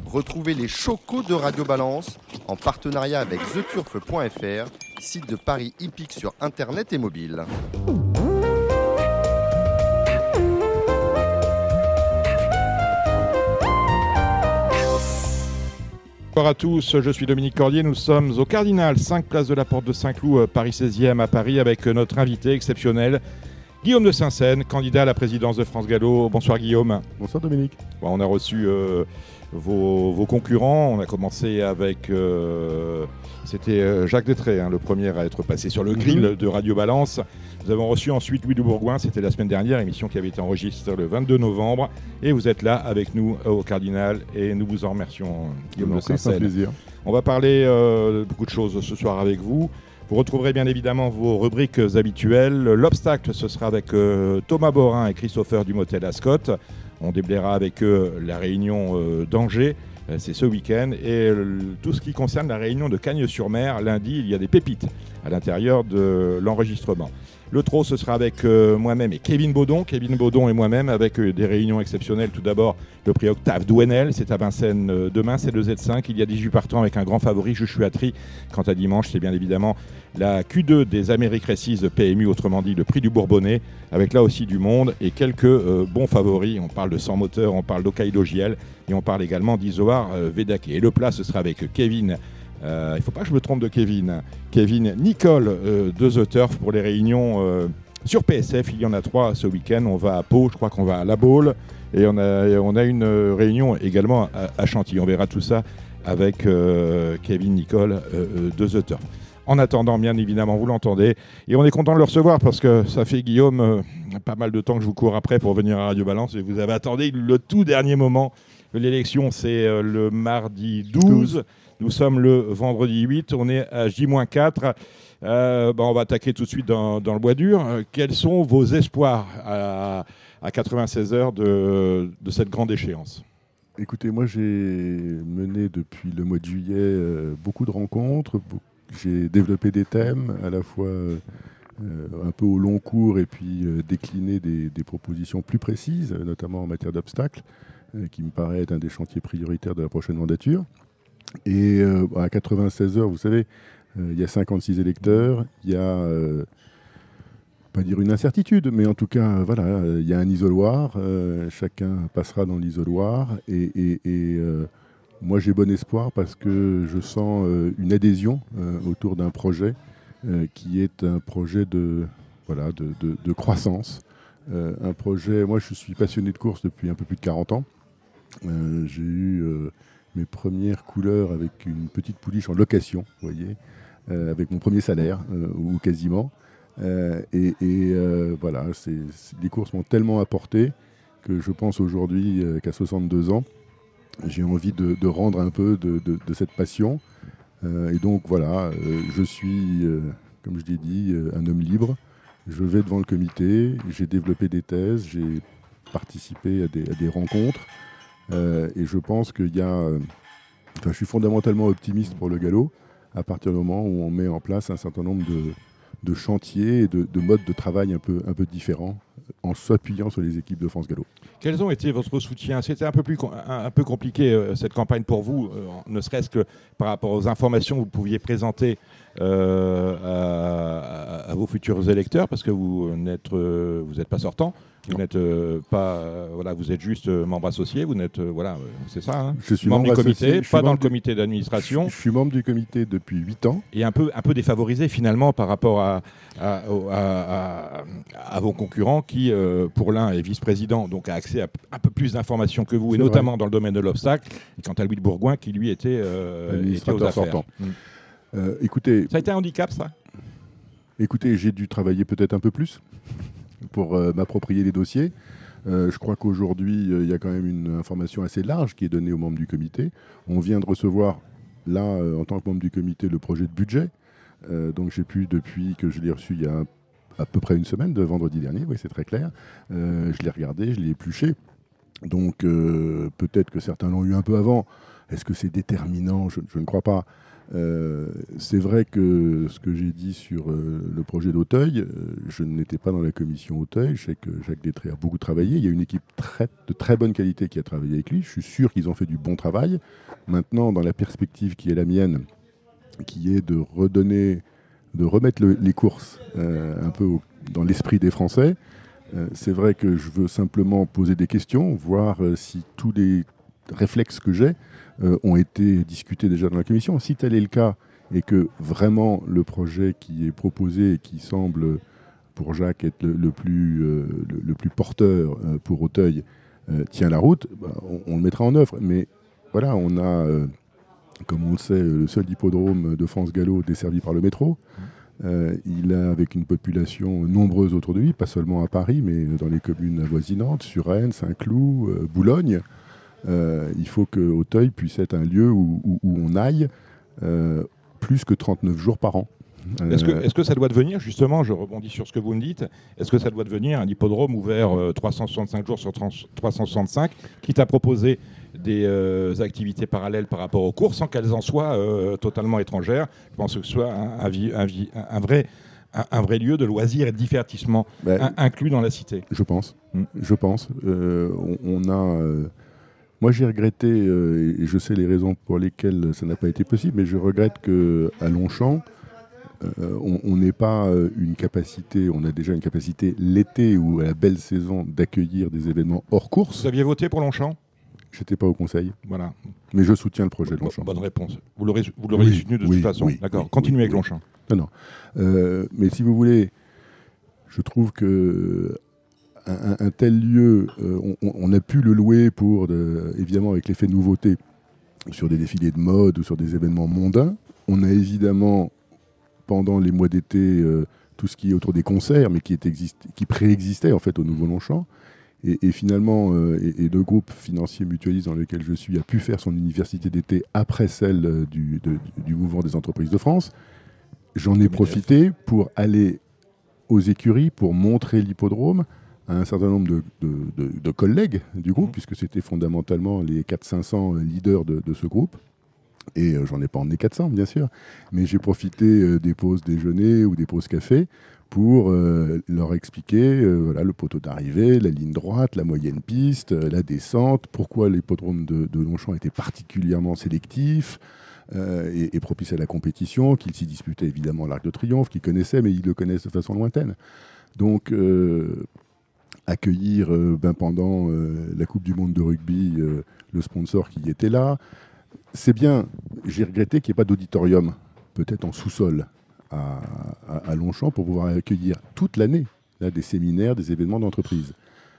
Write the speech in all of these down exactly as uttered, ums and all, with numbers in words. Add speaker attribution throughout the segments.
Speaker 1: Retrouvez les chocos de Radio Balance en partenariat avec the turf point f r, site de paris hippique sur internet et mobile.
Speaker 2: Bonjour à tous, je suis Dominique Cordier, nous sommes au Cardinal, cinq place de la Porte de Saint-Cloud, Paris seizième à Paris, avec notre invité exceptionnel, Guillaume de Saint-Seine, candidat à la présidence de France Gallo. Bonsoir Guillaume.
Speaker 3: Bonsoir Dominique.
Speaker 2: Bon, on a reçu euh, vos, vos concurrents, on a commencé avec, euh, c'était euh, Jacques Détré, hein, le premier à être passé sur le grill mm-hmm. de Radio Balance. Nous avons reçu ensuite Louis de Bourgoin, c'était la semaine dernière, émission qui avait été enregistrée le vingt-deux novembre. Et vous êtes là avec nous au Cardinal et nous vous en remercions, Guillaume de Saint-Seine.
Speaker 3: C'est un plaisir.
Speaker 2: On va parler euh, de beaucoup de choses ce soir avec vous. Vous retrouverez bien évidemment vos rubriques habituelles. L'obstacle, ce sera avec euh, Thomas Borin et Christopher du Motel Ascot. On déblayera avec eux la réunion euh, d'Angers. Euh, c'est ce week-end. Et euh, tout ce qui concerne la réunion de Cagnes-sur-Mer, lundi, il y a des pépites à l'intérieur de l'enregistrement. Le trot, ce sera avec euh, moi-même et Kevin Baudon. Kevin Baudon et moi-même avec euh, des réunions exceptionnelles. Tout d'abord, le prix Octave Douenel. C'est à Vincennes euh, demain, c'est le Z cinq. Il y a dix-huit partants avec un grand favori, Juchuatri. Quant à dimanche, c'est bien évidemment la Q deux des Amériques Récises P M U, autrement dit le prix du Bourbonnais, avec là aussi du monde et quelques euh, bons favoris. On parle de Sans Moteur, on parle d'Hokkaido J L et on parle également d'Izoar euh, Vedake. Et le plat, ce sera avec Kevin. Euh, il ne faut pas que je me trompe de Kevin. Kevin Nicole euh, de The Turf pour les réunions euh, sur P S F. Il y en a trois ce week-end. On va à Pau, je crois qu'on va à La Baule. Et on a, on a une réunion également à, à Chantilly. On verra tout ça avec euh, Kevin Nicole euh, de The Turf. En attendant, bien évidemment, vous l'entendez. Et on est content de le recevoir parce que ça fait, Guillaume, euh, pas mal de temps que je vous cours après pour venir à Radio Balance. Et vous avez attendu le tout dernier moment. L'élection, c'est euh, le mardi douze. Nous sommes le vendredi huit. On est à J moins quatre. Euh, bah on va attaquer tout de suite dans, dans le bois dur. Euh, quels sont vos espoirs à, à quatre-vingt-seize heures de, de cette grande échéance ?
Speaker 3: Écoutez, moi, j'ai mené depuis le mois de juillet euh, beaucoup de rencontres. Beaucoup J'ai développé des thèmes, à la fois euh, un peu au long cours et puis euh, décliné des, des propositions plus précises, notamment en matière d'obstacles, euh, qui me paraît être un des chantiers prioritaires de la prochaine mandature. Et euh, à quatre-vingt-seize heures, vous savez, euh, il y a cinquante-six électeurs, il y a, euh, pas dire une incertitude, mais en tout cas, voilà, il y a un isoloir, euh, chacun passera dans l'isoloir et... et, et euh, moi, j'ai bon espoir parce que je sens euh, une adhésion euh, autour d'un projet euh, qui est un projet de, voilà, de, de, de croissance. Euh, un projet, moi, je suis passionné de course depuis un peu plus de quarante ans. Euh, j'ai eu euh, mes premières couleurs avec une petite pouliche en location, vous voyez, euh, avec mon premier salaire, euh, ou quasiment. Euh, et et euh, voilà, c'est, c'est, les courses m'ont tellement apporté que je pense aujourd'hui euh, qu'à soixante-deux ans, j'ai envie de, de rendre un peu de, de, de cette passion. Euh, et donc voilà, euh, je suis, euh, comme je l'ai dit, euh, un homme libre. Je vais devant le comité, j'ai développé des thèses, j'ai participé à des, à des rencontres. Euh, et je pense qu'il y a... Euh, enfin, je suis fondamentalement optimiste pour le galop à partir du moment où on met en place un certain nombre de, de chantiers et de, de modes de travail un peu, un peu différents en s'appuyant sur les équipes de France Gallo.
Speaker 2: Quels ont été votre soutien ? C'était un peu, plus, un, un peu compliqué euh, cette campagne pour vous, euh, ne serait-ce que par rapport aux informations que vous pouviez présenter euh, à, à, à vos futurs électeurs, parce que vous n'êtes euh, vous n'êtes pas sortant, vous n'êtes euh, pas, euh, voilà, vous êtes juste euh, membre associé, vous n'êtes, euh, voilà, euh, c'est ça, hein,
Speaker 3: je suis
Speaker 2: membre, membre du comité,
Speaker 3: associé,
Speaker 2: pas dans le
Speaker 3: du...
Speaker 2: comité d'administration.
Speaker 3: Je, je suis membre du comité depuis huit ans.
Speaker 2: Et un peu, un peu défavorisé finalement par rapport à, à, à, à, à vos concurrents qui, euh, pour l'un, est vice-président, donc a accès à un peu plus d'informations que vous, et
Speaker 3: c'est
Speaker 2: notamment
Speaker 3: vrai.
Speaker 2: Dans le domaine de l'obstacle, et quant à Louis de Bourgoin qui, lui, était, euh, était aux affaires.
Speaker 3: Sortant. Mmh. Euh, écoutez,
Speaker 2: ça a été un handicap, ça ?
Speaker 3: Écoutez, j'ai dû travailler peut-être un peu plus pour euh, m'approprier les dossiers. Euh, je crois qu'aujourd'hui, il euh, y a quand même une information assez large qui est donnée aux membres du comité. On vient de recevoir, là, euh, en tant que membre du comité, le projet de budget. Euh, donc j'ai pu, depuis que je l'ai reçu il y a un, à peu près une semaine, de vendredi dernier, oui, c'est très clair, euh, je l'ai regardé, je l'ai épluché. Donc euh, peut-être que certains l'ont eu un peu avant. Est-ce que c'est déterminant ? je, je ne crois pas. Euh, c'est vrai que ce que j'ai dit sur euh, le projet d'Auteuil, euh, je n'étais pas dans la commission Auteuil. Je sais que Jacques Détré a beaucoup travaillé. Il y a une équipe très, de très bonne qualité qui a travaillé avec lui. Je suis sûr qu'ils ont fait du bon travail. Maintenant, dans la perspective qui est la mienne, qui est de redonner, de remettre le, les courses euh, un peu au, dans l'esprit des Français, euh, c'est vrai que je veux simplement poser des questions, voir euh, si tous les réflexes que j'ai Euh, ont été discutés déjà dans la commission. Si tel est le cas et que vraiment le projet qui est proposé et qui semble pour Jacques être le, le, plus, euh, le, le plus porteur euh, pour Auteuil euh, tient la route, bah, on, on le mettra en œuvre. Mais voilà, on a, euh, comme on le sait, le seul hippodrome de France Gallo desservi par le métro. Euh, il a avec une population nombreuse autour de lui, pas seulement à Paris, mais dans les communes avoisinantes, Suresnes, Saint-Cloud, euh, Boulogne. Euh, il faut que Auteuil puisse être un lieu où, où, où on aille euh, plus que trente-neuf jours par an.
Speaker 2: Euh... Est-ce que, est-ce que ça doit devenir, justement, je rebondis sur ce que vous me dites, est-ce que ça doit devenir un hippodrome ouvert euh, trois cent soixante-cinq jours sur trois cent soixante-cinq, quitte à proposer des euh, activités parallèles par rapport aux courses sans qu'elles en soient euh, totalement étrangères? Je pense que ce soit un, un, un, un, vrai, un, un vrai lieu de loisirs et de divertissement ben, un, inclus dans la cité.
Speaker 3: Je pense. Mmh. Je pense. Euh, on, on a... Euh... Moi, j'ai regretté, euh, et je sais les raisons pour lesquelles ça n'a pas été possible, mais je regrette qu'à Longchamp, euh, on n'ait pas une capacité, on a déjà une capacité l'été ou à la belle saison d'accueillir des événements hors course.
Speaker 2: Vous aviez voté pour Longchamp ?
Speaker 3: J'étais pas au conseil.
Speaker 2: Voilà.
Speaker 3: Mais je soutiens le projet de Longchamp.
Speaker 2: Bonne réponse. Vous l'aurez, vous l'aurez oui, soutenu de
Speaker 3: oui,
Speaker 2: toute façon.
Speaker 3: Oui,
Speaker 2: D'accord.
Speaker 3: Oui,
Speaker 2: Continuez
Speaker 3: oui,
Speaker 2: avec
Speaker 3: oui.
Speaker 2: Longchamp.
Speaker 3: Non, non. Euh, mais si vous voulez, je trouve que Un, un tel lieu, euh, on, on a pu le louer pour, de, évidemment, avec l'effet de nouveauté, sur des défilés de mode ou sur des événements mondains. On a évidemment, pendant les mois d'été, euh, tout ce qui est autour des concerts, mais qui, est exist- qui préexistait en fait au Nouveau Longchamp. Et, et finalement, euh, et, et le groupe financier mutualiste dans lequel je suis a pu faire son université d'été après celle du, de, du mouvement des entreprises de France. J'en ai profité pour aller aux écuries, pour montrer l'hippodrome à un certain nombre de, de, de, de collègues du groupe, mmh. puisque c'était fondamentalement les quatre cents à cinq cents leaders de, de ce groupe. Et euh, j'en ai pas emmené quatre cents, bien sûr, mais j'ai profité euh, des pauses déjeuner ou des pauses café pour euh, leur expliquer euh, voilà, le poteau d'arrivée, la ligne droite, la moyenne piste, euh, la descente, pourquoi l'hippodrome de, de Longchamp était particulièrement sélectif euh, et, et propice à la compétition, qu'ils s'y disputaient évidemment l'Arc de Triomphe, qu'ils connaissaient, mais ils le connaissent de façon lointaine. Donc... Euh, accueillir euh, ben, pendant euh, la Coupe du Monde de rugby euh, le sponsor qui était là. C'est bien, j'ai regretté qu'il n'y ait pas d'auditorium, peut-être en sous-sol à, à, à Longchamp, pour pouvoir accueillir toute l'année là, des séminaires, des événements d'entreprise.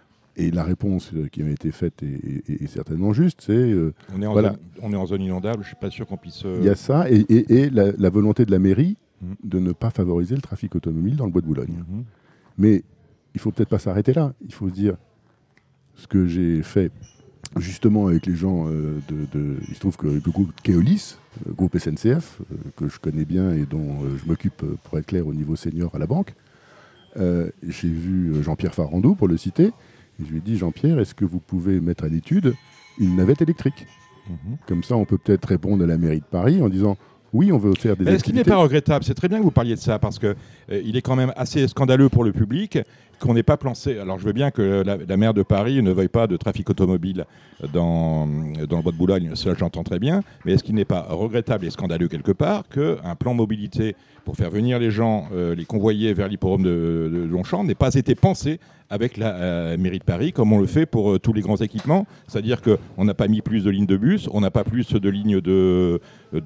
Speaker 3: Et la réponse euh, qui m'a été faite est, est, est certainement juste, c'est... Euh,
Speaker 2: on, est en
Speaker 3: voilà.
Speaker 2: zone, on est en zone inondable, je ne suis pas sûr qu'on puisse... Euh...
Speaker 3: Il y a ça, et, et, et la, la volonté de la mairie mmh. de ne pas favoriser le trafic automobile dans le Bois de Boulogne. Mmh. Mais il ne faut peut-être pas s'arrêter là. Il faut se dire ce que j'ai fait justement avec les gens euh, de, de... Il se trouve que le groupe Keolis, le groupe S N C F, euh, que je connais bien et dont euh, je m'occupe, pour être clair, au niveau senior à la banque, euh, j'ai vu Jean-Pierre Farandou, pour le citer, et je lui ai dit, Jean-Pierre, est-ce que vous pouvez mettre à l'étude une navette électrique ? mmh. Comme ça, on peut peut-être répondre à la mairie de Paris en disant... Oui, on veut faire des
Speaker 2: Mais
Speaker 3: activités.
Speaker 2: Est-ce qu'il n'est pas regrettable ? C'est très bien que vous parliez de ça, parce qu'il euh, est quand même assez scandaleux pour le public qu'on n'ait pas pensé... Alors, je veux bien que la, la maire de Paris ne veuille pas de trafic automobile dans, dans le Bois de Boulogne, cela j'entends très bien, mais est-ce qu'il n'est pas regrettable et scandaleux quelque part qu'un plan mobilité pour faire venir les gens, euh, les convoyer vers l'hippodrome de, de Longchamp n'ait pas été pensé avec la euh, mairie de Paris, comme on le fait pour euh, tous les grands équipements, c'est-à-dire qu'on n'a pas mis plus de lignes de bus, on n'a pas plus de lignes de...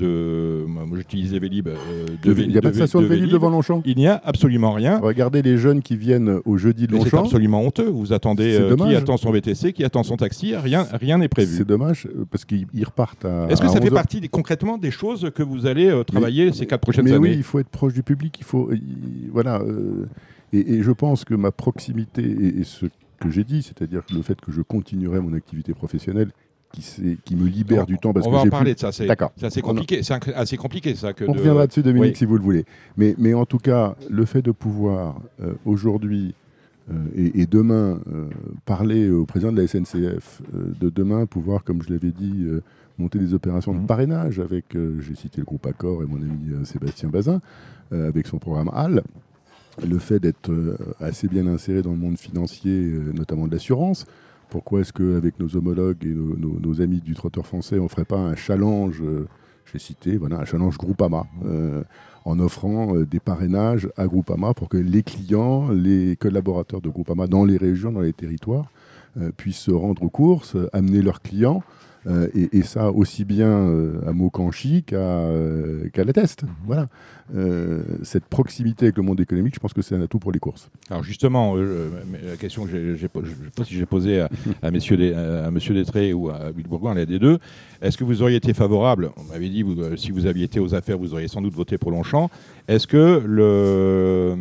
Speaker 2: de moi j'utilisais Vélib. Euh, de
Speaker 3: Il n'y a pas de station de Vélib devant Longchamp ?
Speaker 2: Il n'y a absolument rien.
Speaker 3: Regardez les jeunes qui viennent au jeudi de Longchamp.
Speaker 2: C'est absolument honteux. Vous attendez euh, qui attend son V T C, qui attend son taxi, rien rien n'est prévu.
Speaker 3: C'est dommage, parce qu'ils repartent à
Speaker 2: Est-ce que
Speaker 3: à
Speaker 2: ça fait
Speaker 3: onze heures.
Speaker 2: Partie des, concrètement des choses que vous allez euh, travailler mais, ces quatre prochaines
Speaker 3: mais
Speaker 2: années ?
Speaker 3: Oui, il faut être proche du public. Il faut, il, voilà, euh, et, et je pense que ma proximité et, et ce que j'ai dit, c'est-à-dire le fait que je continuerai mon activité professionnelle, qui, qui me libère
Speaker 2: on,
Speaker 3: du temps. Parce
Speaker 2: on
Speaker 3: que
Speaker 2: va
Speaker 3: j'ai
Speaker 2: en parler
Speaker 3: plus...
Speaker 2: de ça. C'est,
Speaker 3: D'accord.
Speaker 2: c'est assez compliqué. C'est assez compliqué ça. Que
Speaker 3: on
Speaker 2: de...
Speaker 3: reviendra dessus, Dominique,
Speaker 2: oui.
Speaker 3: si vous le voulez. Mais, mais en tout cas, le fait de pouvoir euh, aujourd'hui Euh, et, et demain, euh, parler au président de la S N C F, euh, de demain pouvoir, comme je l'avais dit, euh, monter des opérations
Speaker 2: Mmh.
Speaker 3: de parrainage avec, euh, j'ai cité le groupe Accor et mon ami euh, Sébastien Bazin, euh, avec son programme H A L, le fait d'être euh, assez bien inséré dans le monde financier, euh, notamment de l'assurance. Pourquoi est-ce qu'avec nos homologues et nos, nos, nos amis du trotteur français, on ne ferait pas un challenge, euh, j'ai cité, voilà, un challenge Groupama, euh, en offrant euh, des parrainages à Groupama pour que les clients, les collaborateurs de Groupama dans les régions, dans les territoires, euh, puissent se rendre aux courses, euh, amener leurs clients, euh, et, et ça aussi bien euh, à Maucanchy qu'à euh, qu'à La Teste. Mmh. Voilà. Euh, cette proximité avec le monde économique, je pense que c'est un atout pour les courses.
Speaker 2: Alors justement, euh, la question que j'ai, j'ai, je ne sais pas si j'ai posée à, à, messieurs des, à M. Détré ou à Bill Bourgoin, l'un des deux, est-ce que vous auriez été favorable, on m'avait dit, vous, euh, si vous aviez été aux affaires, vous auriez sans doute voté pour Longchamp, est-ce que le, euh,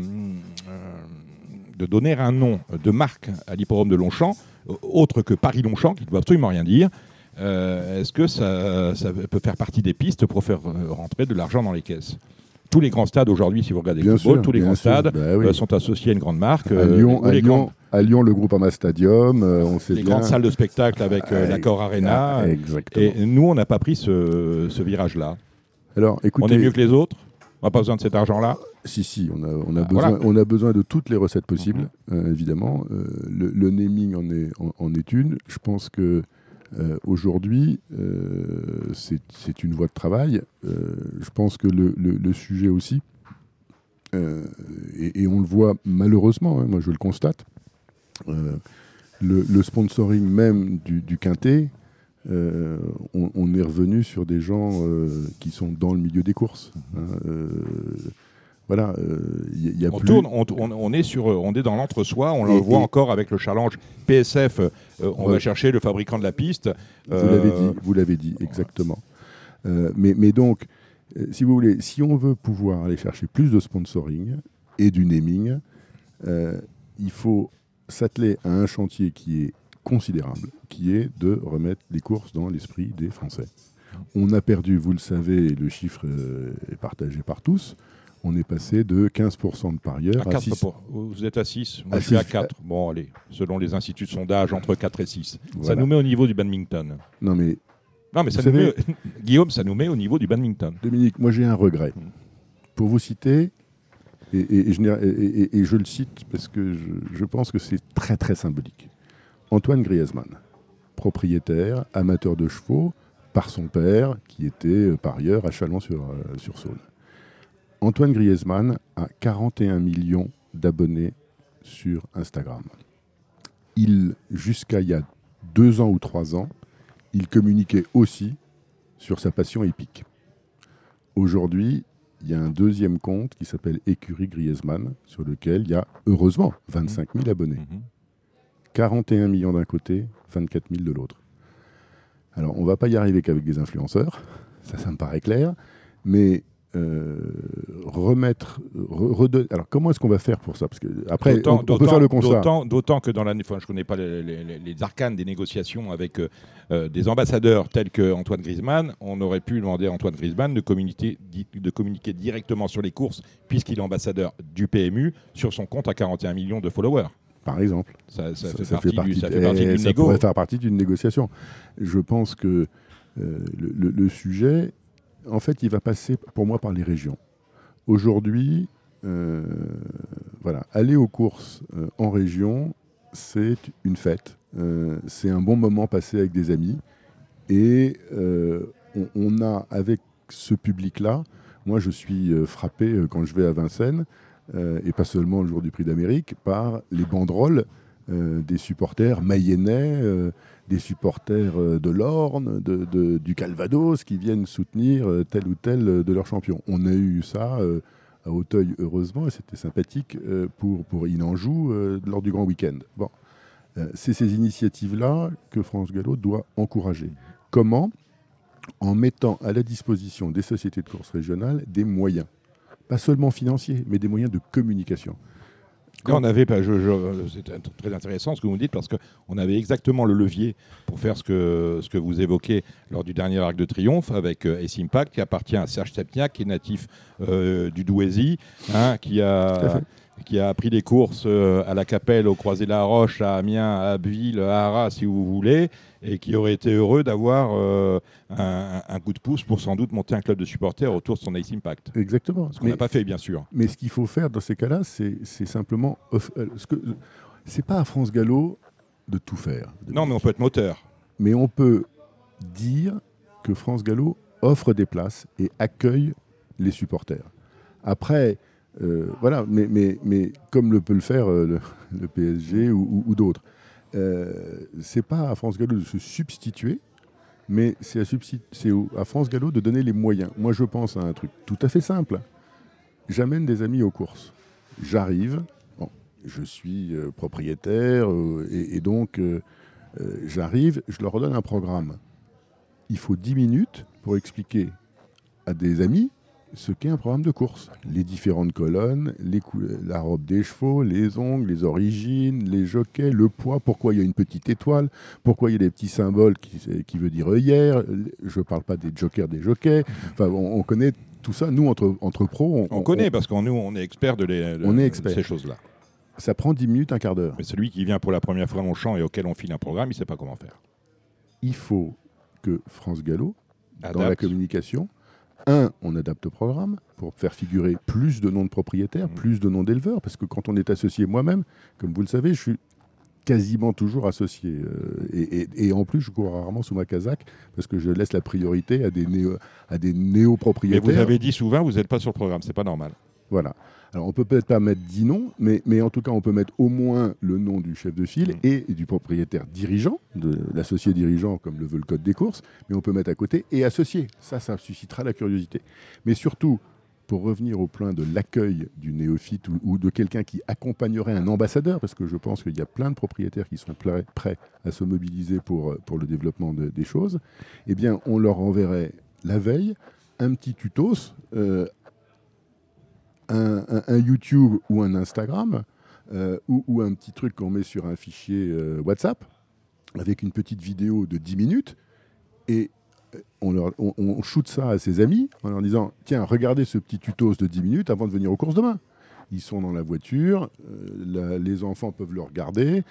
Speaker 2: de donner un nom de marque à l'hippodrome de Longchamp, autre que Paris-Longchamp, qui ne doit absolument rien dire, euh, est-ce que ça, ça peut faire partie des pistes pour faire rentrer de l'argent dans les caisses ? Tous les grands stades aujourd'hui, si vous regardez le football, tous les grands sûr. stades bah, oui. euh, sont associés à une grande marque.
Speaker 3: À Lyon,
Speaker 2: euh,
Speaker 3: à,
Speaker 2: les
Speaker 3: Lyon
Speaker 2: grandes...
Speaker 3: à Lyon, le Groupama Stadium, euh, on sait
Speaker 2: les
Speaker 3: bien.
Speaker 2: grandes salles de spectacle avec euh, l'Accor Arena.
Speaker 3: Ah, exactement.
Speaker 2: Et nous, on n'a pas pris ce, ce virage-là.
Speaker 3: Alors, écoutez,
Speaker 2: on est mieux que les autres. On n'a pas besoin de cet argent-là.
Speaker 3: Si, si, on a, on a, ah, besoin,
Speaker 2: voilà.
Speaker 3: on a besoin de toutes les recettes possibles, mmh. euh, évidemment. Euh, le, le naming en est, en, en est une. Je pense que Euh, aujourd'hui, euh, c'est, c'est une voie de travail. Euh, je pense que le, le, le sujet aussi, euh, et, et on le voit malheureusement, hein, moi je le constate, euh, le, le sponsoring même du, du Quintet, euh, on, on est revenu sur des gens euh, qui sont dans le milieu des courses. Hein, euh, Voilà, il euh, y, y a
Speaker 2: on
Speaker 3: plus...
Speaker 2: tourne, on, on, on est sur, on est dans l'entre-soi. On et, le voit et... encore avec le challenge P S F. Euh, on ouais. va chercher le fabricant de la piste.
Speaker 3: Vous euh... l'avez dit, vous l'avez dit exactement. Euh, mais, mais donc, euh, si vous voulez, si on veut pouvoir aller chercher plus de sponsoring et du naming, euh, il faut s'atteler à un chantier qui est considérable, qui est de remettre les courses dans l'esprit des Français. On a perdu, vous le savez, le chiffre est partagé par tous. On est passé de quinze pour cent de parieurs à,
Speaker 2: à
Speaker 3: six.
Speaker 2: Pour, vous êtes à six, moi
Speaker 3: à
Speaker 2: je suis
Speaker 3: six.
Speaker 2: à quatre. Bon, allez, selon les instituts de sondage, entre quatre et six.
Speaker 3: Voilà.
Speaker 2: Ça nous met au niveau du badminton.
Speaker 3: Non, mais,
Speaker 2: non, mais ça nous savez, met, Guillaume, ça nous met au niveau du badminton.
Speaker 3: Dominique, moi j'ai un regret. Mmh. Pour vous citer, et, et, et, je, et, et, et je le cite parce que je, je pense que c'est très très symbolique. Antoine Griezmann, propriétaire, amateur de chevaux, par son père, qui était parieur à Chalon-sur-Saône. Antoine Griezmann a quarante et un millions d'abonnés sur Instagram. Il, jusqu'à il y a deux ans ou trois ans, il communiquait aussi sur sa passion hippique. Aujourd'hui, il y a un deuxième compte qui s'appelle Écurie Griezmann, sur lequel il y a, heureusement, vingt-cinq mille abonnés. Mmh. quarante et un millions d'un côté, vingt-quatre mille de l'autre. Alors, on ne va pas y arriver qu'avec des influenceurs, ça, ça me paraît clair, mais euh, remettre... Re, redonner, alors, comment est-ce qu'on va faire pour ça? Parce que après, on, on peut faire le constat.
Speaker 2: D'autant, d'autant que dans la... Enfin, je ne connais pas les, les, les arcanes des négociations avec euh, des ambassadeurs tels qu'Antoine Griezmann, on aurait pu demander à Antoine Griezmann de communiquer, de communiquer directement sur les courses, puisqu'il est ambassadeur du P M U, sur son compte à quarante et un millions de followers.
Speaker 3: Par exemple.
Speaker 2: Ça, ça, ça, fait, ça partie fait partie, du, ça fait partie d'une
Speaker 3: ça
Speaker 2: négo.
Speaker 3: pourrait faire partie d'une négociation. Je pense que euh, le, le, le sujet, en fait, il va passer pour moi par les régions. Aujourd'hui, euh, voilà, aller aux courses euh, en région, c'est une fête. Euh, c'est un bon moment passé avec des amis. Et euh, on, on a, avec ce public-là, moi je suis euh, frappé euh, quand je vais à Vincennes, Euh, et pas seulement le jour du Prix d'Amérique, par les banderoles euh, des supporters mayennais, euh, des supporters euh, de l'Orne, de, de, du Calvados, qui viennent soutenir euh, tel ou tel euh, de leurs champions. On a eu ça euh, à Auteuil, heureusement, et c'était sympathique euh, pour, pour Inanjou euh, lors du grand week-end. Bon. Euh, c'est ces initiatives-là que France Gallo doit encourager. Comment? En mettant à la disposition des sociétés de courses régionales des moyens. Pas seulement financiers, mais des moyens de communication.
Speaker 2: Quand on avait, je, je, c'est très intéressant ce que vous me dites, parce qu'on avait exactement le levier pour faire ce que, ce que vous évoquez lors du dernier Arc de Triomphe avec euh, Ace Impact, qui appartient à Serge Stepniak, qui est natif euh, du Douaisis, hein, qui, a, qui a pris des courses euh, à la Capelle, au Croisé-la-Roche, à Amiens, à Abbeville, à Arras, si vous voulez, et qui aurait été heureux d'avoir euh, un, un coup de pouce pour sans doute monter un club de supporters autour de son Ice Impact.
Speaker 3: Exactement.
Speaker 2: Ce qu'on n'a pas fait, bien sûr.
Speaker 3: Mais ce qu'il faut faire dans ces cas-là, c'est, c'est simplement... Off- euh, ce que, c'est pas à France Gallo de tout faire. De
Speaker 2: Non, mais on peut être moteur.
Speaker 3: Mais on peut dire que France Gallo offre des places et accueille les supporters. Après, euh, voilà, mais, mais, mais comme le peut le faire euh, le, le P S G ou, ou, ou d'autres, euh, c'est pas à France Gallo de se substituer, mais c'est à, substi- c'est au- à France Gallo de donner les moyens. Moi, je pense à un truc tout à fait simple. J'amène des amis aux courses. J'arrive, bon, je suis euh, propriétaire euh, et, et donc euh, euh, j'arrive, je leur donne un programme. Il faut dix minutes pour expliquer à des amis ce qu'est un programme de course. Les différentes colonnes, les cou- la robe des chevaux, les ongles, les origines, les jockeys, le poids, pourquoi il y a une petite étoile, pourquoi il y a des petits symboles qui, qui veut dire œillère. Je ne parle pas des jokers, des jockeys. Enfin, on, on connaît tout ça. Nous, entre, entre pros, on,
Speaker 2: On, on connaît, on, parce qu'on nous, on est experts de, les, de,
Speaker 3: on est
Speaker 2: de
Speaker 3: expert.
Speaker 2: ces choses-là.
Speaker 3: Ça prend dix minutes, un quart d'heure.
Speaker 2: Mais celui qui vient pour la première fois au champ et auquel on file un programme, il ne sait pas comment faire.
Speaker 3: Il faut que France Gallo,
Speaker 2: Adapte.
Speaker 3: dans la communication, un, on adapte le programme pour faire figurer plus de noms de propriétaires, mmh. plus de noms d'éleveurs, parce que quand on est associé moi-même, comme vous le savez, je suis quasiment toujours associé. Euh, et, et, et en plus, je cours rarement sous ma casaque, parce que je laisse la priorité à des, néo, à des néo-propriétaires.
Speaker 2: Mais vous avez dit souvent, vous n'êtes pas sur le programme, c'est pas normal.
Speaker 3: Voilà. Alors, on peut peut-être pas mettre dix noms, mais, mais en tout cas, on peut mettre au moins le nom du chef de file mmh. et, et du propriétaire dirigeant, de l'associé dirigeant, comme le veut le code des courses, mais on peut mettre à côté et associé. Ça, ça suscitera la curiosité. Mais surtout, pour revenir au point de l'accueil du néophyte ou, ou de quelqu'un qui accompagnerait un ambassadeur, parce que je pense qu'il y a plein de propriétaires qui sont prêts, prêts à se mobiliser pour, pour le développement de, des choses, eh bien, on leur enverrait la veille un petit tutos euh, Un, un, un YouTube ou un Instagram euh, ou, ou un petit truc qu'on met sur un fichier euh, WhatsApp avec une petite vidéo de dix minutes et on, leur, on, on shoot ça à ses amis en leur disant tiens, regardez ce petit tutos de dix minutes avant de venir aux courses demain. Ils sont dans la voiture, euh, la, les enfants peuvent le regarder.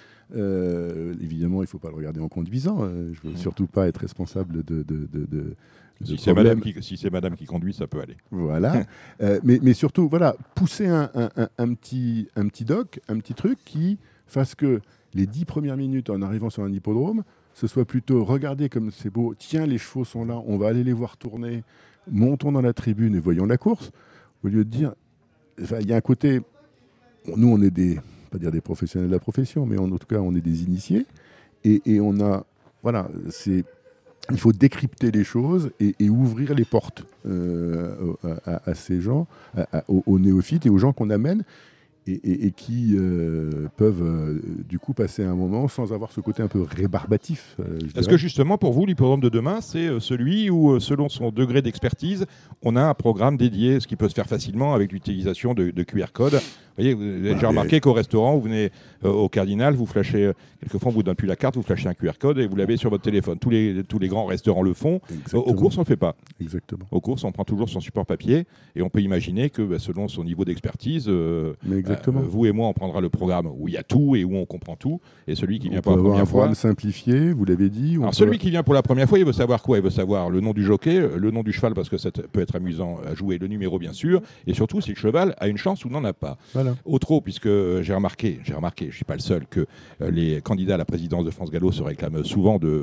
Speaker 3: Euh, évidemment, il ne faut pas le regarder en conduisant. Euh, je ne veux mmh. surtout pas être responsable de... de, de, de
Speaker 2: Si c'est, madame qui, si c'est madame qui conduit, ça peut aller.
Speaker 3: Voilà. euh, mais, mais surtout, voilà, pousser un, un, un, un, petit, un petit doc, un petit truc qui fasse que les dix premières minutes en arrivant sur un hippodrome, ce soit plutôt regardez comme c'est beau, tiens, les chevaux sont là, on va aller les voir tourner, montons dans la tribune et voyons la course, au lieu de dire, enfin, il y a un côté, nous on est des, pas dire des professionnels de la profession, mais en tout cas on est des initiés, et, et on a, voilà, c'est... Il faut décrypter les choses et, et ouvrir les portes euh, à, à ces gens, à, à, aux, aux néophytes et aux gens qu'on amène et, et, et qui euh, peuvent euh, du coup passer un moment sans avoir ce côté un peu rébarbatif. Euh,
Speaker 2: Est-ce que justement pour vous, l'hippodrome de demain, c'est celui où, selon son degré d'expertise, on a un programme dédié, ce qui peut se faire facilement avec l'utilisation de, de Q R codes. Vous voyez, vous avez déjà remarqué qu'au restaurant, vous venez euh, au Cardinal, vous flashez, euh, quelquefois on ne vous donne plus la carte, vous flashez un Q R code et vous l'avez sur votre téléphone. Tous les, tous les grands restaurants le font. Exactement. Aux courses, on ne le fait pas.
Speaker 3: Exactement.
Speaker 2: Aux courses, on prend toujours son support papier et on peut imaginer que bah, selon son niveau d'expertise, euh, euh, vous et moi, on prendra le programme où il y a tout et où on comprend tout. Et celui qui
Speaker 3: on
Speaker 2: vient pour la première
Speaker 3: un
Speaker 2: fois...
Speaker 3: programme simplifié, vous l'avez dit.
Speaker 2: Alors
Speaker 3: peut...
Speaker 2: celui qui vient pour la première fois, il veut savoir quoi? Il veut savoir le nom du jockey, le nom du cheval, parce que ça peut être amusant à jouer, le numéro bien sûr, et surtout si le cheval a une chance ou n'en a pas.
Speaker 3: Voilà.
Speaker 2: Au trot, puisque que j'ai remarqué, j'ai remarqué, je ne suis pas le seul, que euh, les candidats à la présidence de France Gallo se réclament souvent de,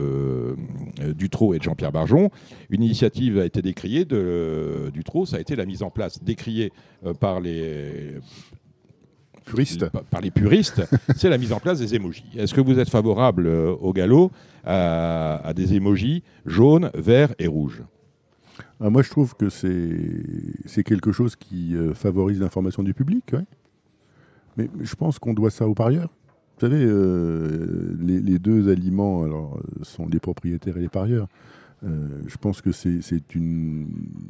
Speaker 2: euh, du trot et de Jean-Pierre Barjon. Une initiative a été décriée de, euh, du trot, ça a été la mise en place, décriée euh, par les...
Speaker 3: puristes.
Speaker 2: Par les puristes, c'est la mise en place des émojis. Est-ce que vous êtes favorable euh, au galop à, à des émojis jaunes, verts et rouges?
Speaker 3: Ah, moi, je trouve que c'est, c'est quelque chose qui euh, favorise l'information du public. Ouais. Mais je pense qu'on doit ça aux parieurs. Vous savez, euh, les, les deux aliments alors, sont les propriétaires et les parieurs. Euh, je pense que c'est, c'est une...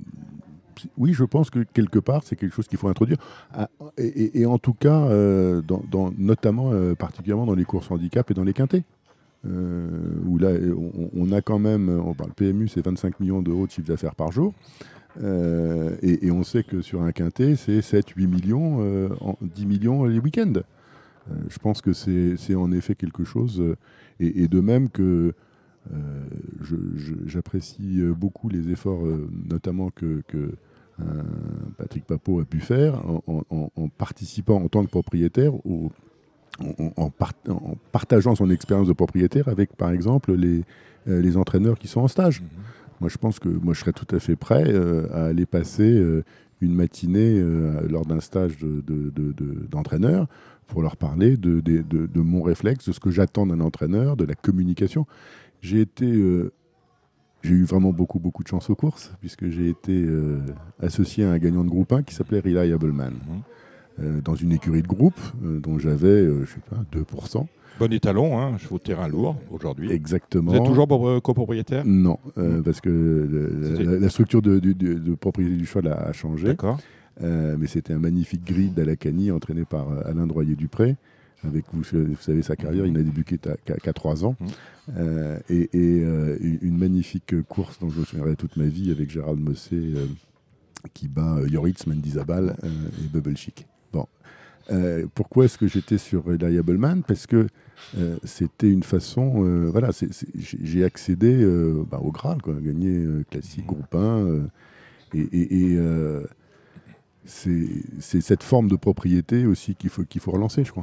Speaker 3: Oui, je pense que quelque part, c'est quelque chose qu'il faut introduire. Ah, et, et, et en tout cas, euh, dans, dans, notamment, euh, particulièrement dans les courses handicap et dans les quintés. Euh, où là, on, on a quand même, on parle P M U, c'est vingt-cinq millions d'euros de chiffre d'affaires par jour. Euh, et, et on sait que sur un quintet, c'est sept huit millions, euh, en, dix millions les week-ends. Euh, je pense que c'est, c'est en effet quelque chose. Euh, et, et de même que euh, je, je, j'apprécie beaucoup les efforts, euh, notamment que, que euh, Patrick Papot a pu faire en, en, en participant en tant que propriétaire, au, en, en, part, en partageant son expérience de propriétaire avec, par exemple, les, euh, les entraîneurs qui sont en stage. Mmh. Moi, je pense que moi, je serais tout à fait prêt euh, à aller passer euh, une matinée euh, lors d'un stage de, de, de, de, d'entraîneur pour leur parler de, de, de, de mon réflexe, de ce que j'attends d'un entraîneur, de la communication. J'ai été, euh, j'ai eu vraiment beaucoup, beaucoup de chance aux courses, puisque j'ai été euh, associé à un gagnant de groupe un qui s'appelait Reliable Man, mmh. euh, dans une écurie de groupe euh, dont j'avais, euh, je sais pas, deux pour cent.
Speaker 2: Bon étalon, hein, chevaux de terrain lourd aujourd'hui.
Speaker 3: Exactement.
Speaker 2: Vous êtes toujours copropriétaire ?
Speaker 3: Non, euh, mmh. parce que le, la, la structure de, de, de, de propriété du cheval a, a changé.
Speaker 2: D'accord.
Speaker 3: Euh, mais c'était un magnifique grid à la Cagny, entraîné par Alain Droyer-Dupré. Avec, vous, vous savez, sa carrière, il n'a débuté qu'à, qu'à trois ans. Mmh. Euh, et et euh, une magnifique course dont je me souviendrai toute ma vie avec Gérald Mossé euh, qui bat euh, Yoritz, Mendizabal euh, et Bubble Chic. Bon. Euh, pourquoi est-ce que j'étais sur Reliable Man ? Parce que euh, c'était une façon... Euh, voilà, c'est, c'est, j'ai accédé euh, bah, au Graal, quoi, gagné euh, classique, groupe un. Euh, et et, et euh, c'est, c'est cette forme de propriété aussi qu'il faut, qu'il faut relancer, je crois.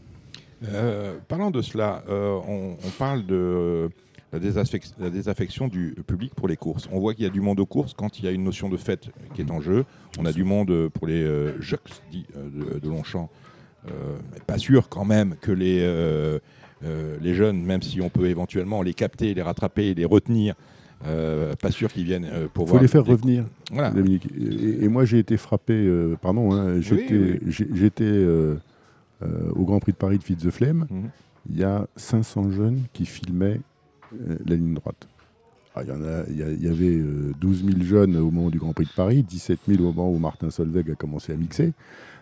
Speaker 2: Euh, parlant de cela, euh, on, on parle de euh, la, désaffec- la désaffection du public pour les courses. On voit qu'il y a du monde aux courses quand il y a une notion de fête qui est en jeu. On a du monde pour les euh, jeux dit, euh, de, de Longchamp. Euh, mais pas sûr quand même que les, euh, euh, les jeunes, même si on peut éventuellement les capter, les rattraper et les retenir, euh, pas sûr qu'ils viennent euh, pour
Speaker 3: voir. Il faut les faire
Speaker 2: des...
Speaker 3: revenir,
Speaker 2: voilà.
Speaker 3: Dominique. Et, et moi j'ai été frappé, euh, pardon, hein, j'étais... Oui, oui. J'ai, j'étais euh, Euh, au Grand Prix de Paris de Feed the Flame, mmh. il y a cinq cents jeunes qui filmaient euh, la ligne droite. Ah, il, y en a, il, y a, il y avait euh, douze mille jeunes au moment du Grand Prix de Paris, dix-sept mille au moment où Martin Solveig a commencé à mixer.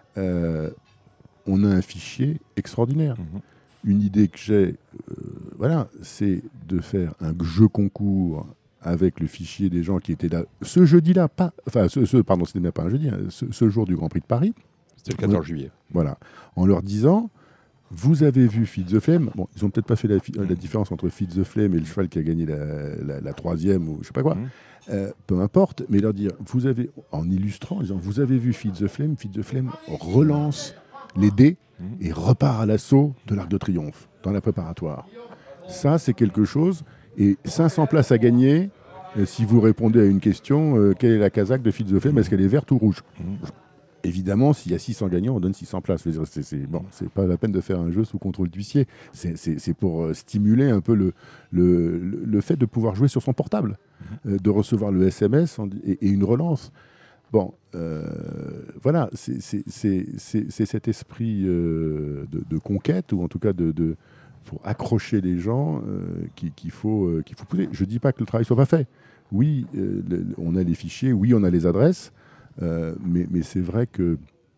Speaker 3: Euh, on a un fichier extraordinaire. Mmh. Une idée que j'ai, euh, voilà, c'est de faire un jeu concours avec le fichier des gens qui étaient là ce jeudi-là, pas, enfin, ce, ce, pardon, c'était même pas un jeudi, hein, ce, ce jour du Grand Prix de Paris.
Speaker 2: C'était le quatorze juillet.
Speaker 3: Voilà. En leur disant, vous avez vu Feed the Flame. Bon, ils n'ont peut-être pas fait la, la différence entre Feed the Flame et le cheval qui a gagné la, la, la troisième ou je sais pas quoi. Mmh. Euh, peu importe, mais leur dire, vous avez, en illustrant, en disant, vous avez vu Feed the Flame. Feed the Flame relance les dés mmh. et repart à l'assaut de l'Arc de Triomphe dans la préparatoire. Ça, c'est quelque chose. Et cinq cents places à gagner. Euh, si vous répondez à une question, euh, quelle est la casaque de Feed the Flame ? Est-ce qu'elle est verte ou rouge ? Mmh. Évidemment, s'il y a six cents gagnants, on donne six cents places. C'est, c'est, bon, c'est pas la peine de faire un jeu sous contrôle d'huissier. C'est, c'est, c'est pour euh, stimuler un peu le, le, le fait de pouvoir jouer sur son portable, mmh. euh, de recevoir le S M S et, et une relance. Bon, euh, voilà, c'est, c'est, c'est, c'est, c'est cet esprit euh, de, de conquête, ou en tout cas de, de, pour accrocher les gens euh, qu'il, qu'il, faut, euh, qu'il faut pousser. Je ne dis pas que le travail ne soit pas fait. Oui, euh, le, on a les fichiers, oui, on a les adresses. Euh, mais, mais c'est vrai que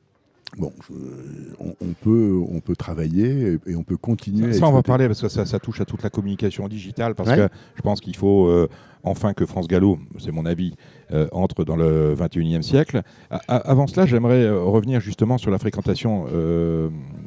Speaker 3: bon, je, on, on, peut, on peut travailler et, et on peut continuer.
Speaker 2: Ça, ça on va parler parce que ça, ça touche à toute la communication digitale. Parce ouais. que je pense qu'il faut euh, enfin que France Gallo, c'est mon avis, euh, entre dans le vingt et unième siècle. A- avant cela, j'aimerais revenir justement sur la fréquentation euh,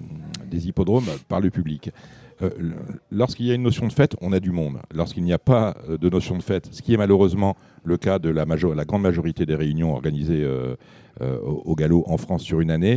Speaker 2: des hippodromes par le public. Euh, lorsqu'il y a une notion de fête, on a du monde. Lorsqu'il n'y a pas de notion de fête, ce qui est malheureusement le cas de la, major- la grande majorité des réunions organisées euh, euh, au, au galop en France sur une année,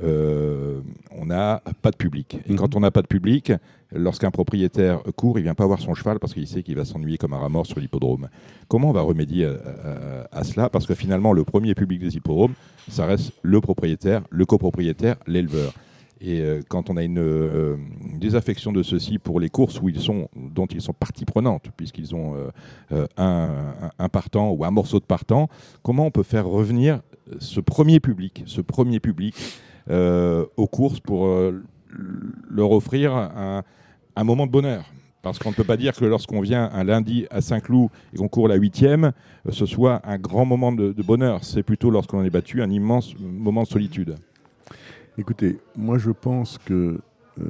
Speaker 2: euh, on n'a pas de public. Et mmh. quand on n'a pas de public, lorsqu'un propriétaire court, il ne vient pas voir son cheval parce qu'il sait qu'il va s'ennuyer comme un rat mort sur l'hippodrome. Comment on va remédier à, à, à cela ? Parce que finalement, le premier public des hippodromes, ça reste le propriétaire, le copropriétaire, l'éleveur. Et euh, quand on a une, euh, une désaffection de ceux-ci pour les courses où ils sont, dont ils sont partie prenante, puisqu'ils ont euh, euh, un, un, un partant ou un morceau de partant, comment on peut faire revenir ce premier public, ce premier public euh, aux courses pour euh, leur offrir un, un moment de bonheur ? Parce qu'on ne peut pas dire que lorsqu'on vient un lundi à Saint-Cloud et qu'on court la huitième, ce soit un grand moment de, de bonheur. C'est plutôt lorsqu'on est battu un immense moment de solitude.
Speaker 3: Écoutez, moi je pense que euh,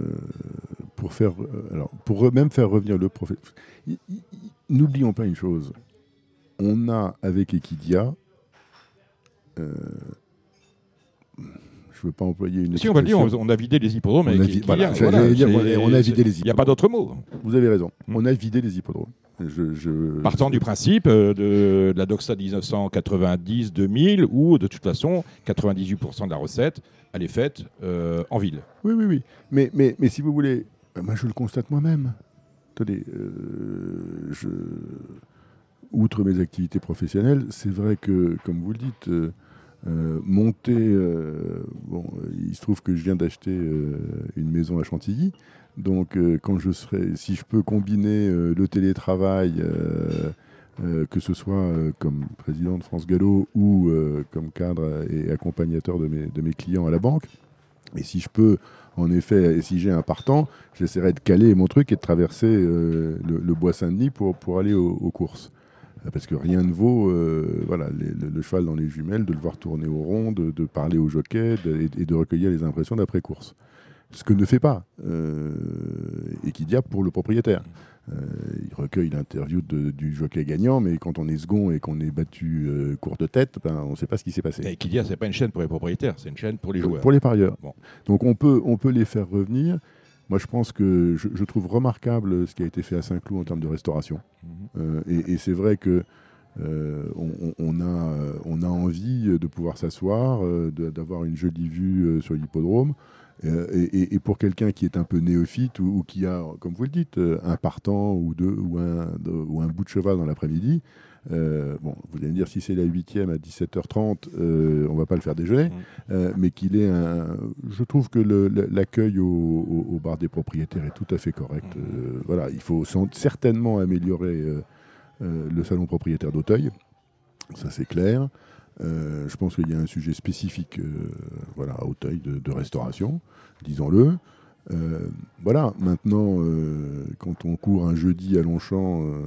Speaker 3: pour faire, euh, alors pour même faire revenir le prophète, n'oublions pas une chose. On a avec Equidia euh, je ne veux pas employer une
Speaker 2: Si on va le dire,
Speaker 3: expression.
Speaker 2: on, on a vidé les hippodromes
Speaker 3: On
Speaker 2: avec
Speaker 3: a
Speaker 2: les
Speaker 3: vi- voilà,
Speaker 2: clients,
Speaker 3: j'allais dire,
Speaker 2: c'est-
Speaker 3: on a vidé les
Speaker 2: Il n'y a pas
Speaker 3: hippodromes.
Speaker 2: d'autre mot.
Speaker 3: Vous avez raison.
Speaker 2: Mm.
Speaker 3: On a vidé les hippodromes. Je, je-
Speaker 2: Partant du principe euh, de, de la Doxa dix-neuf cent quatre-vingt-dix deux mille, où de toute façon, quatre-vingt-dix-huit pour cent de la recette, elle est faite euh, en ville.
Speaker 3: Oui, oui, oui. Mais, mais, mais si vous voulez, euh, moi je le constate moi-même. Attendez, euh, je... outre mes activités professionnelles, c'est vrai que, comme vous le dites, euh, euh, monter. euh, bon, il se trouve que je viens d'acheter euh, une maison à Chantilly. Donc, euh, quand je serai, si je peux combiner euh, le télétravail, euh, euh, que ce soit euh, comme président de France Gallo ou euh, comme cadre et accompagnateur de mes, de mes clients à la banque, et si je peux, en effet, et si j'ai un partant, j'essaierai de caler mon truc et de traverser euh, le, le bois Saint-Denis pour, pour aller au- aux courses. Parce que rien ne vaut euh, voilà, les- le, le cheval dans les jumelles, de le voir tourner au rond, de, de parler au jockey de- et, et de recueillir les impressions d'après-course. Ce que ne fait pas euh, Equidia pour le propriétaire. Euh, il recueille l'interview de- du jockey gagnant, mais quand on est second et qu'on est battu euh, court de tête, ben, on ne sait pas ce qui s'est passé.
Speaker 2: Et qui dit, c'est pas une chaîne pour les propriétaires, c'est une chaîne pour les joueurs.
Speaker 3: Pour les parieurs.
Speaker 2: Bon.
Speaker 3: Donc on peut, on peut les faire revenir. Moi, je pense que je, je trouve remarquable ce qui a été fait à Saint-Cloud en termes de restauration.
Speaker 2: Mhm.
Speaker 3: Euh, et, et c'est vrai que euh, on, on- on a, euh, on a envie de pouvoir s'asseoir, euh, de- d'avoir une jolie vue euh, sur l'hippodrome. Euh, et, et- et pour quelqu'un qui est un peu néophyte ou, ou qui a, comme vous le dites, euh, un partant ou deux ou un, de- ou un bout de cheval dans l'après-midi, euh, bon, vous allez me dire si c'est la huitième à dix-sept heures trente, euh, on va pas le faire déjeuner,
Speaker 2: Mhm.
Speaker 3: euh, mais qu'il est un. Je trouve que le- le- l'accueil au, au- au bar des propriétaires est tout à fait correct. Euh, voilà, il faut sans- certainement améliorer euh, euh, le salon propriétaire d'Auteuil, ça c'est clair. Euh, je pense qu'il y a un sujet spécifique euh, voilà, à Auteuil de, de restauration, disons-le. Euh, voilà, maintenant, euh, quand on court un jeudi à Longchamp, euh,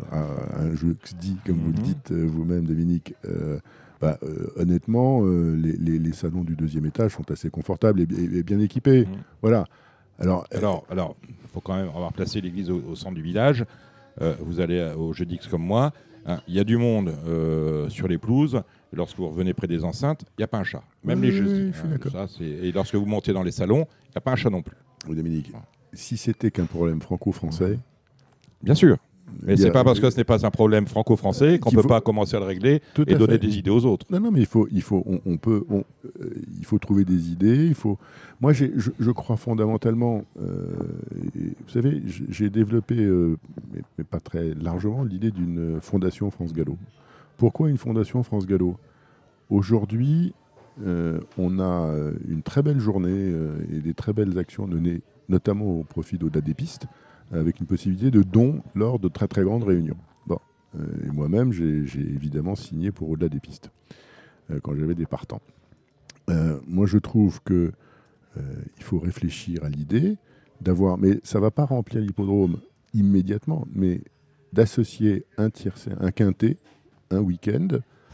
Speaker 3: à un jeudi, comme vous le
Speaker 2: Mhm.
Speaker 3: dites euh, vous-même, Dominique, euh, bah, euh, honnêtement, euh, les, les- les salons du deuxième étage sont assez confortables et, et- et bien équipés.
Speaker 2: Mhm.
Speaker 3: Voilà. Alors, euh,
Speaker 2: Alors, alors, faut quand même avoir placé l'église au, au centre du village. Euh, vous allez au Jeudi X comme moi. Hein, il y a du monde euh, sur les pelouses. Et lorsque vous revenez près des enceintes, il n'y a pas un chat. Même
Speaker 3: Oui,
Speaker 2: les
Speaker 3: oui,
Speaker 2: jeudis.
Speaker 3: oui, je suis d'accord.
Speaker 2: ça, c'est- et lorsque vous montez dans les salons, il n'y a pas un chat non plus.
Speaker 3: oui, Dominique, si c'était qu'un problème franco-français,
Speaker 2: Bien sûr. Mais
Speaker 3: il y
Speaker 2: c'est
Speaker 3: a-
Speaker 2: pas parce que ce n'est pas un problème franco-français qu'on
Speaker 3: qu'il
Speaker 2: ne peut
Speaker 3: faut-
Speaker 2: pas commencer à le régler
Speaker 3: Tout
Speaker 2: et
Speaker 3: à
Speaker 2: donner
Speaker 3: fait.
Speaker 2: des idées aux autres.
Speaker 3: Non, non, mais il faut, il faut, on, on peut, on- euh, il faut trouver des idées. Il faut. Moi, j'ai- je, je crois fondamentalement. euh, et vous savez, j- j'ai développé, euh, mais, mais pas très largement, l'idée d'une fondation France Gallo. Pourquoi une fondation France Gallo ? Aujourd'hui, euh, on a euh, une très belle journée euh, et des très belles actions menées, notamment au profit d'Au-delà des pistes, avec une possibilité de don lors de très très grandes réunions. Bon, euh, et moi-même, j'ai j'ai évidemment signé pour Au-delà des pistes euh, quand j'avais des partants. Euh, moi, je trouve que euh, il faut réfléchir à l'idée d'avoir, mais ça ne va pas remplir l'hippodrome immédiatement, mais d'associer un tiercé, un quintet, un week-end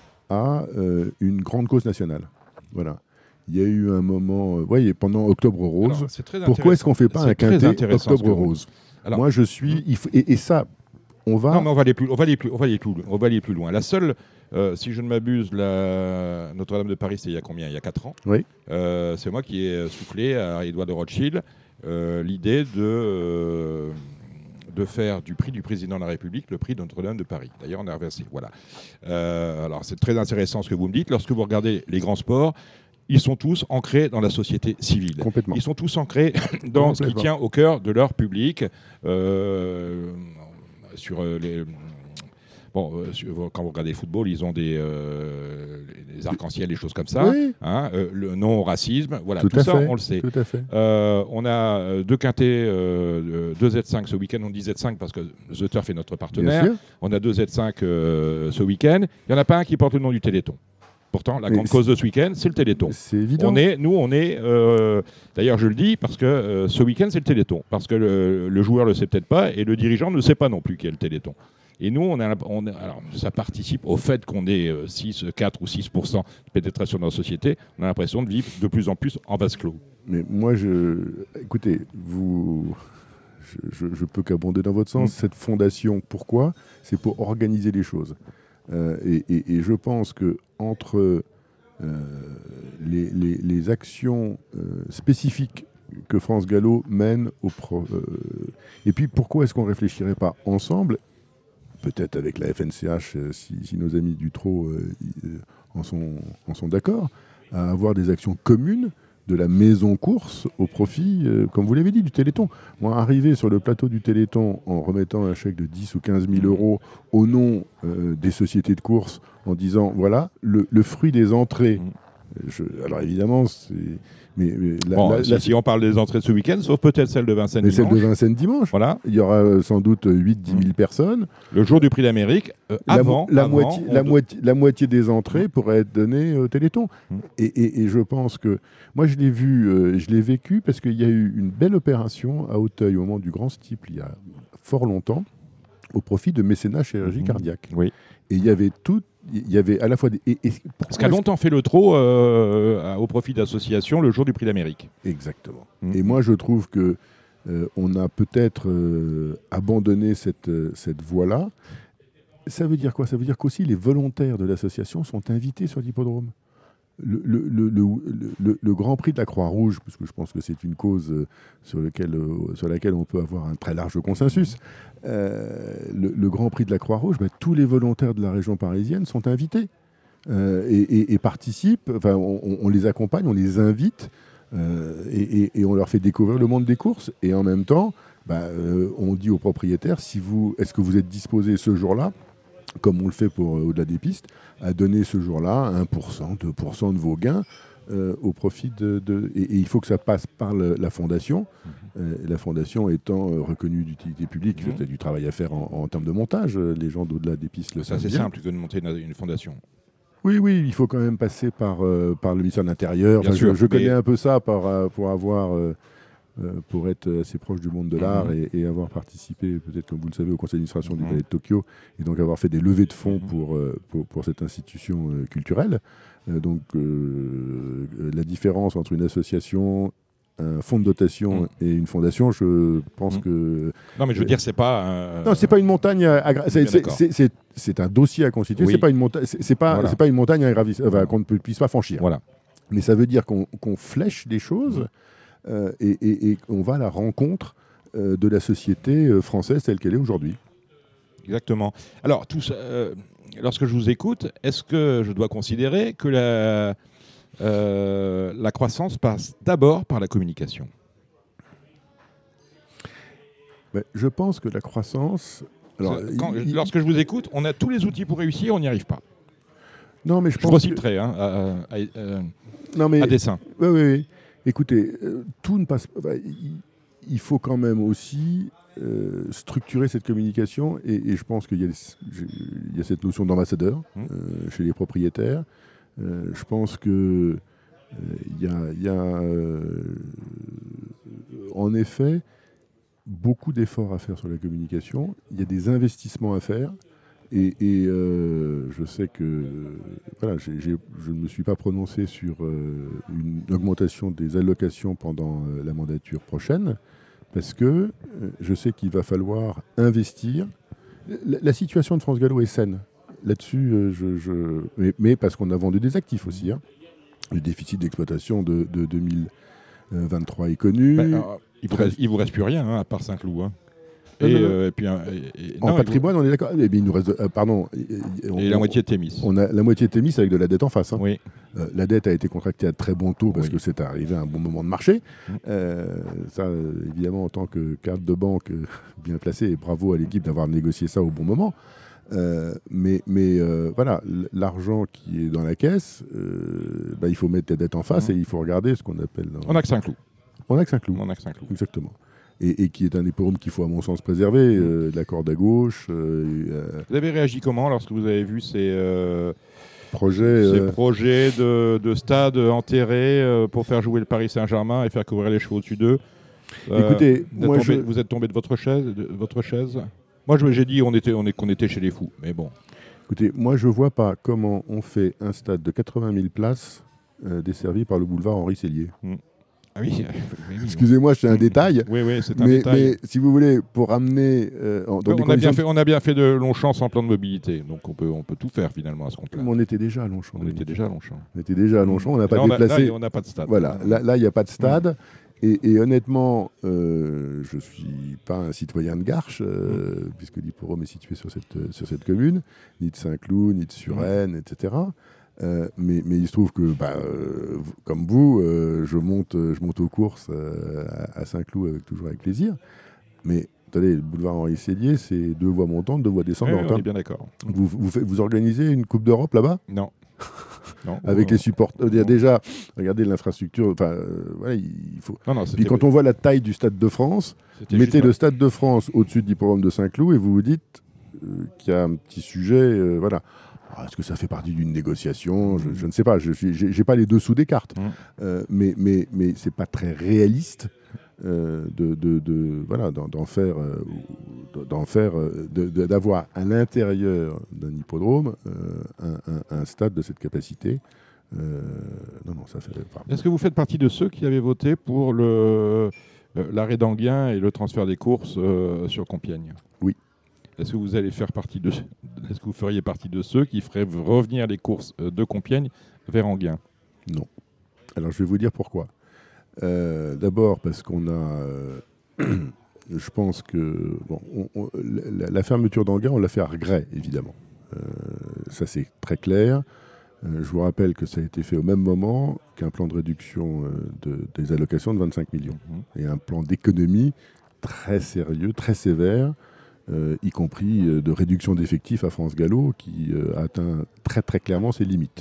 Speaker 3: à euh, une grande cause nationale. Voilà. Il y a eu un moment, euh, voyez, pendant Octobre Rose.
Speaker 2: Alors, c'est très
Speaker 3: Pourquoi est-ce qu'on ne fait pas
Speaker 2: C'est
Speaker 3: un
Speaker 2: très
Speaker 3: quintet
Speaker 2: intéressant ce
Speaker 3: Octobre
Speaker 2: que vous
Speaker 3: Rose
Speaker 2: Alors-
Speaker 3: Moi, je suis. il faut- et, et ça, on va.
Speaker 2: Non, mais on va aller plus, on va aller plus, on va aller plus, on va aller plus loin. La seule, euh, si je ne m'abuse, la Notre-Dame de Paris, c'est il y a combien ? Il y a quatre ans.
Speaker 3: Oui.
Speaker 2: Euh, c'est moi qui ai soufflé à Édouard de Rothschild euh, l'idée de euh, de faire du prix du président de la République le prix de Notre-Dame de Paris. D'ailleurs, on a reversé. Voilà. Euh, alors, c'est très intéressant ce que vous me dites. Lorsque vous regardez les grands sports, ils sont tous ancrés dans la société civile.
Speaker 3: Complètement.
Speaker 2: Ils sont tous ancrés dans ce qui
Speaker 3: Complètement.
Speaker 2: tient au cœur de leur public. Euh, sur euh, les. Bon, euh, sur- quand vous regardez le football, ils ont des, euh, des arcs-en-ciel, des choses comme ça.
Speaker 3: Oui.
Speaker 2: Hein, euh, le non au racisme, voilà,
Speaker 3: Tout
Speaker 2: tout,
Speaker 3: à
Speaker 2: ça,
Speaker 3: fait.
Speaker 2: on le sait.
Speaker 3: Tout à fait.
Speaker 2: Euh, on a euh, deux quintés, euh, deux Z cinq ce week-end. On dit Z cinq parce que The Turf est notre
Speaker 3: Bien
Speaker 2: partenaire.
Speaker 3: sûr.
Speaker 2: On a deux Z cinq euh, ce week-end. Il n'y en a pas un qui porte le nom du Téléthon. Pourtant, la
Speaker 3: Mais
Speaker 2: grande
Speaker 3: c'est-
Speaker 2: cause de ce week-end, c'est le Téléthon.
Speaker 3: C'est évident.
Speaker 2: On est, nous, on est. euh, D'ailleurs, je le dis parce que euh, ce week-end, c'est le Téléthon. Parce que le, le joueur ne le sait peut-être pas et le dirigeant ne sait pas non plus qu'il y a le Téléthon. Et nous, on a, on a- alors, ça participe au fait qu'on ait euh, six, quatre ou six pour cent de pénétration dans la société. On a l'impression de vivre de plus en plus en vase clos.
Speaker 3: Mais moi, je. Écoutez, vous. Je, je, je peux qu'abonder dans votre sens.
Speaker 2: Mm.
Speaker 3: Cette fondation, pourquoi ? C'est pour organiser les choses. Euh, et, et- et je pense que entre euh, les, les, les actions euh, spécifiques que France Gallo mène au pro, euh, et puis pourquoi est-ce qu'on ne réfléchirait pas ensemble, peut-être avec la F N C H euh, si, si nos amis du Trot euh, euh, en sont, en sont d'accord, à avoir des actions communes de la maison course au profit, euh, comme vous l'avez dit, du Téléthon. Moi, arriver sur le plateau du Téléthon en remettant un chèque de dix ou quinze mille euros au nom euh, des sociétés de course en disant, voilà, le, le fruit des entrées. Mmh. Je, alors évidemment, c'est... Mais, mais la,
Speaker 2: bon,
Speaker 3: la,
Speaker 2: si,
Speaker 3: la,
Speaker 2: si on parle des entrées de ce week-end, sauf peut-être celle de Vincennes
Speaker 3: mais
Speaker 2: dimanche.
Speaker 3: Celle de Vincennes dimanche.
Speaker 2: Voilà.
Speaker 3: Il y aura euh, sans doute huit à dix mille mmh. personnes.
Speaker 2: Le jour du Prix d'Amérique, euh,
Speaker 3: la,
Speaker 2: avant,
Speaker 3: la,
Speaker 2: avant,
Speaker 3: moitié, la,
Speaker 2: de...
Speaker 3: moitié, la moitié des entrées mmh. pourraient être données au Téléthon. Mmh. Et, et, et je pense que... Moi, je l'ai vu, euh, je l'ai vécu parce qu'il y a eu une belle opération à Auteuil au moment du Grand Steeple, il y a fort longtemps, au profit de mécénat chirurgie mmh. cardiaque.
Speaker 2: Oui.
Speaker 3: Et il y avait tout... Il y avait à la fois des... Et, et
Speaker 2: Parce qu'a longtemps fait le Trot euh, au profit d'associations le jour du Prix d'Amérique.
Speaker 3: Exactement. Mmh. Et moi, je trouve que euh, on a peut-être euh, abandonné cette, euh, cette voie-là. Ça veut dire quoi? Ça veut dire qu'aussi les volontaires de l'association sont invités sur l'hippodrome. Le, le, le, le, le, le Grand Prix de la Croix-Rouge, parce que je pense que c'est une cause euh, sur, lequel, euh, sur laquelle on peut avoir un très large consensus, euh, le, le Grand Prix de la Croix-Rouge, bah, tous les volontaires de la région parisienne sont invités euh, et, et, et participent, enfin, on, on les accompagne, on les invite euh, et, et, et on leur fait découvrir le monde des courses. Et en même temps, bah, euh, on dit aux propriétaires, si vous, est-ce que vous êtes disposés ce jour-là, comme on le fait pour euh, Au-delà des pistes, à donner ce jour-là un pour cent, deux pour cent de vos gains euh, au profit de... de et, et il faut que ça passe par le, la fondation, mmh. euh, la fondation étant euh, reconnue d'utilité publique. Mmh. Il y a du travail à faire en, en termes de montage, les gens d'Au-delà des pistes le savent bien.
Speaker 2: Ça, c'est simple que de monter une, une fondation.
Speaker 3: Oui, oui, il faut quand même passer par, euh, par le ministère de l'Intérieur. Enfin, sûr, je, je mais... connais un peu ça par, euh, pour avoir... Euh, Euh, pour être assez proche du monde de l'art mmh. et, et avoir participé, peut-être comme vous le savez, au conseil d'administration mmh. du Palais de Tokyo, et donc avoir fait des levées de fonds mmh. pour, euh, pour, pour cette institution euh, culturelle. Euh, donc euh, la différence entre une association, un fonds de dotation mmh. et une fondation, je pense mmh. que...
Speaker 2: Non, mais je veux euh, dire, c'est pas... Euh...
Speaker 3: Non, c'est pas une montagne... À, à, c'est, c'est, c'est, c'est, c'est un dossier à constituer, oui. c'est pas une montagne, c'est, c'est pas, voilà. c'est pas une montagne à gravis, enfin, qu'on ne puisse pas franchir.
Speaker 2: Voilà.
Speaker 3: Mais ça veut dire qu'on, qu'on flèche des choses... Mmh. Euh, et, et, et on va à la rencontre euh, de la société euh, française telle qu'elle est aujourd'hui.
Speaker 2: Exactement. Alors, tout ça, euh, lorsque je vous écoute, est-ce que je dois considérer que la, euh, la croissance passe d'abord par la communication ?
Speaker 3: Ben, je pense que la croissance...
Speaker 2: Alors, Quand, il, lorsque je vous écoute, on a tous les outils pour réussir, on n'y arrive pas.
Speaker 3: Non, mais je, je pense
Speaker 2: reciterai
Speaker 3: que...
Speaker 2: hein, à, à, à,
Speaker 3: non, mais...
Speaker 2: à dessein.
Speaker 3: Oui, oui, oui. Écoutez, euh, tout ne passe pas. Enfin, il, il faut quand même aussi euh, structurer cette communication et, et je pense qu'il y a, il y a cette notion d'ambassadeur mmh. euh, chez les propriétaires. Euh, je pense que euh, il y a, il y a euh, en effet beaucoup d'efforts à faire sur la communication. Il y a des investissements à faire. Et, et euh, je sais que euh, voilà, j'ai, j'ai, je ne me suis pas prononcé sur euh, une augmentation des allocations pendant euh, la mandature prochaine, parce que euh, je sais qu'il va falloir investir. La, la situation de France Gallo est saine. Là-dessus, euh, je, je... Mais, mais parce qu'on a vendu des actifs aussi. Hein. Le déficit d'exploitation de, de deux mille vingt-trois est connu.
Speaker 2: Ben, alors, il ne vous reste plus rien, hein, à part Saint-Cloud. Hein. Et, euh, et puis, et, et,
Speaker 3: en
Speaker 2: non,
Speaker 3: patrimoine, vous... on est d'accord. Eh bien, il nous reste, euh, pardon.
Speaker 2: Et,
Speaker 3: on,
Speaker 2: et la moitié de Thémis.
Speaker 3: On a la moitié de Thémis avec de la dette en face. Hein.
Speaker 2: Oui.
Speaker 3: Euh, la dette a été contractée à très bon taux parce oui. que c'est arrivé à un bon moment de marché. Mmh. Euh, ça, euh, évidemment, en tant que carte de banque euh, bien placée, et bravo à l'équipe d'avoir négocié ça au bon moment. Euh, mais mais euh, voilà, l'argent qui est dans la caisse, euh, bah, il faut mettre la dette en face mmh. et il faut regarder ce qu'on appelle. Dans...
Speaker 2: On a que Saint-Cloud.
Speaker 3: On a que Saint-Cloud.
Speaker 2: On a que Saint-Cloud.
Speaker 3: Exactement. Et, et qui est un hippodrome qu'il faut à mon sens préserver, euh, de la corde à gauche. Euh, euh,
Speaker 2: vous avez réagi comment lorsque vous avez vu ces, euh,
Speaker 3: projets,
Speaker 2: ces
Speaker 3: euh,
Speaker 2: projets de, de stade enterrés euh, pour faire jouer le Paris Saint-Germain et faire courir les chevaux au-dessus d'eux euh,
Speaker 3: Écoutez,
Speaker 2: vous,
Speaker 3: moi
Speaker 2: êtes tombé,
Speaker 3: je...
Speaker 2: vous êtes tombé de votre chaise, de votre chaise Moi, je, j'ai dit on était, on est, qu'on était chez les fous, mais bon.
Speaker 3: Écoutez, moi, je ne vois pas comment on fait un stade de quatre-vingt mille places euh, desservi par le boulevard Henri Sellier.
Speaker 2: Mmh. Ah oui, oui, oui.
Speaker 3: Excusez-moi, c'est un détail.
Speaker 2: Oui, oui, c'est un
Speaker 3: Mais,
Speaker 2: détail.
Speaker 3: mais si vous voulez, pour amener euh, en- dans
Speaker 2: Ouais,
Speaker 3: des
Speaker 2: on, a bien
Speaker 3: conditions...
Speaker 2: fait, on a bien fait de Longchamp sans plan de mobilité, donc on peut, on peut tout faire finalement à ce compte-là.
Speaker 3: On était déjà à Longchamp.
Speaker 2: On était déjà à Longchamp.
Speaker 3: On était déjà à Longchamp, on n'a
Speaker 2: Là,
Speaker 3: pas
Speaker 2: on a-
Speaker 3: déplacé...
Speaker 2: là, on n'a pas de stade.
Speaker 3: Voilà, là, là, il n'y a pas de stade. Et, et honnêtement, euh, je ne suis pas un citoyen de Garches, euh, mm. puisque l'hippodrome est situé sur cette, sur cette commune, ni de Saint-Cloud, ni de Suresnes, mm. et cetera. Euh, mais, mais il se trouve que, bah, euh, comme vous, euh, je, monte, je monte aux courses euh, à Saint-Cloud avec, toujours avec plaisir. Mais attendez, le boulevard Henri Sellier, c'est deux voies montantes, deux voies descendantes.
Speaker 2: Oui, on
Speaker 3: hein.
Speaker 2: est bien d'accord.
Speaker 3: Vous, vous, fait, vous organisez une Coupe d'Europe là-bas ?
Speaker 2: Non. Non,
Speaker 3: avec
Speaker 2: euh,
Speaker 3: les supporters. Il y a
Speaker 2: non.
Speaker 3: déjà, regardez l'infrastructure. Enfin, euh, voilà, il faut.
Speaker 2: Non, non,
Speaker 3: Puis quand on voit la taille du Stade de France, mettez le Stade de France au-dessus de l'hippodrome de Saint-Cloud et vous vous dites euh, qu'il y a un petit sujet. Euh, voilà. Ah, est-ce que ça fait partie d'une négociation ? je, je ne sais pas. Je n'ai pas les dessous des cartes. Mmh. Euh, mais mais, mais ce n'est pas très réaliste euh, de, de, de, voilà, d'en, d'en faire, euh, d'en faire euh, de, de, d'avoir à l'intérieur d'un hippodrome euh, un, un, un stade de cette capacité. Euh, non, non, ça fait. Enfin,
Speaker 2: Est-ce que vous faites partie de ceux qui avaient voté pour le, euh, l'arrêt d'Anguien et le transfert des courses euh, sur Compiègne ?
Speaker 3: Oui.
Speaker 2: Est-ce que vous allez faire partie de, est-ce que vous feriez partie de ceux qui feraient revenir les courses de Compiègne vers Anguien ?
Speaker 3: Non. Alors je vais vous dire pourquoi. Euh, d'abord parce qu'on a, euh, je pense que bon, on, on, la, la fermeture d'Anguien, on l'a fait à regret, évidemment. Euh, ça c'est très clair. Euh, je vous rappelle que ça a été fait au même moment qu'un plan de réduction euh, de, des allocations de vingt-cinq millions. Mmh. Et un plan d'économie très sérieux, très sévère, euh, y compris euh, de réduction d'effectifs à France Gallo, qui euh, a atteint très très clairement ses limites.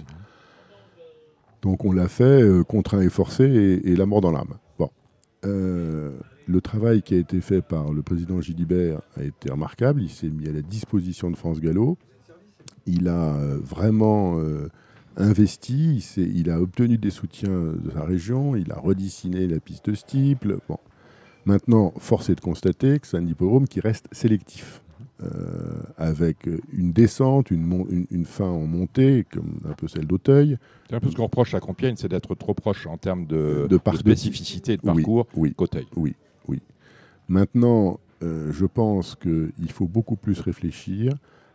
Speaker 3: Donc on l'a fait euh, contraint et forcé et, et la mort dans l'âme. Bon. Euh, le travail qui a été fait par le président Gilibert a été remarquable. Il s'est mis à la disposition de France Gallo. Il a euh, vraiment euh, investi, il, il a obtenu des soutiens de sa région, il a redessiné la piste Steeple. Bon. Maintenant, force est de constater que c'est un hippodrome qui reste sélectif. Euh, avec une descente, une, mon- une, une fin en montée, comme un peu celle d'Auteuil.
Speaker 2: C'est un peu ce qu'on reproche à Compiègne, c'est d'être trop proche en termes de,
Speaker 3: De par-
Speaker 2: de spécificité et de parcours
Speaker 3: oui, oui,
Speaker 2: qu'Auteuil.
Speaker 3: Oui, oui. Maintenant, euh, je pense qu'il faut beaucoup plus réfléchir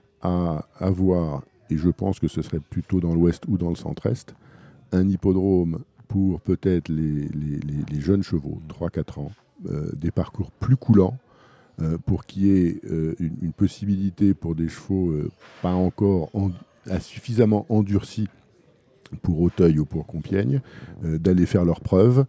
Speaker 3: à avoir, et je pense que ce serait plutôt dans l'ouest ou dans le centre-est, un hippodrome pour peut-être les, les, les, les jeunes chevaux, trois quatre ans, euh, des parcours plus coulants, Euh, pour qu'il y ait euh, une, une possibilité pour des chevaux euh, pas encore en, à suffisamment endurcis pour Auteuil ou pour Compiègne, euh, d'aller faire leurs preuves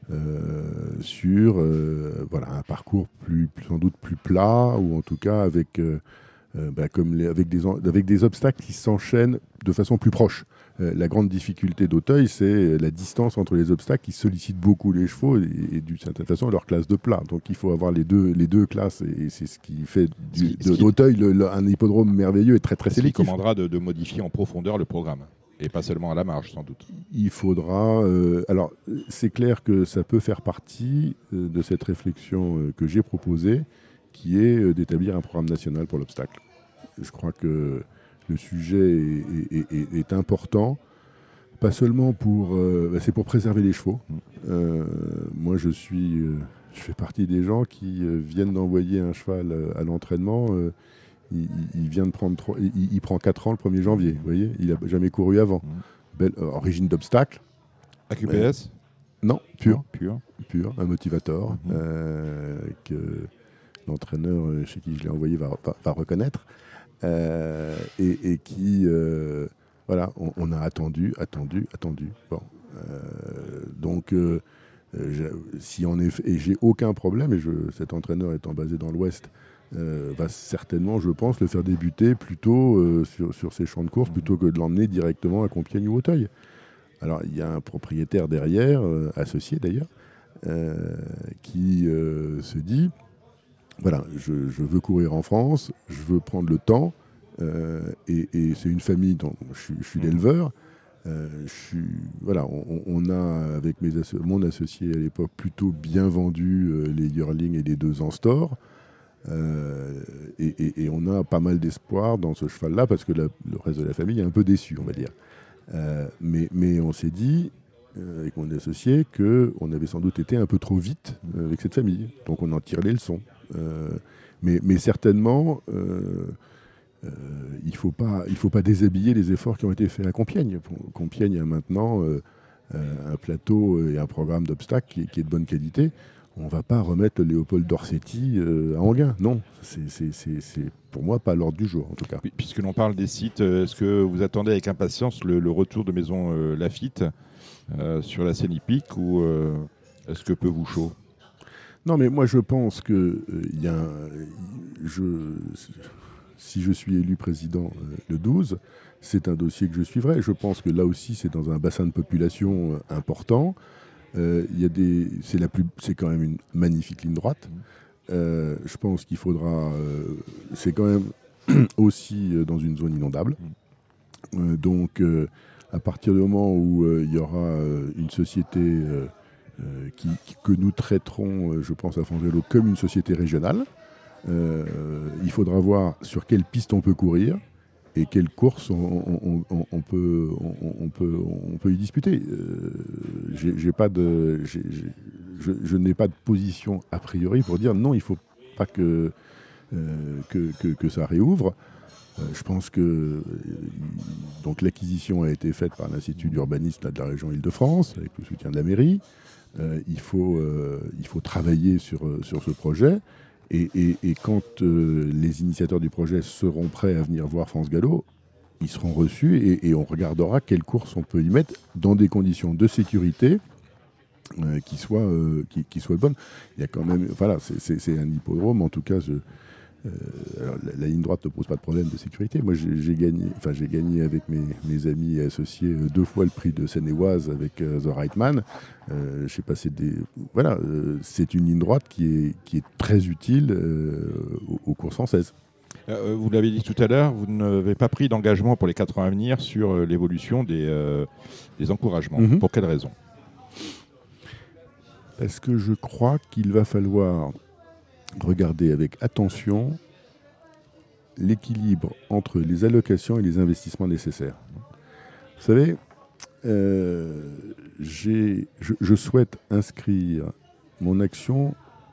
Speaker 3: euh, sur euh, voilà, un parcours plus, plus, sans doute plus plat, ou en tout cas avec, euh, euh, bah, comme les, avec, des, avec des obstacles qui s'enchaînent de façon plus proche. Euh, la grande difficulté d'Auteuil, c'est la distance entre les obstacles qui sollicitent beaucoup les chevaux et, et d'une certaine façon leur classe de plat. Donc il faut avoir les deux, les deux classes et c'est ce qui fait du,
Speaker 2: Ce qui,
Speaker 3: de, d'Auteuil le, le, un hippodrome merveilleux et très très sélectif.
Speaker 2: Il commandera de, de modifier en profondeur le programme et pas seulement à la marge sans doute.
Speaker 3: Il faudra... Euh, alors c'est clair que ça peut faire partie euh, de cette réflexion euh, que j'ai proposée qui est euh, d'établir un programme national pour l'obstacle. Je crois que le sujet est, est, est, est important, pas seulement pour... Euh, bah c'est pour préserver les chevaux. Euh, moi, je suis... Euh, je fais partie des gens qui euh, viennent d'envoyer un cheval euh, à l'entraînement. Euh, il, il vient de prendre... Trois, il, il prend quatre ans le premier janvier, vous voyez. Il n'a jamais couru avant. Belle, euh, origine d'obstacle.
Speaker 2: A Q P S
Speaker 3: euh, Non, pur.
Speaker 2: Non, pur.
Speaker 3: Pur, un motivator
Speaker 2: Mm-hmm.
Speaker 3: euh, que l'entraîneur chez qui je l'ai envoyé va, va, va reconnaître. Euh, et, et qui, euh, voilà, on, on a attendu, attendu, attendu. Bon, euh, donc, euh, je, si en effet, et j'ai aucun problème, et je, cet entraîneur étant basé dans l'Ouest, euh, va certainement, je pense, le faire débuter plutôt euh, sur, sur ses champs de course, plutôt que de l'emmener directement à Compiègne ou Auteuil. Alors, il y a un propriétaire derrière, euh, associé d'ailleurs, euh, qui euh, se dit... Voilà, je, je veux courir en France, je veux prendre le temps, euh, et, et c'est une famille dont je, suis- je suis l'éleveur. Euh, je suis, voilà, on, on a, avec mes asso- mon associé à l'époque, plutôt bien vendu euh, les yearlings et les deux ans store. Euh, et, et- et on a pas mal d'espoir dans ce cheval-là, parce que la- le reste de la famille est un peu déçu, on va dire. Euh, mais, mais on s'est dit, euh, avec mon associé, qu'on avait sans doute été un peu trop vite euh, avec cette famille. Donc on en tire les leçons. Euh, mais, mais certainement, euh, euh, il ne faut pas, il faut pas déshabiller les efforts qui ont été faits à Compiègne. Compiègne a maintenant euh, euh, un plateau et un programme d'obstacles qui, qui est de bonne qualité. On ne va pas remettre le Léopold Dorsetti euh, à Enghien. Non, c'est, c'est, c'est, c'est pour moi pas à l'ordre du jour en tout cas.
Speaker 2: Puisque l'on parle des sites, est-ce que vous attendez avec impatience le, le retour de Maison euh, Laffitte euh, sur la Seine hippique ou euh, est-ce que peu vous chaud?
Speaker 3: Non, mais moi je pense que euh, y a un, je, si je suis élu président euh, le douze, c'est un dossier que je suivrai. Je pense que là aussi c'est dans un bassin de population euh, important. Euh, y a des, c'est, la plus, c'est quand même une magnifique ligne droite. Euh, je pense qu'il faudra... Euh, c'est quand même aussi euh, dans une zone inondable. Euh, donc, euh, à partir du moment où il euh, y aura euh, une société euh, euh, qui, qui, que nous traiterons, euh, je pense, à Fontainebleau comme une société régionale, euh, il faudra voir sur quelle piste on peut courir et quelle course on, on, on, on, peut, on, on, peut, on peut y disputer. Euh, j'ai, j'ai pas de, j'ai, j'ai, je, je n'ai pas de position a priori pour dire non, il ne faut pas que, euh, que, que, que ça réouvre. Euh, je pense que euh, donc, l'acquisition a été faite par l'Institut d'urbanisme de la région Île-de-France, avec le soutien de la mairie. Euh, il, faut, euh, il faut travailler sur, sur ce projet. Et, et, et quand euh, les initiateurs du projet seront prêts à venir voir France Gallo, ils seront reçus et, et on regardera quelle course on peut y mettre dans des conditions de sécurité euh, qui, soient, euh, qui, qui soient bonnes. Il y a quand même, voilà, c'est, c'est, c'est un hippodrome. En tout cas, je, euh, alors, la, la ligne droite ne pose pas de problème de sécurité. Moi, j'ai, j'ai gagné, enfin, j'ai gagné avec mes, mes amis et associés euh, deux fois le prix de Seine-et-Oise avec euh, The Right Man. Euh, j'ai passé des, voilà, euh, c'est une ligne droite qui est, qui est très utile euh, aux, aux courses françaises.
Speaker 2: Euh, vous l'avez dit tout à l'heure, vous n'avez pas pris d'engagement pour les quatre ans à venir sur euh, l'évolution des, euh, des encouragements. Mm-hmm. Pour quelle raison?
Speaker 3: Parce que je crois qu'il va falloir regarder avec attention l'équilibre entre les allocations et les investissements nécessaires. Vous savez, euh, j'ai, je, je souhaite inscrire mon action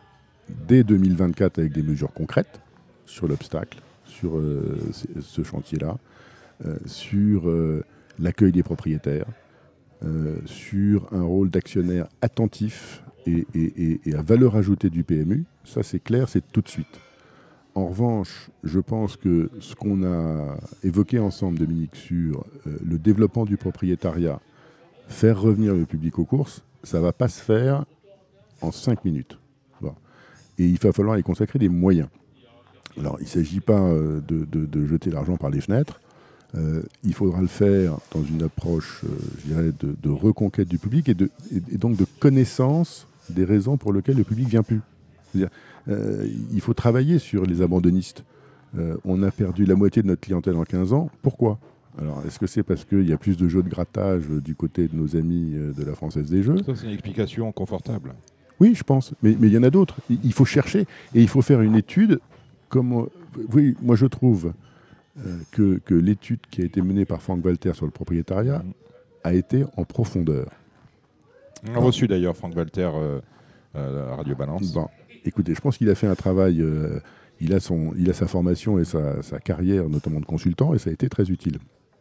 Speaker 3: dès deux mille vingt-quatre avec des mesures concrètes sur l'obstacle, sur euh, ce chantier-là, euh, sur euh, l'accueil des propriétaires, euh, sur un rôle d'actionnaire attentif et, et, et, et à valeur ajoutée du P M U. Ça, c'est clair, c'est tout de suite. En revanche, je pense que ce qu'on a évoqué ensemble, Dominique, sur euh, le développement du propriétariat, faire revenir le public aux courses, ça ne va pas se faire en cinq minutes. Bon. Et il va falloir y consacrer des moyens. Alors, il ne s'agit pas euh, de, de, de jeter l'argent par les fenêtres. Euh, il faudra le faire dans une approche, euh, je dirais, de, de reconquête du public et, de, et, et donc de connaissance des raisons pour lesquelles le public ne vient plus. C'est-à-dire, euh, il faut travailler sur les abandonnistes. Euh, on a perdu la moitié de notre clientèle en quinze ans. Pourquoi ? Alors, est-ce que c'est parce qu'il y a plus de jeux de grattage du côté de nos amis de la Française des Jeux ?
Speaker 2: Ça, c'est une explication confortable.
Speaker 3: Oui, je pense. Mais, mais il y en a d'autres. Il, il faut chercher et il faut faire une étude. Comme, oui, moi, je trouve euh, que, que l'étude qui a été menée par Franck Walter sur le propriétariat mmh. a été en profondeur.
Speaker 2: On a reçu d'ailleurs Franck Walter euh, euh, à Radio Balance.
Speaker 3: Bon. Écoutez, je pense qu'il a fait un travail, euh, il, a son, il a sa formation et sa, sa carrière, notamment de consultant, et ça a été très utile.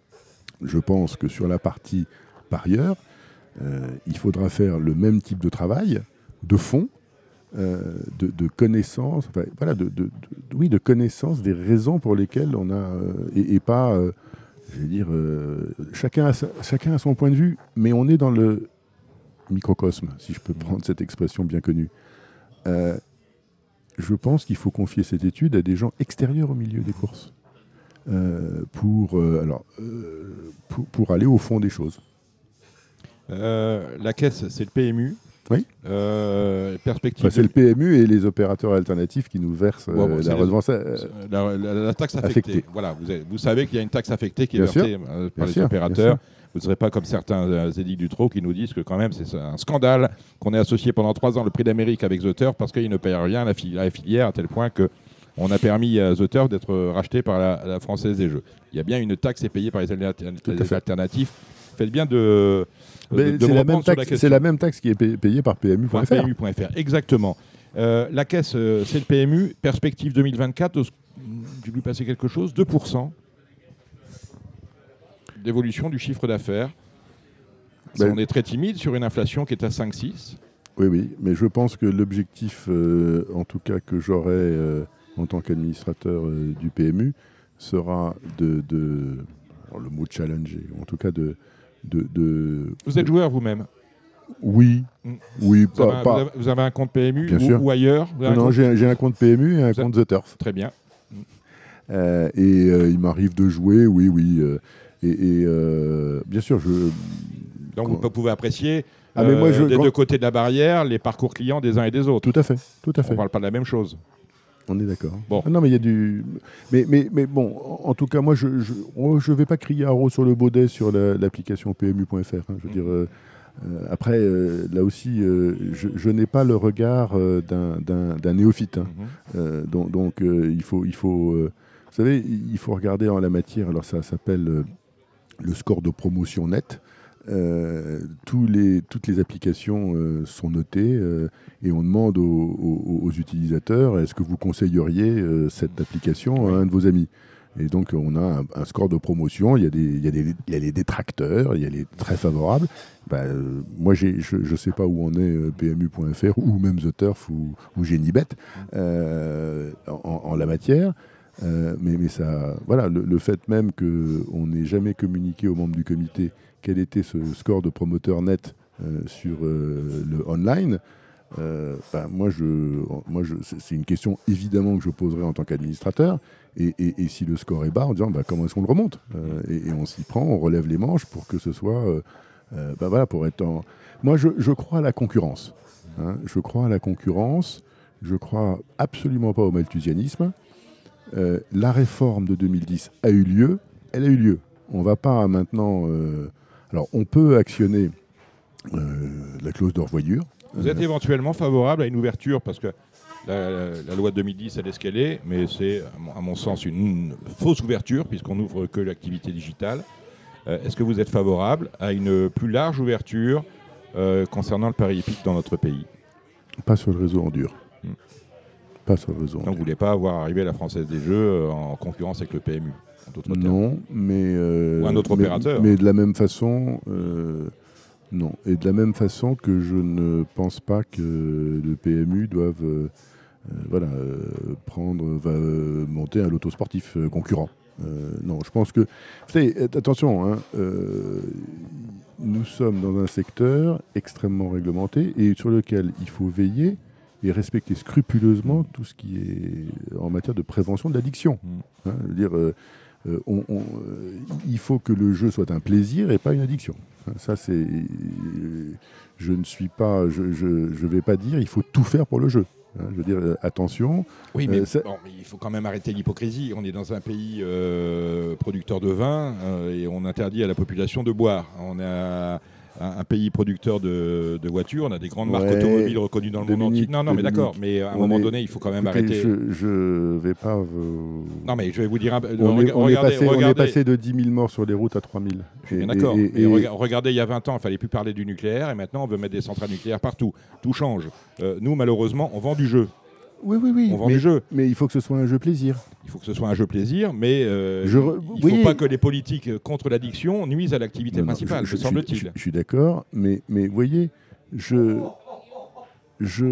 Speaker 3: Je pense que sur la partie parieur, euh, il faudra faire le même type de travail, de fond, euh, de, de connaissance, enfin, voilà, de, de, de, oui, de connaissance des raisons pour lesquelles on a, euh, et, et pas, euh, je vais dire, euh, chacun, a sa, chacun a son point de vue, mais on est dans le microcosme, si je peux prendre cette expression bien connue. Euh, je pense qu'il faut confier cette étude à des gens extérieurs au milieu des courses euh, pour, euh, alors, euh, pour, pour aller au fond des choses.
Speaker 2: Euh, la caisse, c'est le P M U.
Speaker 3: Oui.
Speaker 2: Euh, perspective.
Speaker 3: Enfin, c'est le P M U et les opérateurs alternatifs qui nous versent euh, bon, bon, la redevance.
Speaker 2: Euh, la, la, la taxe affectée. affectée. Voilà, vous, avez, vous savez qu'il y a une taxe affectée qui est bien versée euh, par bien les sûr, opérateurs. Vous ne serez pas comme certains euh, édits du Trot qui nous disent que quand même c'est un scandale qu'on ait associé pendant trois ans le prix d'Amérique avec The Turf parce qu'ils ne payent rien à la, fi- à la filière à tel point qu'on a permis à The Turf d'être racheté par la, la Française des Jeux. Il y a bien une taxe qui est payée par les, alter- les alternatifs. faites bien de, de, de
Speaker 3: c'est,
Speaker 2: me
Speaker 3: la
Speaker 2: reprendre
Speaker 3: même
Speaker 2: sur la
Speaker 3: taxe,
Speaker 2: question.
Speaker 3: c'est la même taxe qui est pay- payée par P M U point F R.
Speaker 2: P M U point F R, exactement. Euh, la caisse, euh, c'est le P M U. Perspective deux mille vingt-quatre, j'ai vu passer quelque chose, deux pour cent d'évolution du chiffre d'affaires. Ben, on est très timide sur une inflation qui est à cinq six.
Speaker 3: Oui, oui, mais je pense que l'objectif, euh, en tout cas que j'aurai euh, en tant qu'administrateur euh, du P M U, sera de, de alors, le mot challenger, en tout cas de... de, de
Speaker 2: vous êtes
Speaker 3: de...
Speaker 2: joueur vous-même?
Speaker 3: Oui, mmh. oui,
Speaker 2: vous,
Speaker 3: pas,
Speaker 2: avez,
Speaker 3: pas...
Speaker 2: Vous, avez, vous avez un compte P M U
Speaker 3: Bien
Speaker 2: ou,
Speaker 3: sûr.
Speaker 2: ou ailleurs?
Speaker 3: Non, non, j'ai, j'ai un compte P M U et un vous compte avez... The Turf.
Speaker 2: Très bien.
Speaker 3: Euh, et euh, il m'arrive de jouer, oui, oui. Euh, et et euh, bien sûr, je...
Speaker 2: Donc quand... vous pouvez apprécier
Speaker 3: ah, mais moi, je...
Speaker 2: euh, des
Speaker 3: quand...
Speaker 2: deux côtés de la barrière les parcours clients des uns et des autres.
Speaker 3: Tout à fait, tout à fait.
Speaker 2: On ne parle pas de la même chose.
Speaker 3: On est d'accord.
Speaker 2: Bon.
Speaker 3: Ah non, mais il y a du. Mais, mais, mais bon, en, en tout cas, moi, je ne je, oh, je vais pas crier haro sur le baudet sur la, l'application P M U point F R. Hein. Je veux mmh. dire, euh, euh, après, euh, là aussi, euh, je, je n'ai pas le regard euh, d'un, d'un, d'un néophyte. Hein. Mmh. Euh, donc, donc euh, il faut. Il faut euh, vous savez, il faut regarder en la matière. Alors, ça s'appelle euh, le score de promotion net. Euh, tous les, toutes les applications euh, sont notées euh, et on demande aux, aux, aux utilisateurs est-ce que vous conseilleriez euh, cette application à un de vos amis. Et donc on a un, un score de promotion, il y a des, il y a des, il y a les détracteurs, il y a les très favorables. Bah, euh, moi j'ai, je ne sais pas où en est euh, P M U point F R ou même The Turf ou, ou Génibet euh, en, en la matière. Euh, mais, mais ça, voilà, le, le fait même qu'on n'ait jamais communiqué aux membres du comité quel était ce score de promoteur net euh, sur euh, le online, euh, bah, moi, je, moi je, c'est une question évidemment que je poserai en tant qu'administrateur. Et, et, et si le score est bas, en disant bah, comment est-ce qu'on le remonte euh, et, et on s'y prend, on relève les manches pour que ce soit... Euh, euh, bah, voilà, pour être en... Moi, je, je crois à la concurrence. Hein, je crois à la concurrence. Je crois absolument pas au malthusianisme. Euh, la réforme de deux mille dix a eu lieu. Elle a eu lieu. On ne va pas maintenant... Euh, Alors, on peut actionner euh, la clause de revoyure.
Speaker 2: Vous êtes éventuellement favorable à une ouverture, parce que la, la, la loi de deux mille dix, elle est ce qu'elle est, mais c'est, à mon sens, une, une fausse ouverture, puisqu'on n'ouvre que l'activité digitale. Euh, est-ce que vous êtes favorable à une plus large ouverture euh, concernant le pari hippique dans notre pays?
Speaker 3: Pas sur le réseau en dur. Hmm. Pas sur le réseau en
Speaker 2: Donc, dur. Vous ne voulez pas voir arriver la Française des Jeux en concurrence avec le P M U?
Speaker 3: Non, mais... Euh,
Speaker 2: ou un autre
Speaker 3: mais,
Speaker 2: opérateur.
Speaker 3: Mais de la même façon, euh, non. Et de la même façon que je ne pense pas que le P M U doive euh, euh, voilà, euh, prendre, va euh, monter un loto sportif euh, concurrent. Euh, non, je pense que... Vous savez, attention, hein, euh, nous sommes dans un secteur extrêmement réglementé et sur lequel il faut veiller et respecter scrupuleusement tout ce qui est en matière de prévention de l'addiction. Mmh. Hein, je veux dire... Euh, Euh, on, on, euh, il faut que le jeu soit un plaisir et pas une addiction. Ça, c'est, euh, je ne suis pas, je, je, je vais pas dire, il faut tout faire pour le jeu. Hein, je veux dire, euh, attention.
Speaker 2: Oui, mais, euh, bon, mais il faut quand même arrêter l'hypocrisie. On est dans un pays euh, producteur de vin euh, et on interdit à la population de boire. On a un, un pays producteur de, de voitures, on a des grandes ouais, marques automobiles reconnues dans le monde entier. Non, non, mais d'accord, mais à un moment est, donné, il faut quand même
Speaker 3: écoutez,
Speaker 2: arrêter.
Speaker 3: Je ne vais pas vous...
Speaker 2: Non, mais je vais vous dire... Un...
Speaker 3: On, est, on, regardez, est passé, regardez... on est passé de dix mille morts sur les routes à trois mille.
Speaker 2: Je suis bien d'accord. Et, et, et... Regardez, il y a vingt ans, il ne fallait plus parler du nucléaire, et maintenant, on veut mettre des centrales nucléaires partout. Tout change. Euh, nous, malheureusement, on vend du jeu.
Speaker 3: Oui, oui, oui.
Speaker 2: On vend
Speaker 3: mais,
Speaker 2: du jeu.
Speaker 3: Mais il faut que ce soit un jeu plaisir.
Speaker 2: Il faut que ce soit un jeu plaisir, mais euh,
Speaker 3: je re...
Speaker 2: il ne faut
Speaker 3: oui.
Speaker 2: pas que les politiques contre l'addiction nuisent à l'activité non, principale,
Speaker 3: non, je,
Speaker 2: me
Speaker 3: je,
Speaker 2: semble-t-il.
Speaker 3: Je, je, je suis d'accord, mais, mais vous voyez, je, je,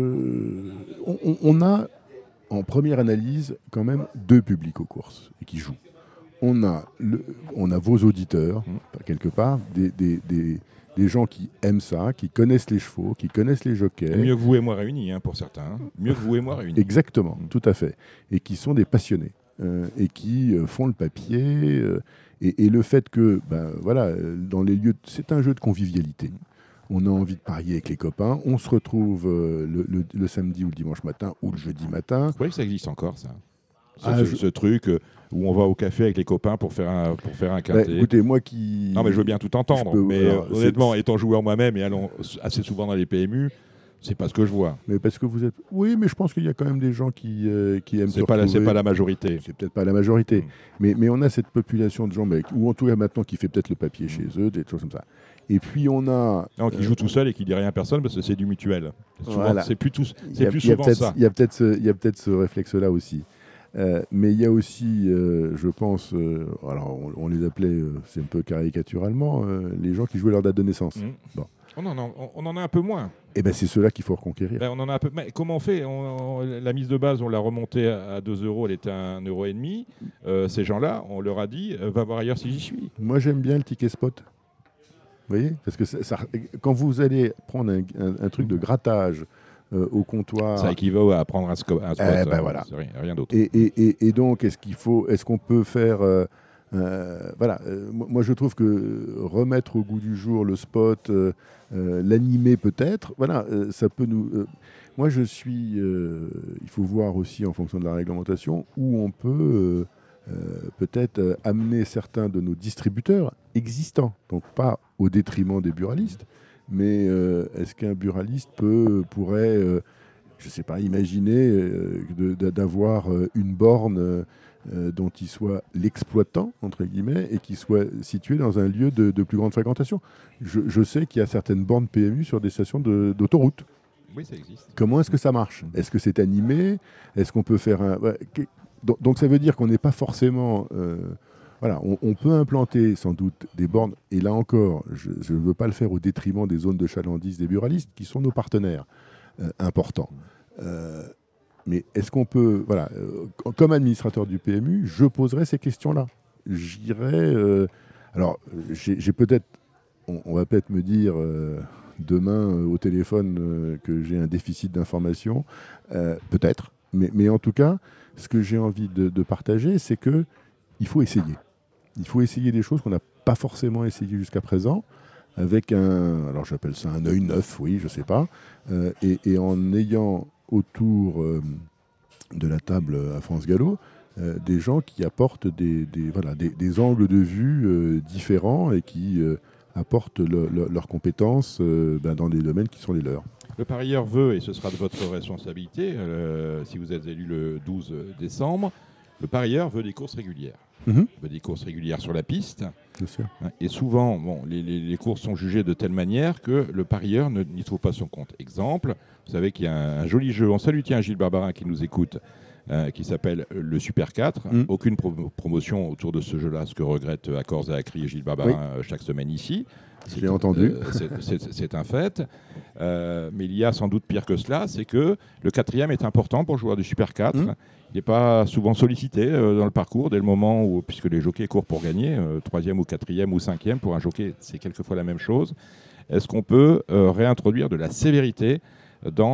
Speaker 3: on, on a en première analyse quand même deux publics aux courses et qui jouent. On a, le, on a vos auditeurs, mmh. quelque part, des... des, des des gens qui aiment ça, qui connaissent les chevaux, qui connaissent les jockeys.
Speaker 2: Mieux que vous et moi réunis, hein, pour certains. Hein. Mieux que vous et moi réunis.
Speaker 3: Exactement, mmh. tout à fait. Et qui sont des passionnés. Euh, et qui euh, font le papier. Euh, et, et le fait que, ben, voilà, dans les lieux... C'est un jeu de convivialité. On a envie de parier avec les copains. On se retrouve euh, le, le, le samedi ou le dimanche matin ou le jeudi matin.
Speaker 2: Vous croyez que ça existe encore, ça ce,
Speaker 3: ah,
Speaker 2: ce,
Speaker 3: je...
Speaker 2: ce truc euh, où on va au café avec les copains pour faire un, pour faire un quintet.
Speaker 3: Bah, écoutez, moi qui...
Speaker 2: Non, mais je veux bien tout entendre. Peux... Mais alors, honnêtement, c'est... étant joueur moi-même et allant assez souvent dans les P M U, C'est pas ce que je vois.
Speaker 3: Mais parce que vous êtes. Oui, mais je pense qu'il y a quand même des gens qui, euh, qui aiment se
Speaker 2: C'est pas, la, c'est
Speaker 3: retrouver.
Speaker 2: pas la majorité.
Speaker 3: C'est peut-être pas la majorité.
Speaker 2: Mm.
Speaker 3: Mais, mais on a cette population de gens, mais, ou en tout cas maintenant, qui fait peut-être le papier
Speaker 2: Mm.
Speaker 3: chez eux, des choses comme ça. Et puis on a.
Speaker 2: Non, qui
Speaker 3: euh,
Speaker 2: joue tout seul et qui dit rien à personne parce que c'est du mutuel. Souvent,
Speaker 3: Voilà.
Speaker 2: C'est plus, tout,
Speaker 3: il y
Speaker 2: c'est
Speaker 3: a-
Speaker 2: plus
Speaker 3: il y a
Speaker 2: souvent
Speaker 3: peut-être-
Speaker 2: ça.
Speaker 3: Il y a peut-être ce, il y a peut-être ce réflexe-là aussi. Euh, mais il y a aussi, euh, je pense, euh, alors on, on les appelait, euh, c'est un peu caricaturalement, euh, les gens qui jouaient leur date de naissance.
Speaker 2: Mm.
Speaker 3: Bon.
Speaker 2: On, en a, on, on en a un peu moins.
Speaker 3: Et ben c'est ceux-là qu'il faut reconquérir.
Speaker 2: Ben, on en a un peu. Mais comment on fait on, on- La mise de base, on l'a remontée à deux euros, elle était à un euro et demi. Euh, ces gens-là, on leur a dit, euh, va voir ailleurs si j'y suis.
Speaker 3: Moi j'aime bien le ticket spot. Vous voyez, parce que ça, ça- quand vous allez prendre un, un- un truc de grattage euh, au comptoir.
Speaker 2: Ça équivaut à prendre un, sco- un spot.
Speaker 3: Eh ben
Speaker 2: hein,
Speaker 3: voilà.
Speaker 2: c'est rien, rien d'autre.
Speaker 3: Et, et- et- et donc, est-ce qu'il faut, est-ce qu'on peut faire, euh, euh, voilà, euh, moi moi, je trouve que remettre au goût du jour le spot, euh, euh, l'animer peut-être, voilà, euh, ça peut nous. euh, moi, je suis, euh, il faut voir aussi en fonction de la réglementation où on peut euh, euh, peut-être euh, amener certains de nos distributeurs existants, donc pas au détriment des buralistes, mais euh, est-ce qu'un buraliste peut, pourrait euh, je ne sais pas, imaginer euh, de- de- d'avoir euh, une borne euh, dont il soit l'exploitant, entre guillemets, et qui soit situé dans un lieu de, de plus grande fréquentation. Je, je sais qu'il y a certaines bornes P M U sur des stations de- d'autoroute.
Speaker 2: Oui, ça existe.
Speaker 3: Comment est-ce que ça marche? Est-ce que c'est animé? Est-ce qu'on peut faire un... ouais, que- donc, donc ça veut dire qu'on n'est pas forcément... euh, voilà, on, on peut implanter sans doute des bornes, et là encore, je ne veux pas le faire au détriment des zones de chalandise des buralistes, qui sont nos partenaires euh, importants. Euh, mais est-ce qu'on peut, voilà, euh, comme administrateur du P M U, je poserai ces questions-là. J'irai, euh, alors j'ai j'ai peut-être, on, on va peut-être me dire euh, demain euh, au téléphone euh, que j'ai un déficit d'information, euh, peut-être, mais, mais en tout cas, ce que j'ai envie de, de partager, c'est que il faut essayer. Il faut essayer des choses qu'on n'a pas forcément essayé jusqu'à présent, avec un, alors j'appelle ça un œil neuf, oui, je sais pas, euh, et, et en ayant autour euh, de la table à France Gallo euh, des gens qui apportent des, des, voilà, des, des angles de vue euh, différents et qui euh, apportent le- le- leurs compétences euh, ben, dans des domaines qui sont les leurs.
Speaker 2: Le parieur veut, et ce sera de votre responsabilité, euh, si vous êtes élu le douze décembre, le parieur veut des courses régulières.
Speaker 3: Mhm.
Speaker 2: Il veut des courses régulières sur la piste.
Speaker 3: Bien sûr.
Speaker 2: Hein, Et souvent, bon, les, les- les courses sont jugées de telle manière que le parieur ne- n'y trouve pas son compte. Exemple, vous savez qu'il y a un, un joli jeu. On salue tiens Gilles Barbarin qui nous écoute, euh, qui s'appelle le Super quatre.
Speaker 3: Mm.
Speaker 2: Aucune pro- promotion autour de ce jeu-là, ce que regrette Accords et Acri et Gilles Barbarin euh, chaque semaine ici.
Speaker 3: Je l'ai entendu.
Speaker 2: euh, c'est- c'est c'est un fait. Euh, mais il y a sans doute pire que cela, c'est que le quatrième est important pour le joueur du Super quatre.
Speaker 3: Mm.
Speaker 2: Il n'est pas souvent sollicité euh, dans le parcours dès le moment où, puisque les jockeys courent pour gagner, euh, troisième ou quatrième ou cinquième, pour un jockey, c'est quelquefois la même chose. Est-ce qu'on peut euh, réintroduire de la sévérité dans,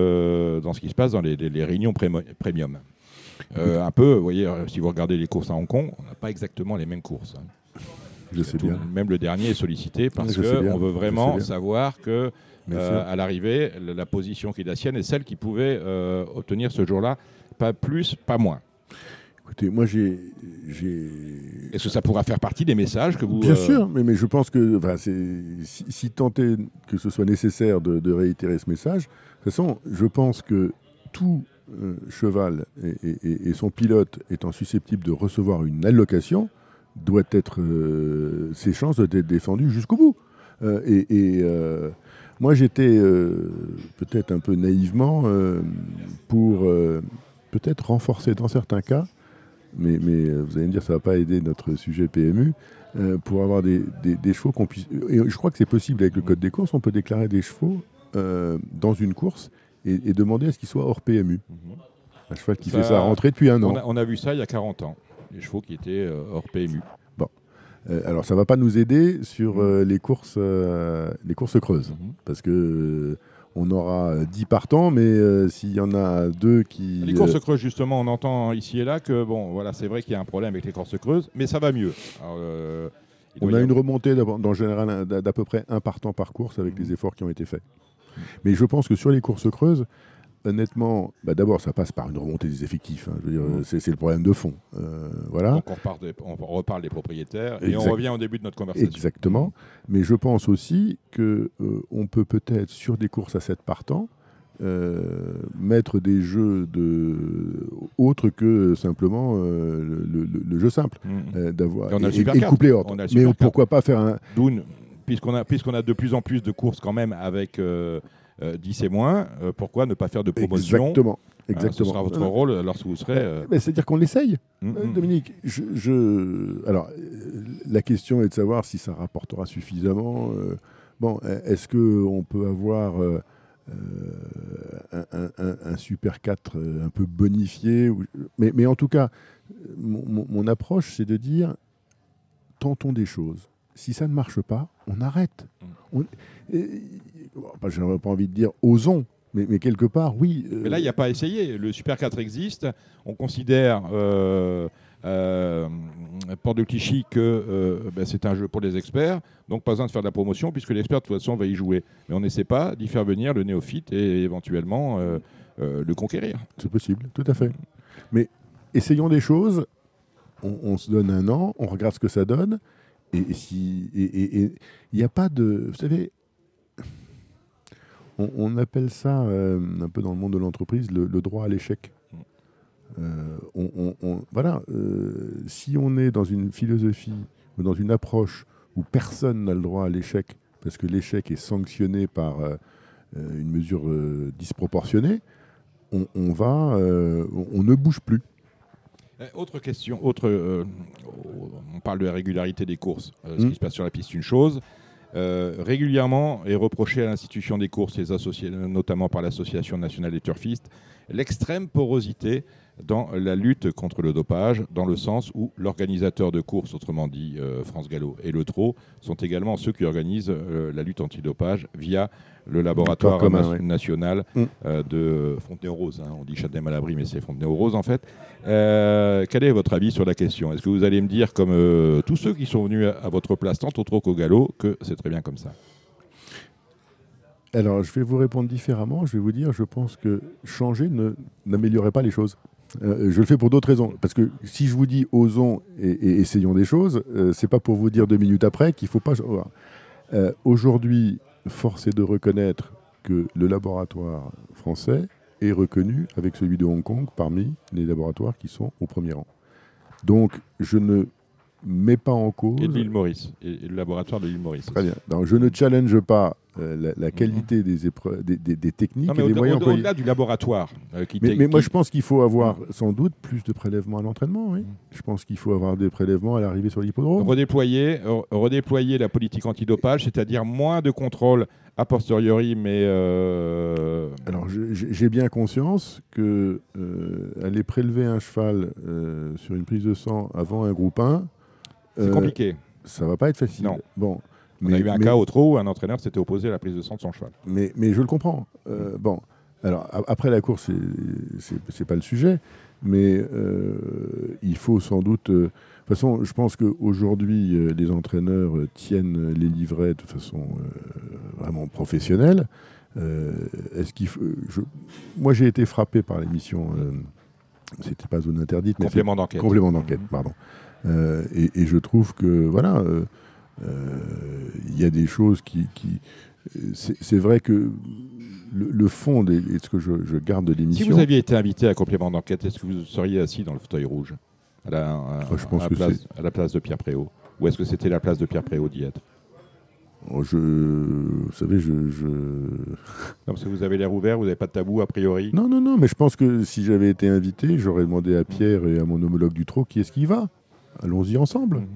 Speaker 2: le, dans ce qui se passe dans les, les- les réunions prémo- premium Euh, Un peu, vous voyez, euh, si vous regardez les courses à Hong Kong, on n'a pas exactement les mêmes courses. hein.
Speaker 3: Je sais
Speaker 2: Tout-
Speaker 3: bien.
Speaker 2: Même le dernier est sollicité parce
Speaker 3: Je sais bien,
Speaker 2: qu'on veut
Speaker 3: je sais
Speaker 2: vraiment
Speaker 3: bien.
Speaker 2: savoir que
Speaker 3: Bien
Speaker 2: euh,
Speaker 3: sûr.
Speaker 2: à l'arrivée, la, la position qui est la sienne est celle qui pouvait euh, obtenir ce jour-là, pas plus, pas moins.
Speaker 3: Écoutez, moi j'ai... j'ai-
Speaker 2: Est-ce que ça pourra faire partie des messages que vous...
Speaker 3: Bien
Speaker 2: euh,
Speaker 3: sûr, mais, mais je pense que enfin, c'est- si, si tant est que ce soit nécessaire de, de réitérer ce message, de toute façon, je pense que tout euh, cheval et, et- et- et son pilote étant susceptible de recevoir une allocation, doit être euh, ses chances d'être défendues jusqu'au bout. Euh, et et, euh, moi, j'étais euh, peut-être un peu naïvement euh, pour euh, peut-être renforcer dans certains cas, mais, mais euh, vous allez me dire, ça ne va pas aider notre sujet P M U, euh, pour avoir des, des- des chevaux qu'on puisse... Et je crois que c'est possible avec le code des courses, on peut déclarer des chevaux euh, dans une course et, et demander à ce qu'ils soient hors P M U.
Speaker 2: Mhm.
Speaker 3: Un cheval qui
Speaker 2: Ça,
Speaker 3: fait sa rentrée depuis un an.
Speaker 2: On a, on a vu ça il y a quarante ans, les chevaux qui étaient euh, hors P M U.
Speaker 3: Euh, alors ça ne va pas nous aider sur euh, les, courses, euh, les courses creuses,
Speaker 2: Mhm.
Speaker 3: parce que euh, on aura dix partants, mais euh, s'il y en a deux qui...
Speaker 2: Les courses creuses, justement, on entend ici et là que, bon, voilà, c'est vrai qu'il y a un problème avec les courses creuses, mais ça va mieux. Alors, euh, il
Speaker 3: On
Speaker 2: doit
Speaker 3: a
Speaker 2: y
Speaker 3: une
Speaker 2: avoir-
Speaker 3: remontée d'ab- dans le général un- d'à d'à peu près un partant par course avec
Speaker 2: Mhm.
Speaker 3: les efforts qui ont été faits. Mais je pense que sur les courses creuses, honnêtement, bah d'abord, ça passe par une remontée des effectifs. Hein. Je veux dire, c'est, c'est le problème de fond. Euh, voilà.
Speaker 2: Donc on, repart des, on reparle des propriétaires et exact. On revient au début de notre conversation.
Speaker 3: Exactement. Mmh. Mais je pense aussi qu'on euh, peut peut-être, sur des courses à sept partants, euh, mettre des jeux de... autres que simplement euh, le, le, le jeu simple. Mmh. Euh, d'avoir...
Speaker 2: Et on a
Speaker 3: et,
Speaker 2: le
Speaker 3: et, et le couplet ordre. Mais on, pourquoi pas faire un...
Speaker 2: D'où, puisqu'on a, puisqu'on a de plus en plus de courses quand même avec... Euh, Euh, dix et moins, euh, pourquoi ne pas faire de promotion?
Speaker 3: Exactement. Exactement.
Speaker 2: Euh, ce sera votre rôle lorsque vous serez... Euh...
Speaker 3: Mais c'est-à-dire qu'on l'essaye, mm-hmm. euh, Dominique. Je, je... Alors, euh, la question est de savoir si ça rapportera suffisamment. Euh, bon, est-ce qu'on peut avoir euh, un, un, un, un Super quatre un peu bonifié ou... mais, mais en tout cas, mon, mon, mon approche, c'est de dire, tentons des choses. Si ça ne marche pas, on arrête. On... Et, je n'aurais pas envie de dire osons, mais, mais quelque part, oui.
Speaker 2: Euh... Mais là, il n'y a pas à essayer. Le Super quatre existe. On considère, euh, euh, Port de Clichy, que euh, ben, c'est un jeu pour les experts. Donc, pas besoin de faire de la promotion, puisque l'expert, de toute façon, va y jouer. Mais on n'essaie pas d'y faire venir le néophyte et éventuellement euh, euh, le conquérir.
Speaker 3: C'est possible, tout à fait. Mais essayons des choses. On, on se donne un an, on regarde ce que ça donne. Et il si, n'y a pas de... Vous savez, on, on appelle ça, euh, un peu dans le monde de l'entreprise, le, le droit à l'échec. Euh, on, on, on, voilà, euh, si on est dans une philosophie ou dans une approche où personne n'a le droit à l'échec, parce que l'échec est sanctionné par euh, une mesure euh, disproportionnée, on, on, va, euh, on, on ne bouge plus.
Speaker 2: Autre question, autre, euh, on parle de la régularité des courses. Euh, ce mmh. qui se passe sur la piste, une chose. Euh, régulièrement est reproché à l'institution des courses, les associés, notamment par l'Association nationale des turfistes, l'extrême porosité dans la lutte contre le dopage, dans le sens où l'organisateur de courses, autrement dit euh, France Gallo et le T R O, sont également ceux qui organisent euh, la lutte antidopage via le laboratoire commun, na- ouais. national mmh. euh, de Fontenay-aux-Roses. Hein. On dit Châtenay-Malabry, mais c'est Fontenay-aux-Roses en fait. Euh, quel est votre avis sur la question? Est-ce que vous allez me dire, comme euh, tous ceux qui sont venus à, à votre place, tant au T R O qu'au Gallo, que c'est très bien comme ça?
Speaker 3: Alors, je vais vous répondre différemment. Je vais vous dire, je pense que changer ne, n'améliorerait pas les choses. Euh, je le fais pour d'autres raisons. Parce que si je vous dis osons et, et essayons des choses, euh, c'est pas pour vous dire deux minutes après qu'il faut pas... Euh, aujourd'hui, force est de reconnaître que le laboratoire français est reconnu avec celui de Hong Kong parmi les laboratoires qui sont au premier rang. Donc, je ne mets pas en cause...
Speaker 2: Et de l'île Maurice, et, et le laboratoire de l'île Maurice.
Speaker 3: Très bien. Donc, je ne challenge pas euh, la, la qualité mmh. des, épreuves, des, des, des techniques non,
Speaker 2: mais
Speaker 3: et des
Speaker 2: au,
Speaker 3: moyens
Speaker 2: au,
Speaker 3: employés.
Speaker 2: Au-delà du laboratoire. Euh, qui
Speaker 3: mais mais
Speaker 2: qui...
Speaker 3: moi, je pense qu'il faut avoir mmh. sans doute plus de prélèvements à l'entraînement. Oui. Mmh. Je pense qu'il faut avoir des prélèvements à l'arrivée sur l'hippodrome.
Speaker 2: Redéployer, euh, redéployer la politique antidopage, c'est-à-dire moins de contrôle a posteriori, mais... Euh...
Speaker 3: Alors, je, j'ai bien conscience qu'aller euh, prélever un cheval euh, sur une prise de sang avant un groupe un...
Speaker 2: C'est euh, compliqué.
Speaker 3: Ça va pas être facile.
Speaker 2: Non.
Speaker 3: Bon,
Speaker 2: On
Speaker 3: mais,
Speaker 2: a eu un
Speaker 3: mais,
Speaker 2: cas au T R O où un entraîneur s'était opposé à la prise de sang de son cheval.
Speaker 3: Mais, mais je le comprends. Euh, bon, alors après la course, c'est, c'est, c'est pas le sujet, mais euh, il faut sans doute... Euh, de toute façon, je pense qu'aujourd'hui, euh, les entraîneurs euh, tiennent les livrets de façon euh, vraiment professionnelle. Euh, est-ce qu'il faut, je, moi, j'ai été frappé par l'émission... Euh, c'était pas Zone Interdite, mais...
Speaker 2: Complément d'enquête.
Speaker 3: Complément d'enquête, mmh. pardon. Euh, et, et je trouve que voilà, il euh, euh, y a des choses qui, qui c'est, c'est vrai que le, le fond des, et ce que je, je garde de l'émission.
Speaker 2: Si vous aviez été invité à Complément d'enquête, est-ce que vous seriez assis dans le fauteuil rouge à la, à,
Speaker 3: oh, je pense
Speaker 2: à,
Speaker 3: que
Speaker 2: la place,
Speaker 3: c'est...
Speaker 2: à la place de Pierre Préau, ou est-ce que c'était la place de Pierre Préau d'y être?
Speaker 3: Oh, je, vous savez, je, je...
Speaker 2: Non, parce que vous avez l'air ouvert, vous n'avez pas de tabou a priori.
Speaker 3: Non, non, non, mais je pense que si j'avais été invité, j'aurais demandé à Pierre et à mon homologue du T R O qui est-ce qui va. Allons-y ensemble. Mmh.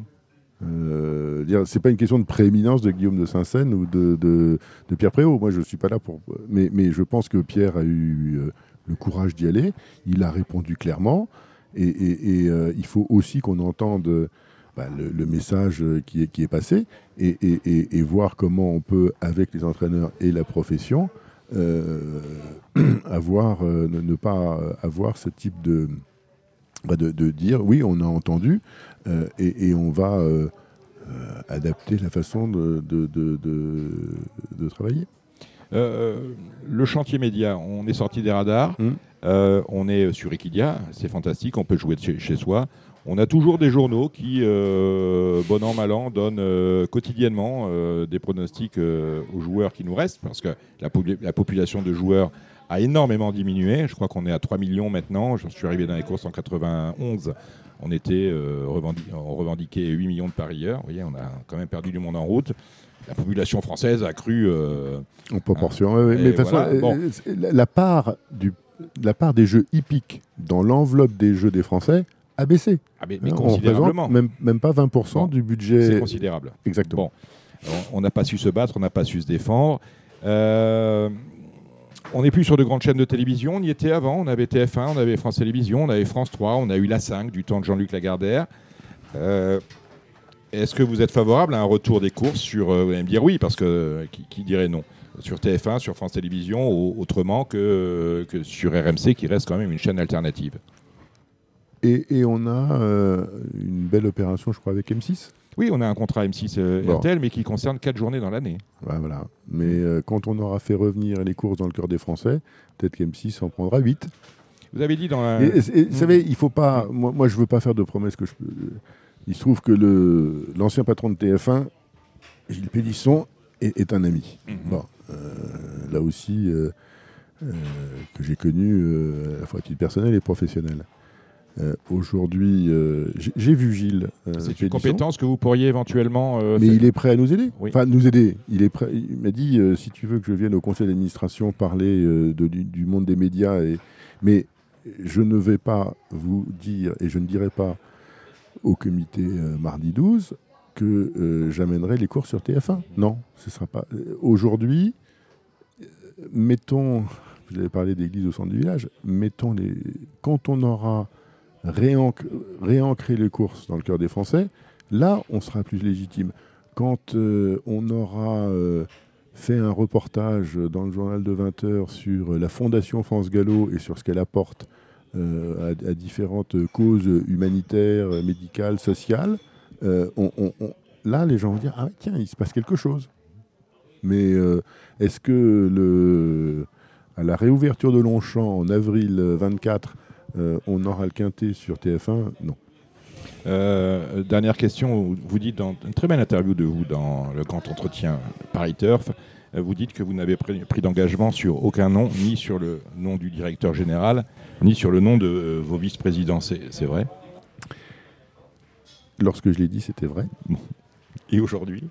Speaker 3: Euh, dire, c'est pas une question de prééminence de Guillaume de Saint-Seine ou de, de, de Pierre Préau. Moi, je suis pas là pour. Mais, mais je pense que Pierre a eu euh, le courage d'y aller. Il a répondu clairement. Et, et, et euh, il faut aussi qu'on entende bah, le, le message qui est, qui est passé et, et, et, et voir comment on peut, avec les entraîneurs et la profession, euh, avoir, euh, ne, ne pas avoir ce type de. Bah de, de dire oui, on a entendu euh, et, et on va euh, euh, adapter la façon de, de, de, de, de travailler.
Speaker 2: Euh, le chantier média, on est sorti des radars,
Speaker 3: Mmh.
Speaker 2: euh, on est sur Equidia, c'est fantastique, on peut jouer de chez, chez soi. On a toujours des journaux qui, euh, bon an, mal an, donnent euh, quotidiennement euh, des pronostics euh, aux joueurs qui nous restent, parce que la, po- la population de joueurs a énormément diminué. Je crois qu'on est à trois millions maintenant. Je suis arrivé dans les courses en quatre-vingt-onze. On, était, euh, revendiqué, on revendiquait huit millions de parieurs. Vous voyez, on a quand même perdu du monde en route. La population française a cru... Euh,
Speaker 3: En proportion. Ouais, ouais. Mais de toute
Speaker 2: voilà,
Speaker 3: façon,
Speaker 2: bon.
Speaker 3: euh, la, la part du, la part des jeux hippiques dans l'enveloppe des jeux des Français a baissé.
Speaker 2: ah, mais, mais
Speaker 3: Hein, on
Speaker 2: considérablement.
Speaker 3: représente même, même pas vingt pour cent
Speaker 2: Bon,
Speaker 3: du budget.
Speaker 2: C'est considérable.
Speaker 3: Exactement.
Speaker 2: Bon, on n'a pas su se battre, on n'a pas su se défendre. Euh, on n'est plus sur de grandes chaînes de télévision. On y était avant. On avait T F un, on avait France Télévisions, on avait France trois, on a eu la cinq du temps de Jean-Luc Lagardère. Euh, Est-ce que vous êtes favorable à un retour des courses sur... Euh, vous allez me dire oui, parce que euh, qui, qui dirait non sur T F un, sur France Télévisions, ou, autrement que, que sur R M C, qui reste quand même une chaîne alternative.
Speaker 3: Et, et on a euh, une belle opération, je crois, avec M six.
Speaker 2: Oui, on a un contrat M six euh,
Speaker 3: Bon.
Speaker 2: R T L, mais qui concerne quatre journées dans l'année.
Speaker 3: Ouais, voilà. Mais euh, quand on aura fait revenir les courses dans le cœur des Français, peut-être qu'M six en prendra huit.
Speaker 2: Vous avez dit dans la...
Speaker 3: Et, et- et vous savez, il faut pas. Moi, moi je veux pas faire de promesses que je peux. Il se trouve que le, l'ancien patron de T F un, Gilles Pélisson, est, est un ami.
Speaker 2: Mhm.
Speaker 3: Bon, euh, là aussi, euh, euh, que j'ai connu euh, à la fois à titre personnel et professionnel. Euh, aujourd'hui, euh, j'ai, j'ai vu Gilles. euh,
Speaker 2: C'est une
Speaker 3: Pélisson,
Speaker 2: compétence que vous pourriez éventuellement... euh,
Speaker 3: mais
Speaker 2: faire.
Speaker 3: il est prêt à nous aider.
Speaker 2: Oui.
Speaker 3: Enfin, nous aider. Il est prêt. Il m'a dit euh, si tu veux que je vienne au conseil d'administration parler euh, de- du, du monde des médias, et... mais je ne vais pas vous dire et je ne dirai pas au comité euh, mardi douze que euh, j'amènerai les courses sur T F un. Non, ce sera pas. Euh, Aujourd'hui, euh, mettons, vous avez parlé d'église au centre du village, mettons les. Quand on aura réanc- réancré les courses dans le cœur des Français, là, on sera plus légitime. Quand euh, on aura euh, fait un reportage dans le journal de vingt heures sur la Fondation France Gallo et sur ce qu'elle apporte euh, à, à différentes causes humanitaires, médicales, sociales, euh, on- on- on- là, les gens vont dire « Ah tiens, il se passe quelque chose ». Mais euh, est-ce que le, à la réouverture de Longchamp en avril vingt-quatre, euh, on aura le quintet sur T F un? Non.
Speaker 2: Euh, dernière question, vous dites dans une très belle interview de vous dans le grand entretien Paris Turf, euh, vous dites que vous n'avez pris, pris d'engagement sur aucun nom, ni sur le nom du directeur général, ni sur le nom de euh, vos vice-présidents. C'est, c'est vrai?
Speaker 3: Lorsque je l'ai dit, c'était vrai.
Speaker 2: Et aujourd'hui?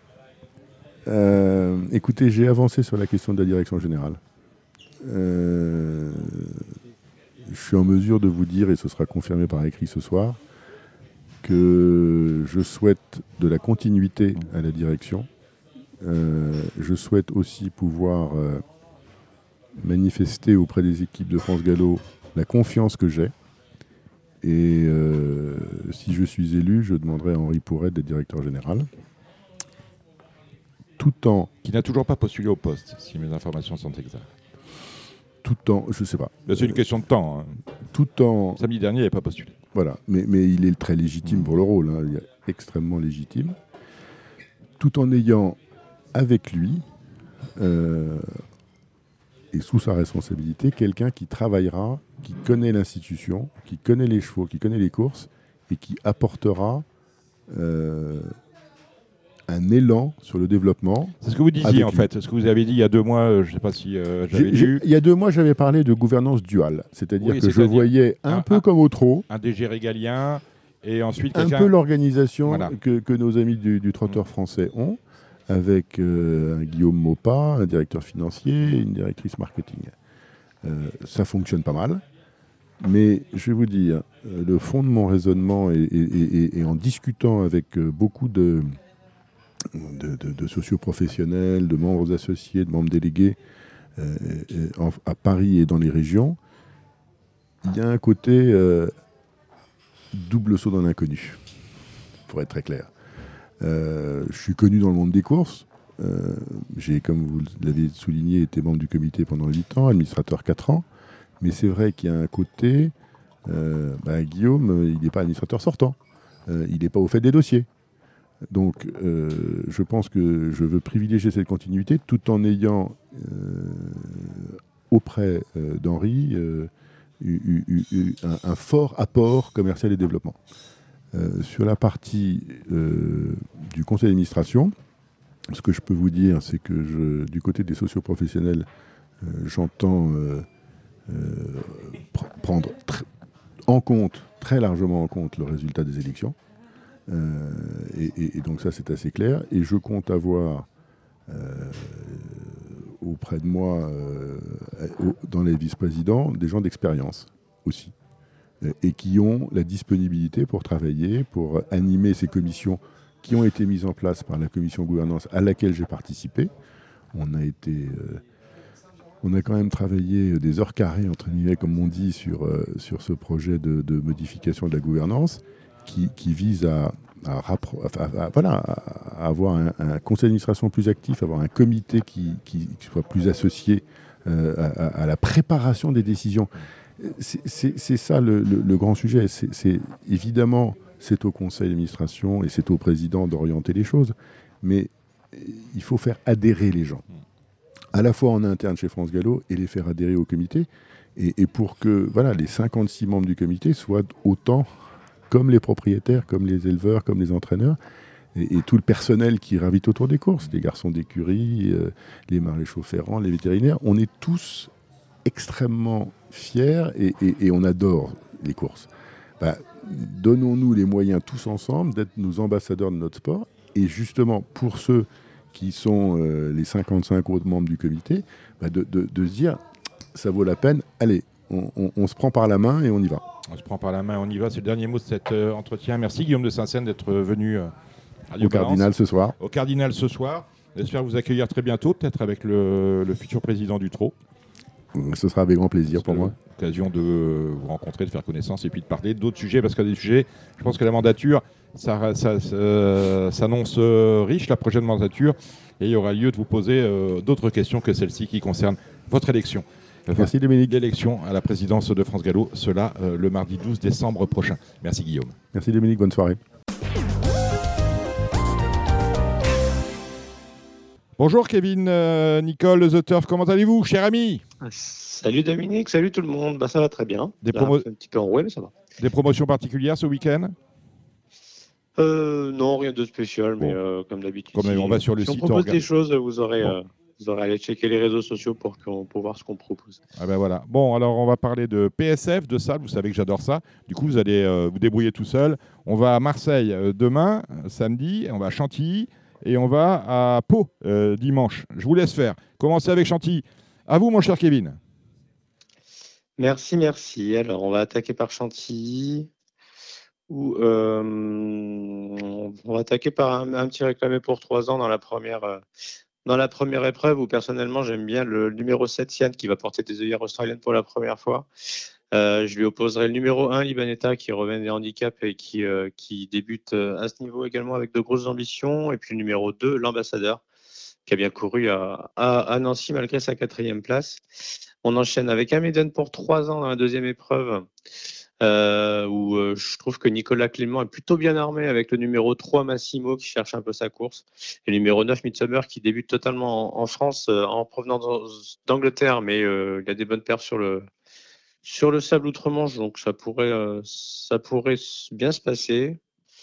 Speaker 3: Euh, écoutez, j'ai avancé sur la question de la direction générale. Euh, je suis en mesure de vous dire, et ce sera confirmé par écrit ce soir, que je souhaite de la continuité à la direction. Euh, je souhaite aussi pouvoir euh, manifester auprès des équipes de France Gallo la confiance que j'ai. Et euh, si je suis élu, je demanderai à Henri Pourret d'être directeur général. Tout en,
Speaker 2: Qui n'a toujours pas postulé au poste, si mes informations sont exactes.
Speaker 3: tout en, je sais pas,
Speaker 2: Là, c'est une question de temps. Hein.
Speaker 3: tout en,
Speaker 2: Samedi dernier, il n'avait pas postulé.
Speaker 3: voilà, mais, mais il est très légitime pour le rôle, hein, il est extrêmement légitime, tout en ayant avec lui euh, et sous sa responsabilité quelqu'un qui travaillera, qui connaît l'institution, qui connaît les chevaux, qui connaît les courses et qui apportera euh, un élan sur le développement.
Speaker 2: C'est ce que vous disiez
Speaker 3: Avec
Speaker 2: en
Speaker 3: lui.
Speaker 2: fait, ce que vous avez dit il y a deux mois, euh, je ne sais pas si euh, j'avais
Speaker 3: J'ai- j'ai-
Speaker 2: lu,
Speaker 3: Il y a deux mois, j'avais parlé de gouvernance duale, c'est-à-dire
Speaker 2: Oui,
Speaker 3: que je
Speaker 2: c'est-à-dire
Speaker 3: voyais un
Speaker 2: un-
Speaker 3: peu
Speaker 2: un-
Speaker 3: comme au trot,
Speaker 2: un D G régalien, et ensuite
Speaker 3: un
Speaker 2: quelqu'un...
Speaker 3: peu l'organisation
Speaker 2: Voilà.
Speaker 3: que, que nos amis du, du trotteur français ont, avec euh, un Guillaume Maupas, un directeur financier et une directrice marketing. Euh, ça fonctionne pas mal, mais je vais vous dire, euh, le fond de mon raisonnement, et, et- et- et en discutant avec euh, beaucoup de, de, de, de socioprofessionnels, de membres associés, de membres délégués euh, euh, en- à Paris et dans les régions, il y a un côté euh, double saut dans l'inconnu, pour être très clair. Euh, je suis connu dans le monde des courses. Euh, j'ai, comme vous l'avez souligné, été membre du comité pendant huit ans, administrateur quatre ans. Mais c'est vrai qu'il y a un côté... euh, bah, Guillaume, il n'est pas administrateur sortant. Euh, il n'est pas au fait des dossiers. Donc, euh, je pense que je veux privilégier cette continuité tout en ayant euh, auprès euh, d'Henri euh, eu, eu, eu un, un fort apport commercial et développement. Euh, sur la partie euh, du conseil d'administration, ce que je peux vous dire, c'est que je, du côté des socioprofessionnels, euh, j'entends euh, euh, pr- prendre tr- en compte, très largement en compte, le résultat des élections. Euh, et, et, et donc ça, c'est assez clair. Et je compte avoir euh, auprès de moi, euh, dans les vice-présidents, des gens d'expérience aussi, et qui ont la disponibilité pour travailler, pour animer ces commissions qui ont été mises en place par la commission gouvernance à laquelle j'ai participé. On a été, euh, on a quand même travaillé des heures carrées, entre guillemets, comme on dit, sur, euh, sur ce projet de, de modification de la gouvernance qui, qui vise à, à, rappro- à, à, voilà, à avoir un, un conseil d'administration plus actif, avoir un comité qui, qui, qui soit plus associé euh, à, à la préparation des décisions. C'est, c'est, c'est ça le, le, le grand sujet. C'est, c'est, évidemment, c'est au conseil d'administration et c'est au président d'orienter les choses, mais il faut faire adhérer les gens, à la fois en interne chez France Gallo et les faire adhérer au comité, et, et pour que voilà, les cinquante-six membres du comité soient autant comme les propriétaires, comme les éleveurs, comme les entraîneurs, et, et tout le personnel qui gravite autour des courses, les garçons d'écurie, euh, les maréchaux ferrants, les vétérinaires. On est tous extrêmement fiers et, et, et on adore les courses. Bah, donnons-nous les moyens tous ensemble d'être nos ambassadeurs de notre sport, et justement pour ceux qui sont euh, les cinquante-cinq autres membres du comité, bah, de, de, de se dire ça vaut la peine, allez, on, on, on se prend par la main et on y va.
Speaker 2: On se prend par la main, on y va. C'est le dernier mot de cet euh, entretien. Merci Guillaume de Saint-Seine d'être venu euh, à Radio
Speaker 3: Au
Speaker 2: Balance.
Speaker 3: Cardinal ce soir.
Speaker 2: Au Cardinal ce soir. J'espère vous accueillir très bientôt, peut-être avec le, le futur président du Trot.
Speaker 3: Ce sera avec grand plaisir pour moi.
Speaker 2: L'occasion de vous rencontrer, de faire connaissance et puis de parler d'autres sujets, parce qu'il y a des sujets, je pense que la mandature, ça, ça, ça s'annonce riche, la prochaine mandature, et il y aura lieu de vous poser euh, d'autres questions que celles-ci qui concernent votre élection.
Speaker 3: Merci Dominique.
Speaker 2: L'élection à la présidence de France Gallo, cela euh, le mardi douze décembre prochain. Merci Guillaume.
Speaker 3: Merci Dominique, bonne soirée.
Speaker 2: Bonjour Kevin, euh, Nicole, The Turf, comment allez-vous, cher ami?
Speaker 4: Salut Dominique, salut tout le monde, bah, ça va très bien.
Speaker 2: Des,
Speaker 4: Là,
Speaker 2: promo-
Speaker 4: un petit peu enroué, mais ça va.
Speaker 2: Des promotions particulières ce week-end?
Speaker 4: euh, Non, rien de spécial,
Speaker 2: bon.
Speaker 4: mais euh, comme d'habitude.
Speaker 2: Comme
Speaker 4: si,
Speaker 2: on va sur le
Speaker 4: si
Speaker 2: site,
Speaker 4: on propose
Speaker 2: on
Speaker 4: des choses, vous aurez,
Speaker 2: bon.
Speaker 4: euh, vous aurez à aller checker les réseaux sociaux pour, qu'on, pour voir ce qu'on propose.
Speaker 2: Ah ben voilà. Bon, alors on va parler de P S F, de salle, vous savez que j'adore ça. Du coup, vous allez euh, vous débrouiller tout seul. On va à Marseille euh, demain, samedi, on va à Chantilly, et on va à Pau euh, dimanche. Je vous laisse faire. Commencez avec Chantilly. À vous, mon cher Kevin.
Speaker 4: Merci, merci. Alors, on va attaquer par Chantilly. Où, euh, on va attaquer par un, un petit réclamé pour trois ans dans la première, euh, dans la première épreuve, où personnellement j'aime bien le numéro sept, Sian, qui va porter des œillères australiennes pour la première fois. Euh, je lui opposerai le numéro un, Libanetta, qui revient des handicaps et qui, euh, qui débute à ce niveau également avec de grosses ambitions. Et puis le numéro deux, l'Ambassadeur, qui a bien couru à, à, à Nancy malgré sa quatrième place. On enchaîne avec un maiden pour trois ans dans la deuxième épreuve, euh, où euh, je trouve que Nicolas Clément est plutôt bien armé avec le numéro trois, Massimo, qui cherche un peu sa course, et le numéro neuf, Midsummer, qui débute totalement en, en France, euh, en provenance d'Angleterre, mais euh, il a des bonnes perfs sur le, sur le sable outre-Manche, donc ça pourrait, euh, ça pourrait bien se passer.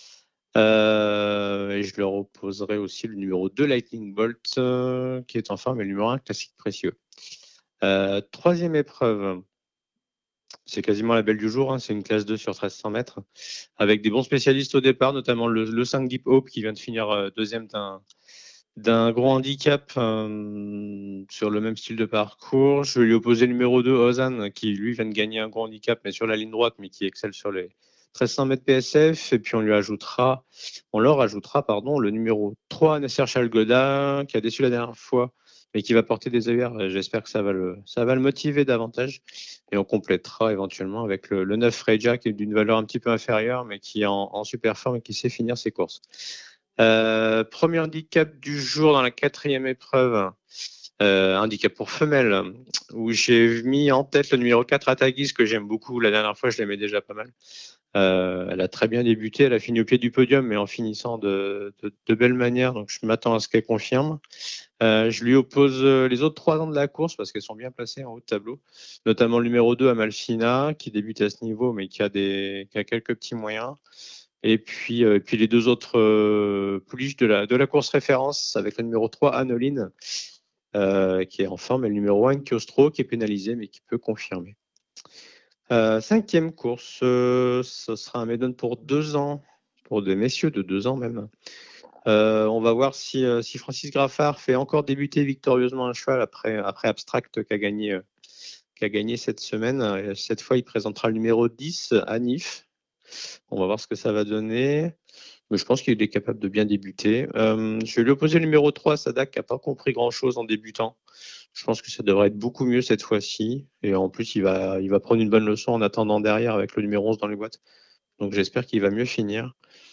Speaker 4: Euh, et je leur opposerai aussi le numéro deux, Lightning Bolt, euh, qui est en forme, et le numéro un, Classique Précieux. Euh, troisième épreuve, c'est quasiment la belle du jour, hein, c'est une classe deux sur treize cents mètres, avec des bons spécialistes au départ, notamment le, le cinq Deep Hope, qui vient de finir euh, deuxième d'un, d'un gros handicap euh, sur le même style de parcours. Je vais lui opposer le numéro deux, Ozan, qui lui vient de gagner un gros handicap, mais sur la ligne droite, mais qui excelle sur les treize cents mètres P S F. Et puis on lui ajoutera, on leur ajoutera pardon, le numéro trois, Nasser Chalgoda, qui a déçu la dernière fois, mais qui va porter des œillères. J'espère que ça va le, ça va le motiver davantage. Et on complétera éventuellement avec le, le neuf, Freja, qui est d'une valeur un petit peu inférieure, mais qui est en, en super forme et qui sait finir ses courses. Euh, premier handicap du jour dans la quatrième épreuve, euh, handicap pour femelle, où j'ai mis en tête le numéro quatre, Atagis, que j'aime beaucoup. La dernière fois, je l'aimais déjà pas mal. Euh, elle a très bien débuté, elle a fini au pied du podium, mais en finissant de, de, de belle manière, donc je m'attends à ce qu'elle confirme. Euh, je lui oppose les autres trois ans de la course parce qu'elles sont bien placées en haut de tableau, notamment le numéro deux, Amalfina, qui débute à ce niveau, mais qui a, des, qui a quelques petits moyens. Et puis, euh, et puis les deux autres euh, pouliches de la, de la course référence, avec le numéro trois, Anoline, euh, qui est en forme, et le numéro un, Kyostro, qui est pénalisé, mais qui peut confirmer. Euh, cinquième course, euh, ce sera un maiden pour deux ans, pour des messieurs de deux ans même. Euh, on va voir si, euh, si Francis Graffard fait encore débuter victorieusement un cheval après, après Abstract qui a gagné, euh, qui a gagné cette semaine. Et cette fois, il présentera le numéro dix, Anif. On va voir ce que ça va donner. Mais je pense qu'il est capable de bien débuter. Euh, je vais lui opposer le numéro trois, Sadak, qui n'a pas compris grand-chose en débutant. Je pense que ça devrait être beaucoup mieux cette fois-ci. Et en plus, il va, il va prendre une bonne leçon en attendant derrière avec le numéro onze dans les boîtes. Donc j'espère qu'il va mieux finir.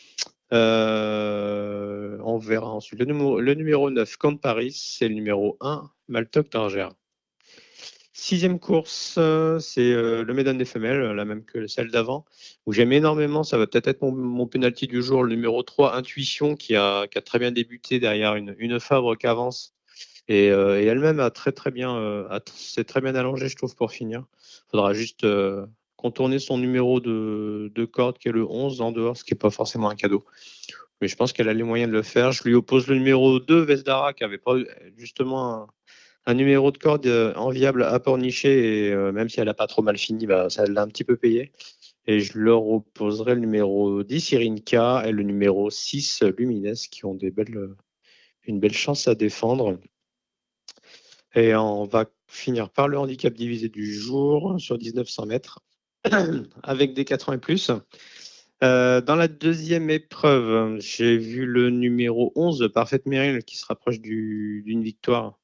Speaker 4: Euh, on verra ensuite. Le numéro, le numéro neuf, Camp Paris, c'est le numéro un, Maltoc d'Argère. Sixième course, euh, c'est euh, le Maiden des femelles, la même que celle d'avant, où j'aime énormément. Ça va peut-être être mon, mon penalty du jour, le numéro trois, Intuition, qui a, qui a très bien débuté derrière une, une Fabre qui avance. Et, euh, et elle-même a très très bien, euh, a- s'est très bien allongée, je trouve, pour finir. Il faudra juste euh, contourner son numéro de, de corde, qui est le onze, en dehors, ce qui n'est pas forcément un cadeau. Mais je pense qu'elle a les moyens de le faire. Je lui oppose le numéro deux, Vesdara, qui avait pas justement un, un numéro de corde euh, enviable à pornicher. Et euh, même si elle n'a pas trop mal fini, bah, ça l'a un petit peu payé. Et je leur opposerai le numéro dix, Irinka, et le numéro six, Lumines, qui ont des belles, une belle chance à défendre. Et on va finir par le handicap divisé du jour sur dix-neuf cents mètres avec des quatre ans et plus. Euh, dans la deuxième épreuve, j'ai vu le numéro onze, Parfait Meryl, qui se rapproche du, d'une victoire.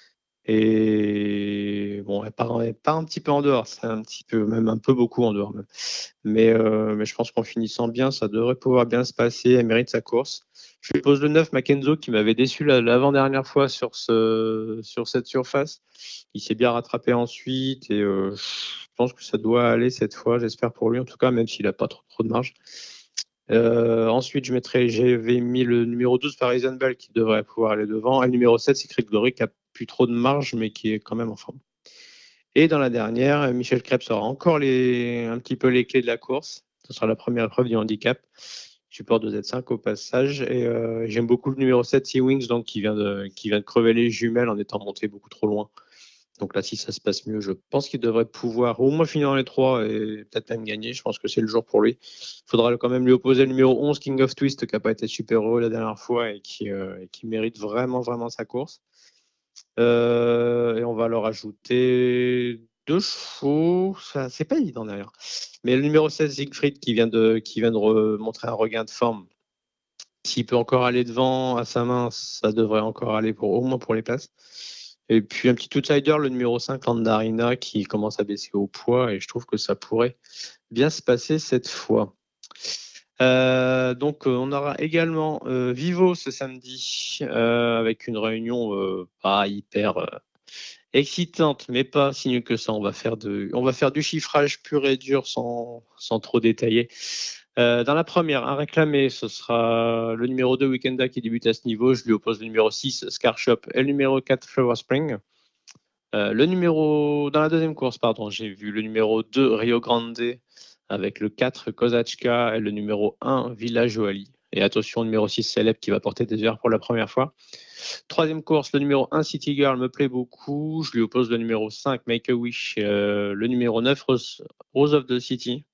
Speaker 4: Et bon, elle part, elle part un petit peu en dehors, c'est un petit peu, même un peu beaucoup en dehors même. Mais, euh, mais je pense qu'en finissant bien, ça devrait pouvoir bien se passer. Elle mérite sa course. Je lui pose le neuf, Mackenzo, qui m'avait déçu l'avant-dernière fois sur, ce, sur cette surface. Il s'est bien rattrapé ensuite et euh, je pense que ça doit aller cette fois, j'espère pour lui en tout cas, même s'il n'a pas trop, trop de marge. Euh, ensuite, je mettrai, j'avais mis le numéro douze, Parisian Bell, qui devrait pouvoir aller devant. Et le numéro sept, Secret Glory, qui n'a plus trop de marge, mais qui est quand même en forme. Et dans la dernière, Michel Krebs aura encore les, un petit peu les clés de la course. Ce sera la première épreuve du handicap. Support de Z cinq au passage. Et euh, j'aime beaucoup le numéro sept, Sea Wings, donc, qui, vient de, qui vient de crever les jumelles en étant monté beaucoup trop loin. Donc là, si ça se passe mieux, je pense qu'il devrait pouvoir au moins finir dans les trois et peut-être même gagner. Je pense que c'est le jour pour lui. Il faudra quand même lui opposer le numéro onze, King of Twist, qui n'a pas été super heureux la dernière fois et qui, euh, et qui mérite vraiment, vraiment sa course. Euh, et on va leur ajouter deux chevaux. Ça, c'est pas évident d'ailleurs. Mais le numéro seize, Siegfried, qui vient de, qui vient de montrer un regain de forme. S'il peut encore aller devant à sa main, ça devrait encore aller pour, au moins pour les places. Et puis un petit outsider, le numéro cinq, Landarina, qui commence à baisser au poids. Et je trouve que ça pourrait bien se passer cette fois. Euh, donc, euh, on aura également euh, Vivo ce samedi euh, avec une réunion euh, pas hyper euh, excitante, mais pas si nul que ça. On va faire, de, on va faire du chiffrage pur et dur sans, sans trop détailler. Euh, dans la première, un réclamé, ce sera le numéro deux, Weekenda, qui débute à ce niveau. Je lui oppose le numéro six, Scarshop, et le numéro quatre, Flower Spring. Euh, le numéro, dans la deuxième course, pardon, j'ai vu le numéro deux, Rio Grande, avec le quatre, Kozachka, et le numéro un, Village Oali. Et attention, numéro six, Célèbre, qui va porter des heures pour la première fois. Troisième course, le numéro un, City Girl, me plaît beaucoup. Je lui oppose le numéro cinq, Make a Wish, euh, le numéro neuf, Rose, Rose of the City.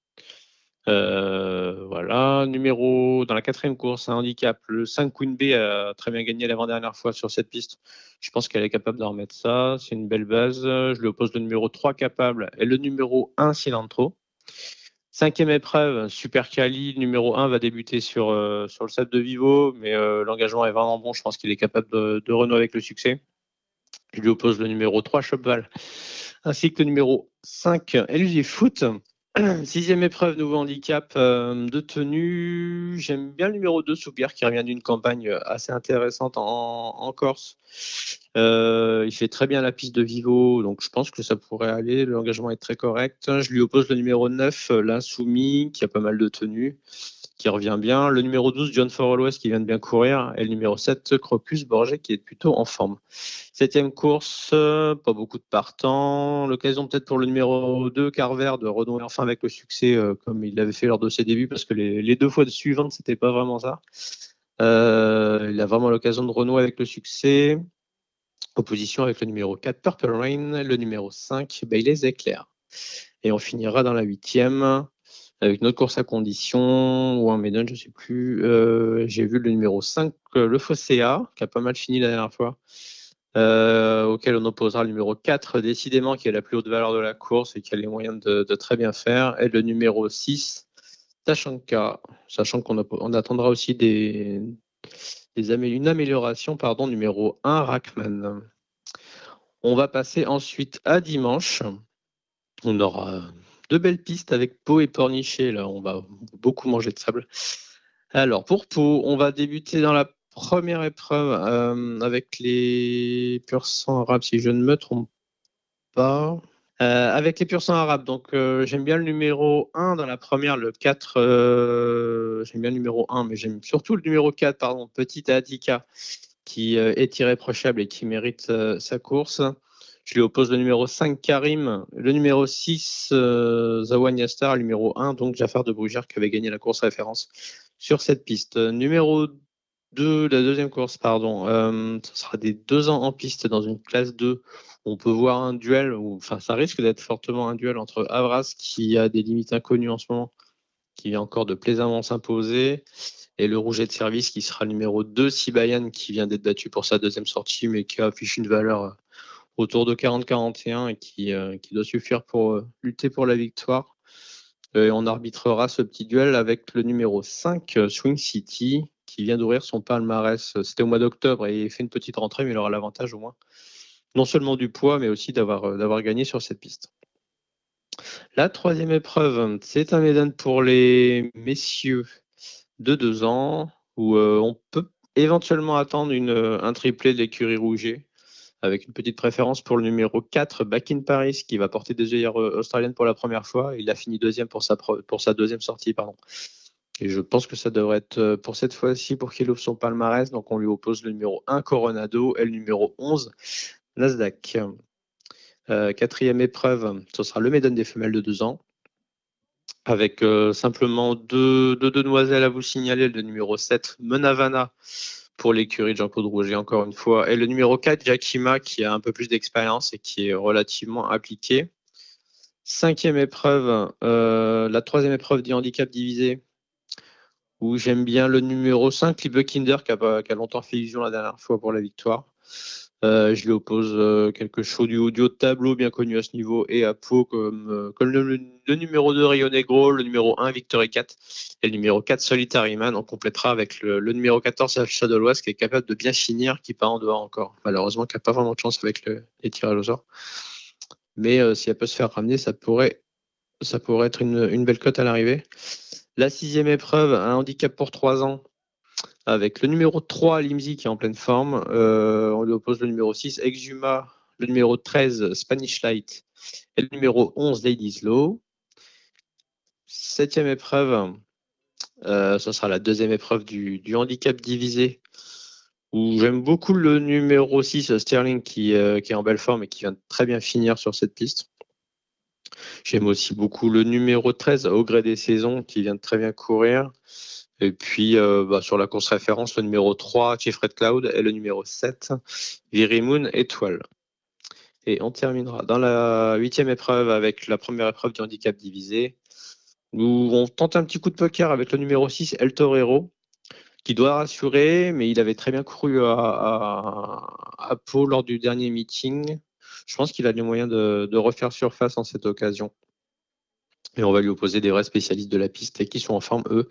Speaker 4: Euh, voilà, numéro dans la quatrième course, un handicap, le cinq Queen B a très bien gagné l'avant-dernière fois sur cette piste. Je pense qu'elle est capable de remettre ça, c'est une belle base. Je lui oppose le numéro trois, Capable, et le numéro un, Cilantro. Cinquième épreuve, Super Cali, le numéro un va débuter sur, euh, sur le sable de Vivo, mais euh, l'engagement est vraiment bon, je pense qu'il est capable de, de renouer avec le succès. Je lui oppose le numéro trois, Shopval, ainsi que le numéro cinq, L G Foot. Sixième épreuve, nouveau handicap euh, de tenue. J'aime bien le numéro deux, Soupir, qui revient d'une campagne assez intéressante en, en Corse. Euh, il fait très bien la piste de Vivo, donc je pense que ça pourrait aller. L'engagement est très correct. Je lui oppose le numéro neuf, l'Insoumis, qui a pas mal de tenues, qui revient bien. Le numéro douze, John Forwell-West, qui vient de bien courir. Et le numéro sept, Crocus Borget, qui est plutôt en forme. Septième course, euh, pas beaucoup de partants. L'occasion peut-être pour le numéro deux, Carver, de renouer enfin avec le succès, euh, comme il l'avait fait lors de ses débuts, parce que les, les deux fois suivantes, c'était pas vraiment ça. Euh, il a vraiment l'occasion de renouer avec le succès. Opposition avec le numéro quatre, Purple Rain, le numéro cinq, Bailey's Éclair. Et on finira dans la huitième avec une autre course à condition ou un maiden, je ne sais plus. Euh, j'ai vu le numéro cinq, le Fosséa, qui a pas mal fini la dernière fois, euh, auquel on opposera le numéro quatre, décidément, qui a la plus haute valeur de la course et qui a les moyens de, de très bien faire, et le numéro six, Tachanka, sachant qu'on on attendra aussi des, des amé- une amélioration, pardon, numéro un, Rackman. On va passer ensuite à dimanche. On aura deux belles pistes avec Pau et Pornichet. Là, on va beaucoup manger de sable. Alors, pour Pau, on va débuter dans la première épreuve euh, avec les pur sang arabes, si je ne me trompe pas. Euh, avec les pur sang arabes, donc euh, j'aime bien le numéro un dans la première, le quatre. Euh, j'aime bien le numéro un, mais j'aime surtout le numéro quatre, pardon, Petite Attica, qui euh, est irréprochable et qui mérite euh, sa course. Je lui oppose le numéro cinq, Karim, le numéro six, euh, Zawanya Star, le numéro un, donc Jafar de Brugère, qui avait gagné la course référence sur cette piste. Numéro deux, la deuxième course, pardon, euh, ce sera des deux ans en piste dans une classe deux. On peut voir un duel, ou, enfin ça risque d'être fortement un duel entre Avras, qui a des limites inconnues en ce moment, qui vient encore de plaisamment s'imposer, et le rouget de service qui sera le numéro deux, Sibayan, qui vient d'être battu pour sa deuxième sortie, mais qui affiche une valeur autour de quarante quarante et un et qui, euh, qui doit suffire pour euh, lutter pour la victoire. Euh, et on arbitrera ce petit duel avec le numéro cinq, euh, Swing City, qui vient d'ouvrir son palmarès. C'était au mois d'octobre et il fait une petite rentrée, mais il aura l'avantage au moins, non seulement du poids, mais aussi d'avoir, euh, d'avoir gagné sur cette piste. La troisième épreuve, c'est un maiden pour les messieurs de deux ans, où euh, on peut éventuellement attendre une, un triplé de l'écurie Rouget, avec une petite préférence pour le numéro quatre, Back in Paris, qui va porter des œillères australiennes pour la première fois. Il a fini deuxième pour sa, pour sa deuxième sortie. Pardon. Et je pense que ça devrait être pour cette fois-ci pour qu'il ouvre son palmarès. Donc on lui oppose le numéro un, Coronado, et le numéro onze, Nasdaq. Euh, quatrième épreuve, ce sera le maiden des femelles de deux ans, avec euh, simplement deux, deux demoiselles à vous signaler. Le numéro sept, Menavana, pour l'écurie de Jean-Claude Rouget, encore une fois. Et le numéro quatre, Yakima, qui a un peu plus d'expérience et qui est relativement appliqué. Cinquième épreuve, euh, la troisième épreuve du handicap divisé, où j'aime bien le numéro cinq, Liebe Kinder, qui a, qui a longtemps fait illusion la dernière fois pour la victoire. Euh, je lui oppose euh, quelque chose du audio de tableau bien connu à ce niveau et à Pau comme, euh, comme le, le, le numéro deux Rio Negro, le numéro un Victory quatre et le numéro quatre Solitary Man. On complétera avec le, le numéro quatorze Shadow West, qui est capable de bien finir, qui part en dehors encore. Malheureusement, qui n'a pas vraiment de chance avec le, les tirages au sort. Mais euh, si elle peut se faire ramener, ça pourrait, ça pourrait être une, une belle cote à l'arrivée. La sixième épreuve, un handicap pour trois ans, avec le numéro trois, Limzi, qui est en pleine forme. Euh, on lui oppose le numéro six, Exuma, le numéro treize, Spanish Light, et le numéro onze, Ladies Law. Septième épreuve, euh, ce sera la deuxième épreuve du, du handicap divisé, où j'aime beaucoup le numéro six, Sterling, qui, euh, qui est en belle forme et qui vient de très bien finir sur cette piste. J'aime aussi beaucoup le numéro treize, Au gré des saisons, qui vient de très bien courir. Et puis, euh, bah, sur la course référence, le numéro trois, Chief Red Cloud, et le numéro sept, Virimoon Étoile. Et on terminera dans la huitième épreuve avec la première épreuve du handicap divisé, où on tente un petit coup de poker avec le numéro six, El Torero, qui doit rassurer, mais il avait très bien couru à, à, à Pau lors du dernier meeting. Je pense qu'il a les moyens de, de refaire surface en cette occasion. Et on va lui opposer des vrais spécialistes de la piste et qui sont en forme, eux.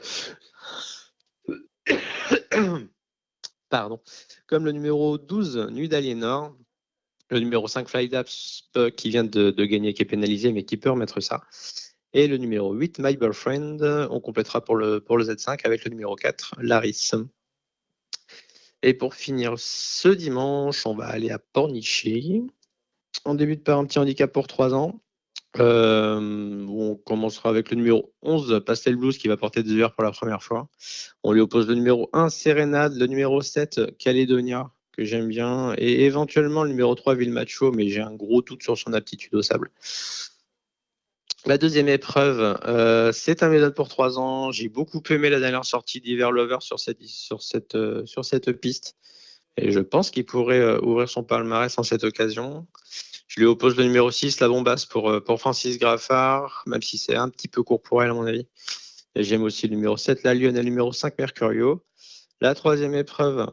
Speaker 4: Pardon. Comme le numéro douze, Nuit d'Aliénor, le numéro cinq, Flydaps, qui vient de, de gagner, qui est pénalisé, mais qui peut remettre ça. Et le numéro huit, My Girlfriend, on complétera pour le, pour le Z cinq avec le numéro quatre, Laris. Et pour finir ce dimanche, on va aller à Pornichet. On débute par un petit handicap pour trois ans. Euh, on commencera avec le numéro onze, Pastel Blues, qui va porter des œillères pour la première fois. On lui oppose le numéro un, Sérénade, le numéro sept, Calédonia, que j'aime bien, et éventuellement le numéro trois, Villemacho, mais j'ai un gros doute sur son aptitude au sable. La deuxième épreuve, euh, c'est un méthode pour trois ans. J'ai beaucoup aimé la dernière sortie d'Hiver Lover sur cette, sur cette, euh, sur cette piste. Et je pense qu'il pourrait euh, ouvrir son palmarès en cette occasion. Je lui oppose le numéro six, la bombasse, pour, euh, pour Francis Graffard, même si c'est un petit peu court pour elle, à mon avis. Et j'aime aussi le numéro sept, la Lionne, et le numéro cinq, Mercurio. La troisième épreuve,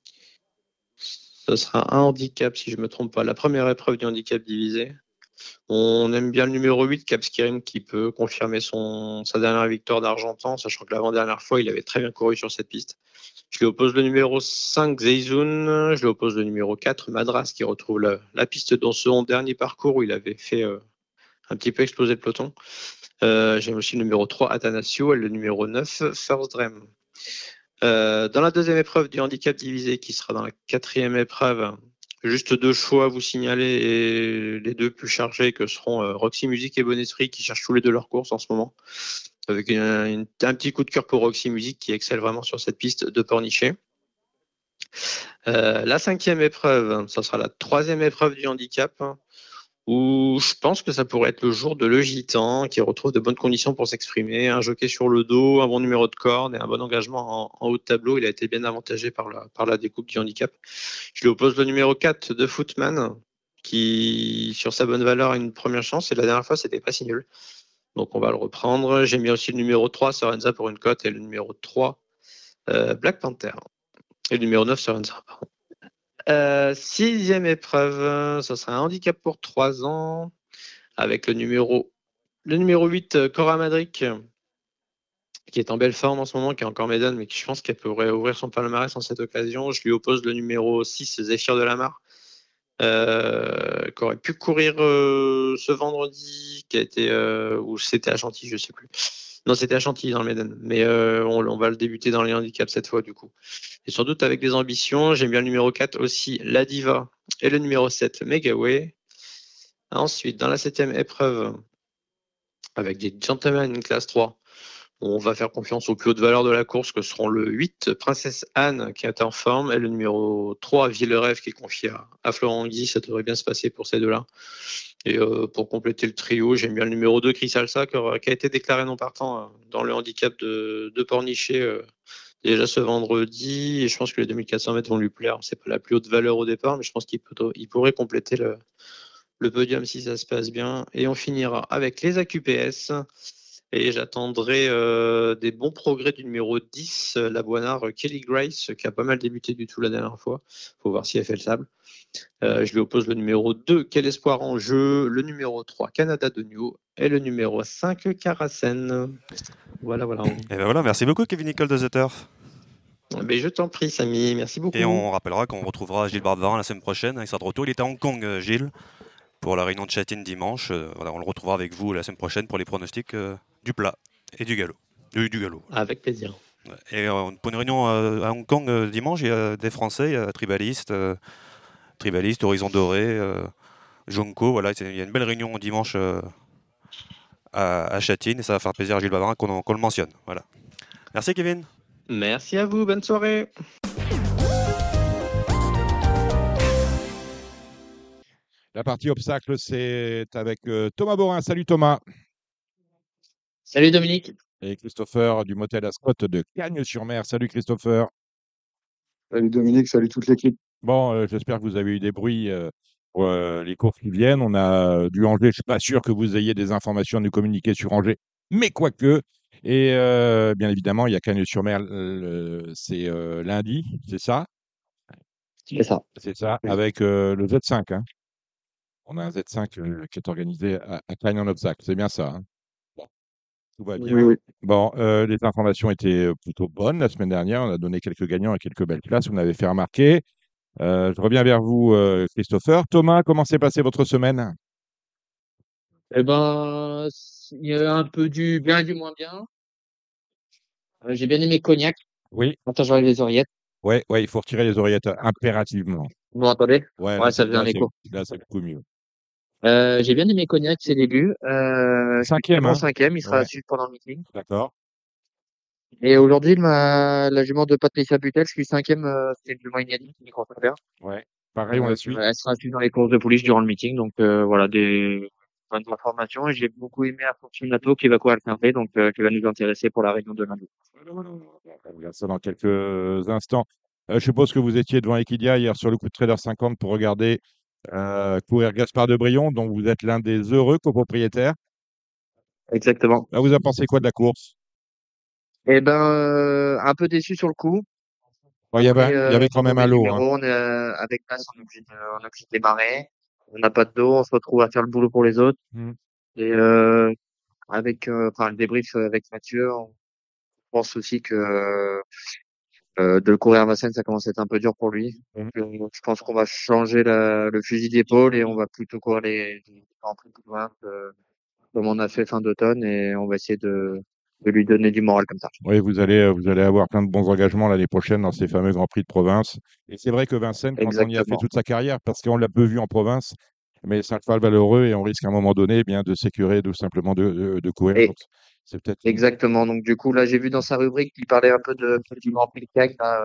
Speaker 4: ce sera un handicap, si je ne me trompe pas. La première épreuve du handicap divisé. On aime bien le numéro huit, Capskirim, qui peut confirmer son, sa dernière victoire d'Argentan, sachant que l'avant-dernière fois, il avait très bien couru sur cette piste. Je lui oppose le numéro cinq, Zeizun. Je lui oppose le numéro quatre, Madras, qui retrouve la, la piste dans son dernier parcours où il avait fait euh, un petit peu exploser le peloton. Euh, J'aime aussi le numéro trois, Atanasio, et le numéro neuf, First Dream. Euh, dans la deuxième épreuve du handicap divisé, qui sera dans la quatrième épreuve, juste deux choix à vous signaler, et les deux plus chargés que seront euh, Roxy Music et Bonneterie, qui cherchent tous les deux leur course en ce moment, avec une, une, un petit coup de cœur pour Roxy Music, qui excelle vraiment sur cette piste de Pornichet. Euh, la cinquième épreuve, ça sera la troisième épreuve du handicap, où je pense que ça pourrait être le jour de Le Gitan, qui retrouve de bonnes conditions pour s'exprimer, un jockey sur le dos, un bon numéro de corde et un bon engagement en, en haut de tableau. Il a été bien avantagé par la, par la découpe du handicap. Je lui oppose le numéro quatre de Footman, qui, sur sa bonne valeur, a une première chance, et la dernière fois, c'était pas si nul. Donc on va le reprendre. J'aime bien aussi le numéro trois, Sorenza, pour une cote, et le numéro trois, euh, Black Panther. Et le numéro neuf, Sorenza, pardon. Euh, sixième épreuve, ce sera un handicap pour trois ans, avec le numéro, le numéro huit, Cora Madric, qui est en belle forme en ce moment, qui est encore médaille, mais qui je pense qu'elle pourrait ouvrir son palmarès en cette occasion. Je lui oppose le numéro six, Zéphyr de la Mare, euh, qui aurait pu courir euh, ce vendredi, qui a été, euh, ou c'était à Chantilly, je ne sais plus. Non, c'était à Chantilly dans le Médan, mais euh, on, on va le débuter dans les handicaps cette fois, du coup. Et sans doute avec des ambitions. J'aime bien le numéro quatre aussi, La Diva, et le numéro sept, Megaway. Ensuite, dans la septième épreuve, avec des gentlemen classe trois, on va faire confiance aux plus hautes valeurs de la course, que seront le huit, Princesse Anne, qui est en forme, et le numéro trois, Villerève, qui est confié à, à Florent Guy. Ça devrait bien se passer pour ces deux-là. Et euh, pour compléter le trio, j'aime bien le numéro deux, Chris Alsa, qui a été déclaré non partant euh, dans le handicap de, de Pornichet euh, déjà ce vendredi. Et je pense que les deux mille quatre cents mètres vont lui plaire. C'est pas la plus haute valeur au départ, mais je pense qu'il peut, il pourrait compléter le, le podium si ça se passe bien. Et on finira avec les A Q P S. Et j'attendrai euh, des bons progrès du numéro dix, la Boinard Kelly Grace, qui a pas mal débuté du tout la dernière fois. Il faut voir si elle fait le sable. Euh, je lui oppose le numéro deux, Quel Espoir en jeu, le numéro trois, Canada de New, et le numéro cinq, Caracen. Voilà, voilà.
Speaker 5: Et ben voilà, merci beaucoup Kevin Nicole de Zetter.
Speaker 4: Mais je t'en prie, Samy, merci beaucoup.
Speaker 5: Et on rappellera qu'on retrouvera Gilles Barberin la semaine prochaine, il sera de retour. Il était à Hong Kong, euh, Gilles, pour la réunion de Châtine dimanche. Euh, voilà, on le retrouvera avec vous la semaine prochaine pour les pronostics euh, du plat et du galop. Du, du galop.
Speaker 4: Avec plaisir.
Speaker 5: Et euh, pour une réunion euh, à Hong Kong euh, dimanche, il y a des Français, il y a Tribaliste, euh, Tribaliste, Horizon Doré, euh, Jonko. Voilà, il y a une belle réunion dimanche euh, à, à Châtine, et ça va faire plaisir à Gilles Barberin qu'on qu'on le mentionne. Voilà. Merci Kevin.
Speaker 4: Merci à vous, bonne soirée.
Speaker 2: La partie obstacle, c'est avec euh, Thomas Borin. Salut Thomas.
Speaker 6: Salut Dominique.
Speaker 2: Et Christopher du motel Ascot de Cagnes-sur-Mer. Salut Christopher.
Speaker 7: Salut Dominique, salut toute l'équipe.
Speaker 2: Bon, euh, j'espère que vous avez eu des bruits euh, pour euh, les courses qui viennent. On a euh, du Angers. Je ne suis pas sûr que vous ayez des informations à nous communiquer sur Angers, mais quoique. Et euh, bien évidemment, il y a Cagnes-sur-Mer, euh, c'est euh, lundi, c'est ça?
Speaker 6: C'est ça.
Speaker 2: C'est ça,
Speaker 7: Oui.
Speaker 2: avec euh, le Z cinq. Hein. On a un Z cinq euh, qui est organisé à, à Cagnes en obstacle. C'est bien ça. Hein. Bon, tout va bien.
Speaker 7: Oui, oui.
Speaker 2: Bon, euh, les informations étaient plutôt bonnes la semaine dernière. On a donné quelques gagnants et quelques belles places. Vous m'avez fait remarquer. Euh, je reviens vers vous, euh, Christopher. Thomas, comment s'est passée votre semaine?
Speaker 6: Eh ben, il y a un peu du bien et du moins bien. Euh, j'ai bien aimé Cognac,
Speaker 2: Oui,
Speaker 6: partage avec les oreillettes.
Speaker 2: Ouais, ouais, il faut retirer les oreillettes euh, impérativement.
Speaker 6: Vous m'entendez?
Speaker 2: Ouais, là,
Speaker 6: Ouais, ça
Speaker 2: c'est
Speaker 6: faisait un
Speaker 2: là, c'est
Speaker 6: écho.
Speaker 2: là, c'est beaucoup mieux.
Speaker 6: Euh, j'ai bien aimé Cognac, ses débuts. Euh, je suis très
Speaker 2: Cinquième,
Speaker 6: bon
Speaker 2: hein?
Speaker 6: cinquième, il sera à
Speaker 2: Ouais,
Speaker 6: suivre pendant le meeting.
Speaker 2: d'accord.
Speaker 6: Et aujourd'hui, ma, la jument de Patricia Butel, je suis cinquième, euh, c'est une jument inédite qui croit bien.
Speaker 2: Ouais. Pareil, on
Speaker 6: Euh,
Speaker 2: la suit.
Speaker 6: elle sera suivie dans les courses de pouliche durant le meeting. Donc, euh, voilà, des bonnes informations. Et j'ai beaucoup aimé Fortunato qui va courir le quintet, donc, euh, qui va nous intéresser pour la réunion de lundi.
Speaker 2: On regarde ça dans quelques instants. Euh, je suppose que vous étiez devant Equidia hier sur le coup de Trader cinquante pour regarder euh, courir Gaspard de Brion, dont vous êtes l'un des heureux copropriétaires.
Speaker 6: Exactement.
Speaker 2: Là, vous en pensez quoi de la course?
Speaker 6: Eh ben, euh, un peu déçu sur le coup.
Speaker 2: Bon, il y avait,
Speaker 6: Après,
Speaker 2: il y avait
Speaker 6: euh,
Speaker 2: quand même un
Speaker 6: mauvais
Speaker 2: lot, hein.
Speaker 6: numéro, on est euh, avec Mass, on est obligé de, on est obligé de démarrer. On n'a pas de dos, on se retrouve à faire le boulot pour les autres.
Speaker 2: Hmm.
Speaker 6: Et euh, avec, euh, enfin, le débrief avec Mathieu, on pense aussi que euh, de le courir à Vincennes, ça commence à être un peu dur pour lui.
Speaker 2: Hmm.
Speaker 6: Donc, euh, je pense qu'on va changer la, le fusil d'épaule et on va plutôt courir les, les Grands Prix de vingt, euh, comme on a fait fin d'automne, et on va essayer de, de lui donner du moral comme ça.
Speaker 2: Oui, vous allez, euh, vous allez avoir plein de bons engagements l'année prochaine dans ces fameux Grands Prix de province. Et c'est vrai que Vincennes, quand on y a fait
Speaker 6: Exactement.
Speaker 2: toute sa carrière, parce qu'on l'a peu vu en province, mais c'est un cheval valeureux et on risque à un moment donné eh bien de s'écurer tout simplement de, de, de courir.
Speaker 6: Et
Speaker 2: Donc, c'est peut-être une.
Speaker 6: exactement. Donc, du coup, là, j'ai vu dans sa rubrique qu'il parlait un peu de, du Grand Prix de C A C, là,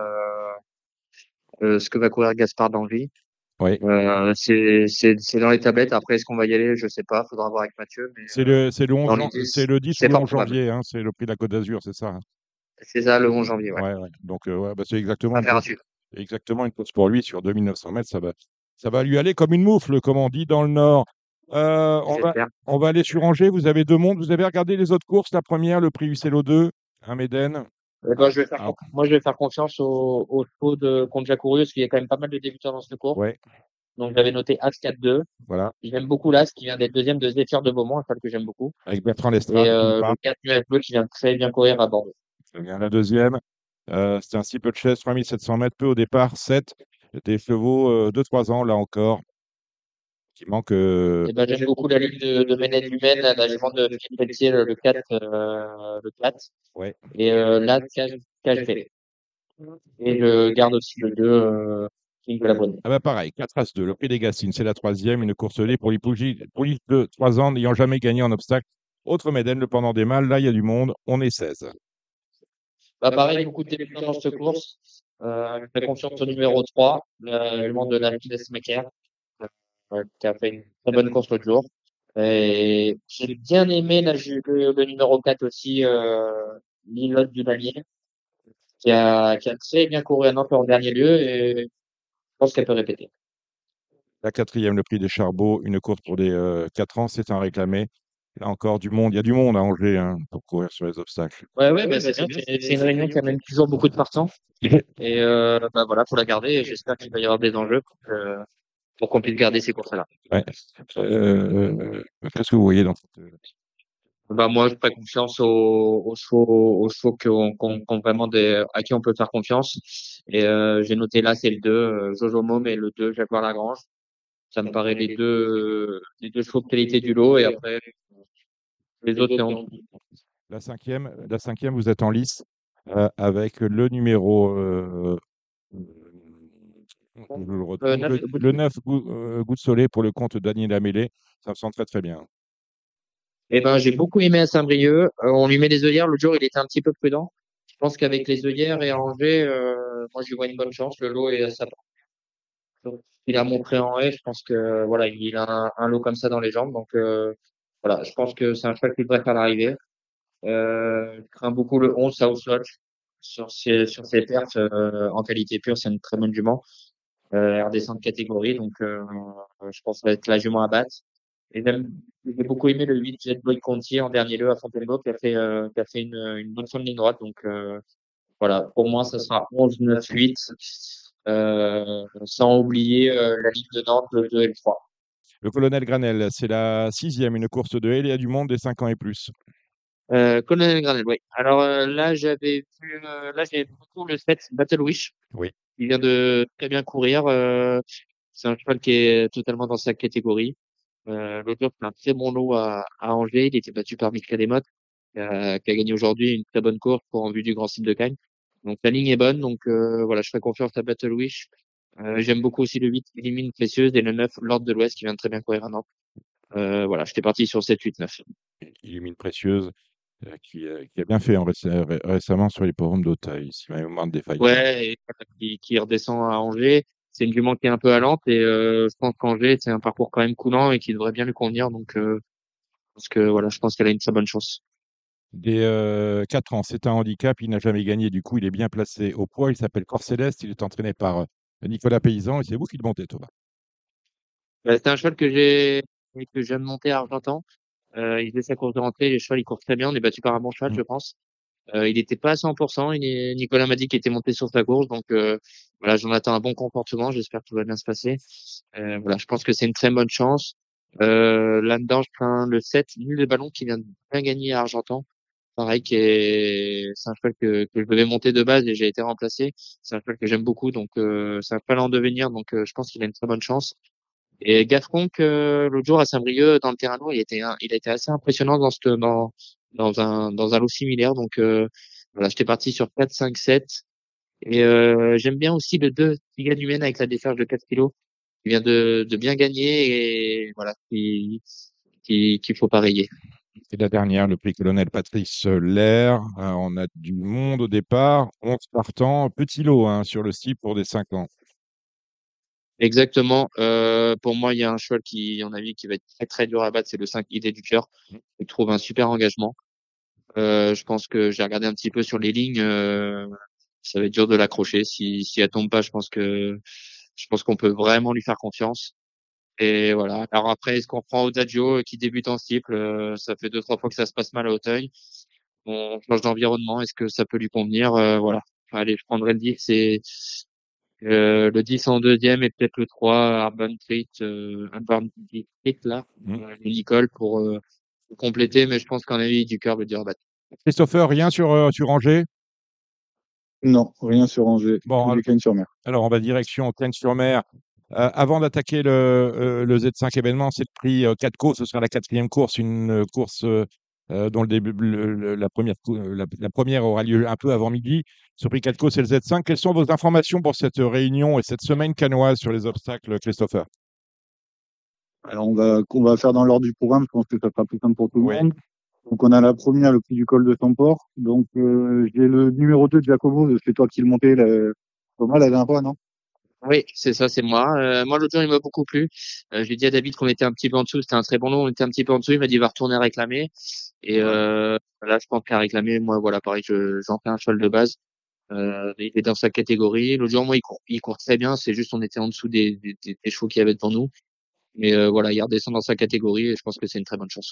Speaker 6: euh, euh, ce que va courir Gaspard d'Angely.
Speaker 2: Oui.
Speaker 6: Euh, c'est, c'est, c'est dans les tablettes. Après, est-ce qu'on va y aller? Je sais pas. Faudra voir avec Mathieu. Mais
Speaker 2: C'est
Speaker 6: euh,
Speaker 2: le, c'est le onze
Speaker 6: dans
Speaker 2: jan-
Speaker 6: l'idée,
Speaker 2: c'est le dix ou
Speaker 6: c'est
Speaker 2: le
Speaker 6: fort
Speaker 2: onze
Speaker 6: probable.
Speaker 2: janvier, hein, c'est le prix de la Côte d'Azur, c'est ça, hein.
Speaker 6: C'est ça, le onze janvier, ouais.
Speaker 2: Ouais, ouais. Donc, euh, ouais, bah, c'est exactement une
Speaker 6: Affaire à
Speaker 2: course,
Speaker 6: suivre.
Speaker 2: exactement une course pour lui sur deux mille neuf cents mètres. Ça va, ça va lui aller comme une moufle, comme on dit dans le Nord. Euh, on va,
Speaker 6: J'espère.
Speaker 2: on va aller sur Angers. Vous avez deux mondes. Vous avez regardé les autres courses. La première, le prix U C L O deux, un Méden.
Speaker 6: Eh ben, je vais faire,
Speaker 2: Ah,
Speaker 6: con- moi, je vais faire confiance au, au chevaux de contre Jacourio, parce qu'il y a quand même pas mal de débutants dans ce cours.
Speaker 2: ouais,
Speaker 6: Donc, j'avais noté As quatre deux.
Speaker 2: voilà.
Speaker 6: J'aime beaucoup l'As, qui vient d'être deuxième de Zéphyr de Beaumont, un cheval que j'aime beaucoup.
Speaker 2: Avec Bertrand
Speaker 6: Et,
Speaker 2: Lestrade qui
Speaker 6: euh,
Speaker 2: part.
Speaker 6: le quatre Nuage Bleu, qui vient très bien courir à Bordeaux.
Speaker 2: Très bien. La deuxième, euh, c'est un six peu de chaise, trois mille sept cents mètres, peu au départ, sept. Des chevaux euh, de trois ans, là encore, qui manquent. euh,
Speaker 6: Et ben, j'aime beaucoup la lutte de, de Ménette Humaine, la la jument de Philippe Pelletier, le le quatre, euh, le quatre.
Speaker 2: ouais.
Speaker 6: Et euh, là, K G P. Et je garde aussi le deux, euh, King de la Bonne.
Speaker 2: Ah bah pareil, quatre As deux, le prix des Gassines, c'est la troisième, une course lait pour les poulies poulies de trois ans n'ayant jamais gagné en obstacle. Autre Méden, le pendant des mâles, là il y a du monde, on est seize.
Speaker 6: Bah, pareil, beaucoup de débutants dans cette course. Euh, je fais confiance au numéro trois, le jument de la Fides Macaire, euh, qui a fait une très bonne course l'autre jour. Et j'ai bien aimé la, ju- le, le numéro quatre aussi, euh, Lilotte du Lalier, qui a, qui a très bien couru à Nantes en dernier lieu, et je pense qu'elle peut répéter.
Speaker 2: La quatrième, le prix des Charbot, une course pour des euh, quatre ans, c'est un réclamé. Là encore du monde, il y a du monde à Angers hein, pour courir sur les obstacles.
Speaker 6: Ouais, ouais, bah, c'est bien. C'est c'est une réunion qui amène toujours beaucoup de partants. Et euh, bah, voilà, faut la garder, et j'espère qu'il va y avoir des enjeux pour que- pour qu'on puisse garder ces courses-là.
Speaker 2: Ouais. Euh, euh, Qu'est-ce que vous voyez dans cette. euh,
Speaker 6: Bah, moi, je ferais confiance aux, aux chevaux, aux chevaux qui ont, qui ont- qui ont vraiment des, à qui on peut faire confiance. Et euh, j'ai noté là, c'est le deux, euh, Jojo Mom, et le deux, Jaguar Lagrange. Ça me paraît les deux, les deux chevaux de qualité du lot. Et après, les autres, c'est en dessous.
Speaker 2: La cinquième, la cinquième, vous êtes en lice euh, avec le numéro. euh, je le retrouve,
Speaker 6: Euh, neuf,
Speaker 2: le, le neuf, Goût, euh, Goût de Soleil pour le compte Daniel Amélé. Ça me sent très très bien.
Speaker 6: Eh ben, j'ai beaucoup aimé à Saint-Brieuc. Euh, on lui met des œillères. L'autre jour, il était un petit peu prudent. Je pense qu'avec les œillères et à Angers, euh, moi, je lui vois une bonne chance. Le lot est à sa portée. Il a montré en haie. Je pense que, voilà, il a un, un lot comme ça dans les jambes. Donc, euh, voilà, je pense que c'est un cheval qui devrait faire l'arrivée. Euh, je crains beaucoup le onze South Lodge. Sur ses, sur ses perfs, euh, en qualité pure, c'est une très bonne jument. Euh, elle redescend de catégorie. Donc, euh, je pense que ça va être la jument à battre. Et même, j'ai beaucoup aimé le huit Jet Boy Contier en dernier lieu à Fontainebleau, qui a fait, euh, qui a fait une, une bonne fin de ligne droite. Donc, euh, voilà, pour moi, ça sera onze, neuf, huit, euh, sans oublier euh, la ligne de Nantes, le deux et le trois.
Speaker 2: Le colonel Granel, c'est la sixième, une course de haie, il y a du monde des cinq ans et plus.
Speaker 6: Euh, Colonel Granel, oui. Alors euh, là, j'avais vu, euh, là, j'ai beaucoup le sept Battle Wish.
Speaker 2: Oui.
Speaker 6: Il vient de très bien courir. Euh, c'est un cheval qui est totalement dans sa catégorie. Euh, l'autre jour, c'est un très bon lot à, à Angers. Il était battu par Mika Desmottes, qui a, qui a gagné aujourd'hui une très bonne course pour en vue du Grand Site de Cagnes. Donc la ligne est bonne, donc euh, voilà, je ferai confiance à Battle Wish. Euh, j'aime beaucoup aussi le huit, Élimine Précieuse, et le neuf, L'Ordre de l'Ouest, qui vient de très bien courir à Nantes. Euh, voilà, j'étais parti sur sept, huit, neuf.
Speaker 2: Illumine Précieuse, euh, qui, euh, qui a bien fait en réc- ré- récemment sur les forums d'Auteuil, si ma mémoire ne défaille pas.
Speaker 6: Ouais, et voilà, qui, qui redescend à Angers. C'est une jument qui est un peu allante et euh, je pense qu'Angers, c'est un parcours quand même coulant et qui devrait bien lui convenir. Donc, euh, parce que voilà, je pense qu'elle a une très bonne chance.
Speaker 2: Des euh, quatre ans, c'est un handicap, il n'a jamais gagné, du coup il est bien placé au poids, il s'appelle Corcéleste, il est entraîné par euh, Nicolas Paysan et c'est vous qui le montez, Thomas.
Speaker 6: Bah, c'est un cheval que j'ai que je viens de monter à Argentan. Euh, il faisait sa course de rentrée, le cheval il court très bien, on est battu par un bon cheval,
Speaker 2: Mm.
Speaker 6: je pense. Euh, il n'était pas à cent pour cent, il est... Nicolas m'a dit qu'il était monté sur sa course, donc euh, voilà, j'en attends un bon comportement, j'espère que tout va bien se passer. Euh, voilà, je pense que c'est une très bonne chance. Euh, là-dedans, je prends le sept, Nul les ballons, qui vient de bien gagner à Argentan. Pareil, qui est, c'est un cheval que, que je devais monter de base et j'ai été remplacé. C'est un cheval que j'aime beaucoup, donc euh, c'est un cheval en devenir, donc euh, je pense qu'il a une très bonne chance. Et Gasconque, euh, l'autre jour à Saint-Brieuc, dans le terrain lourd, il était, un- il a été assez impressionnant dans ce, dans, dans un, dans un lot similaire. Donc, euh, voilà, j'étais parti sur quatre, cinq, sept. Et, euh, j'aime bien aussi le deux, Tiga du Maine avec la décharge de quatre kilos. Il vient de, de bien gagner et voilà, qui, qui, qu'il faut pas rayer.
Speaker 2: Et la dernière, le prix colonel Patrice Lair, euh, on a du monde au départ, onze partants, petit lot hein, sur le site pour des cinq ans.
Speaker 6: Exactement. Euh, pour moi, il y a un cheval qui, à mon avis, qui va être très, très dur à battre. C'est le cinq, Idée du cœur. Je trouve un super engagement. Euh, je pense que j'ai regardé un petit peu sur les lignes. Euh, ça va être dur de l'accrocher. Si, si elle tombe pas, je pense que je pense qu'on peut vraiment lui faire confiance. Et voilà. Alors après, est-ce qu'on prend Odadjo euh, qui débute en cycle? Euh, ça fait deux trois fois que ça se passe mal à Auteuil. On change d'environnement. Est-ce que ça peut lui convenir? Euh, voilà. Allez, je prendrai le dix. C'est euh, le dix en deuxième et peut-être le trois, Urban Treat, euh, Urban Treat là,
Speaker 2: Mm.
Speaker 6: euh, Nicole pour euh, compléter. Mais je pense qu'en avis du cœur veut dire battre.
Speaker 2: Christopher, rien sur, euh, sur Angers?
Speaker 7: Non, rien sur Angers,
Speaker 2: Bon,
Speaker 7: que
Speaker 2: al-
Speaker 7: du Cagnes-sur-Mer.
Speaker 2: alors on va direction Cagnes-sur-Mer. Euh, avant d'attaquer le, euh, le Z cinq événement, c'est le prix euh, quatre co, ce sera la quatrième course, une euh, course euh, euh, dont le début, le- le- la, première, cou- euh, la, la première aura lieu un peu avant midi. Ce prix quatre co, c'est le Z cinq. Quelles sont vos informations pour cette réunion et cette semaine canoise sur les obstacles, Christopher?
Speaker 7: Alors, on va, on va faire dans l'ordre du programme, je pense que ça sera plus simple pour tout le
Speaker 2: Oui.
Speaker 7: monde. Donc, on a la première, le prix du col de Samport. Donc, euh, j'ai le numéro deux de Giacomo, c'est toi qui le montais, la... Thomas, la dernière fois, non?
Speaker 6: Oui, c'est ça, c'est moi. Euh, moi, l'autre jour, il m'a beaucoup plu. Euh, j'ai dit à David qu'on était un petit peu en dessous. C'était un très bon lot. On était un petit peu en dessous. Il m'a dit, va retourner réclamer. Et euh, là, je pense qu'à réclamer, moi, voilà, pareil, je, j'en fais un cheval de base. Euh, il est dans sa catégorie. L'autre jour, moi, il court, il court très bien. C'est juste, on était en dessous des, des, des, des chevaux qu'il y avait devant nous. Mais euh, voilà, il redescend dans sa catégorie et je pense que c'est une très bonne chance.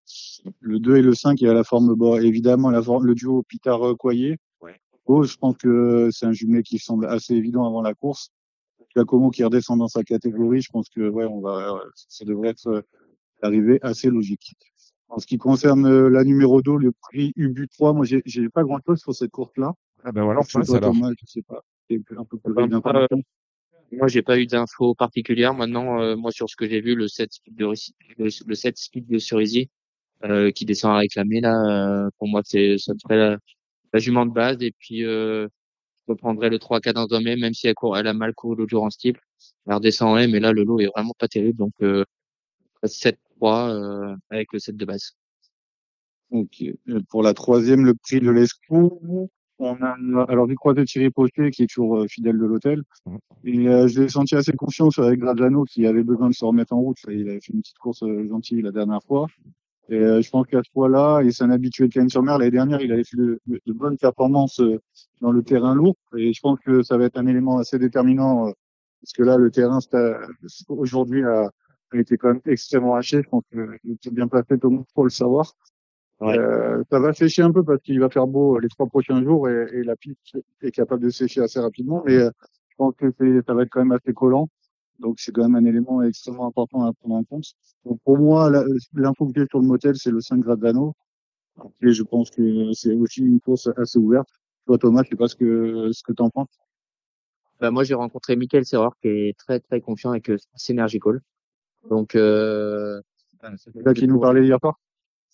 Speaker 7: Le deux et le cinq, il y a la forme, bon, évidemment, la forme, le duo Pitard-Coyer.
Speaker 6: Ouais.
Speaker 7: Oh, je pense que c'est un jumelé qui semble assez évident avant la course. Giacomo qui redescend dans sa catégorie, je pense que ouais, on va, ça devrait être euh, arrivé assez logique. En ce qui concerne euh, la numéro deux, le prix U B U trois, moi j'ai j'ai pas grand chose sur cette course-là.
Speaker 2: Ah ben voilà, on
Speaker 7: Chez
Speaker 2: passe
Speaker 7: toi
Speaker 2: alors.
Speaker 7: Thomas, je sais pas. C'est un peu plus
Speaker 6: Ben, moi,
Speaker 7: d'informations.
Speaker 6: moi, j'ai pas eu d'infos particulières. Maintenant, euh, moi, sur ce que j'ai vu, le sept speed de, Rissi- le, le sept speed de Cerisier, euh, qui descend à réclamer, là, euh, pour moi, c'est, ça serait la, la jument de base. Et puis, euh, je reprendrai le trois Cadence d'Homme, même si elle, court, elle a mal couru l'autre jour en steeple. Elle redescend en M, mais là, le lot est vraiment pas terrible. Donc, euh, sept trois, euh, avec le sept de base.
Speaker 7: Ok. Euh, Pour la troisième, le prix de l'Escou, on a alors du croisé Thierry Poché qui est toujours euh, fidèle de l'hôtel.
Speaker 2: Mhm.
Speaker 7: Et euh, je l'ai senti assez confiance avec Graziano qui avait besoin de se remettre en route. Il avait fait une petite course euh, gentille la dernière fois. Et euh, je pense qu'à ce fois-là, il s'est un habitué de Cagnes-sur-Mer. L'année dernière, il avait fait de, de- de bonnes performances euh, dans le terrain lourd. Et je pense que ça va être un élément assez déterminant. euh, parce que là, le terrain, c'est, euh, aujourd'hui, a, a été quand même extrêmement haché. Je pense que il est bien placé, tout le monde pour le savoir.
Speaker 6: Ouais.
Speaker 7: Euh, ça va sécher un peu parce qu'il va faire beau euh, les trois prochains jours et, et la piste est capable de sécher assez rapidement. Mais euh, je pense que c'est, ça va être quand même assez collant. Donc c'est quand même un élément extrêmement important à prendre en compte. Donc pour moi, la- l'info que j'ai sur le motel, c'est le cinq Graziano. Et je pense que c'est aussi une course assez ouverte. Toi Thomas, je sais pas ce que ce que t'en penses.
Speaker 6: Bah, moi, j'ai rencontré Michael Serreur, qui est très, très confiant avec euh, Synergical. Donc, euh,
Speaker 7: C'est là qui nous parlait hier soir.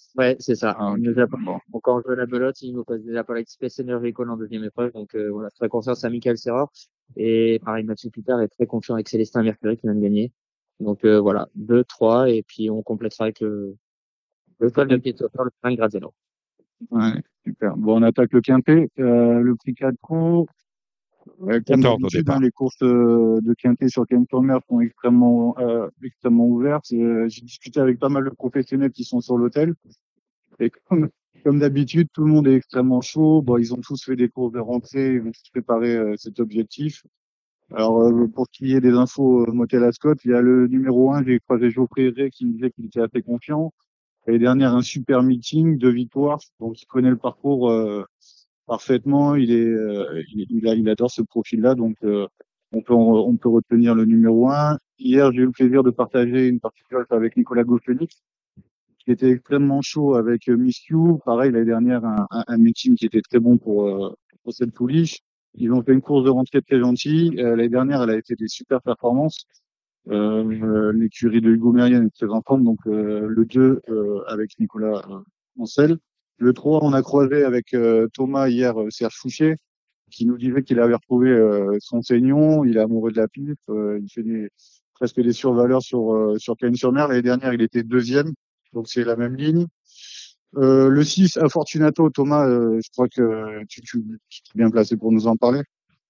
Speaker 6: Ouais, c'est ça.
Speaker 7: Ah,
Speaker 6: Il
Speaker 7: ok.
Speaker 6: nous a pas,
Speaker 7: Bon.
Speaker 6: donc quand on joue à la belote, il nous passe déjà par Space Energy Call en deuxième épreuve. Donc euh, voilà, très confiance à Michael Serra. Et pareil, Mathieu Pitard est très confiant avec Célestin Mercury qui vient de gagner. Donc euh, voilà, deux, trois, et puis on complétera avec le, le toile de Christopher, le cinq Graziano.
Speaker 7: Ouais, super. Bon, on attaque le quintet. Euh, le prix quatre roues. Ouais, comme
Speaker 2: quatorze au
Speaker 7: d'habitude, hein,
Speaker 2: départ.
Speaker 7: les courses euh, de quintet sur Cannes-sur-Mer sont extrêmement, euh, extrêmement ouvertes. Euh, J'ai discuté avec pas mal de professionnels qui sont sur l'hôtel. Et comme, comme d'habitude, tout le monde est extrêmement chaud. Bon, ils ont tous fait des courses de rentrée, ils ont tous préparé euh, cet objectif. Alors, euh, pour qu'il y ait des infos euh, Motel Ascot, il y a le numéro un, j'ai croisé Geoffrey Ray qui me disait qu'il était assez confiant. L'année dernière, un super meeting, deux victoires. Donc, il connaît le parcours euh, parfaitement. Il est, euh, il, il a- il adore ce profil-là. Donc, euh, on peut, en- on peut retenir le numéro un. Hier, j'ai eu le plaisir de partager une partie de golf avec Nicolas Gauffenix, qui était extrêmement chaud avec euh, Miss You. Pareil, l'année dernière, un, un, un meeting qui était très bon pour, euh, pour cette pouliche. Ils ont fait une course de rentrée très gentille. Euh, l'année dernière, elle a été des super performances. Euh, euh, l'écurie de Hugo Mérienne est très en forme, donc euh, le deux euh, avec Nicolas euh, Ancel. Le trois, on a croisé avec euh, Thomas hier euh, Serge Fouché, qui nous disait qu'il avait retrouvé euh, son Seignon, il est amoureux de la piste, euh, il fait des, presque des survaleurs sur, euh, sur Cagnes-sur-Mer. L'année dernière, il était deuxième, donc c'est la même ligne. Euh, le six, à Fortunato, Thomas, euh, je crois que tu, tu, tu es bien placé pour nous en parler.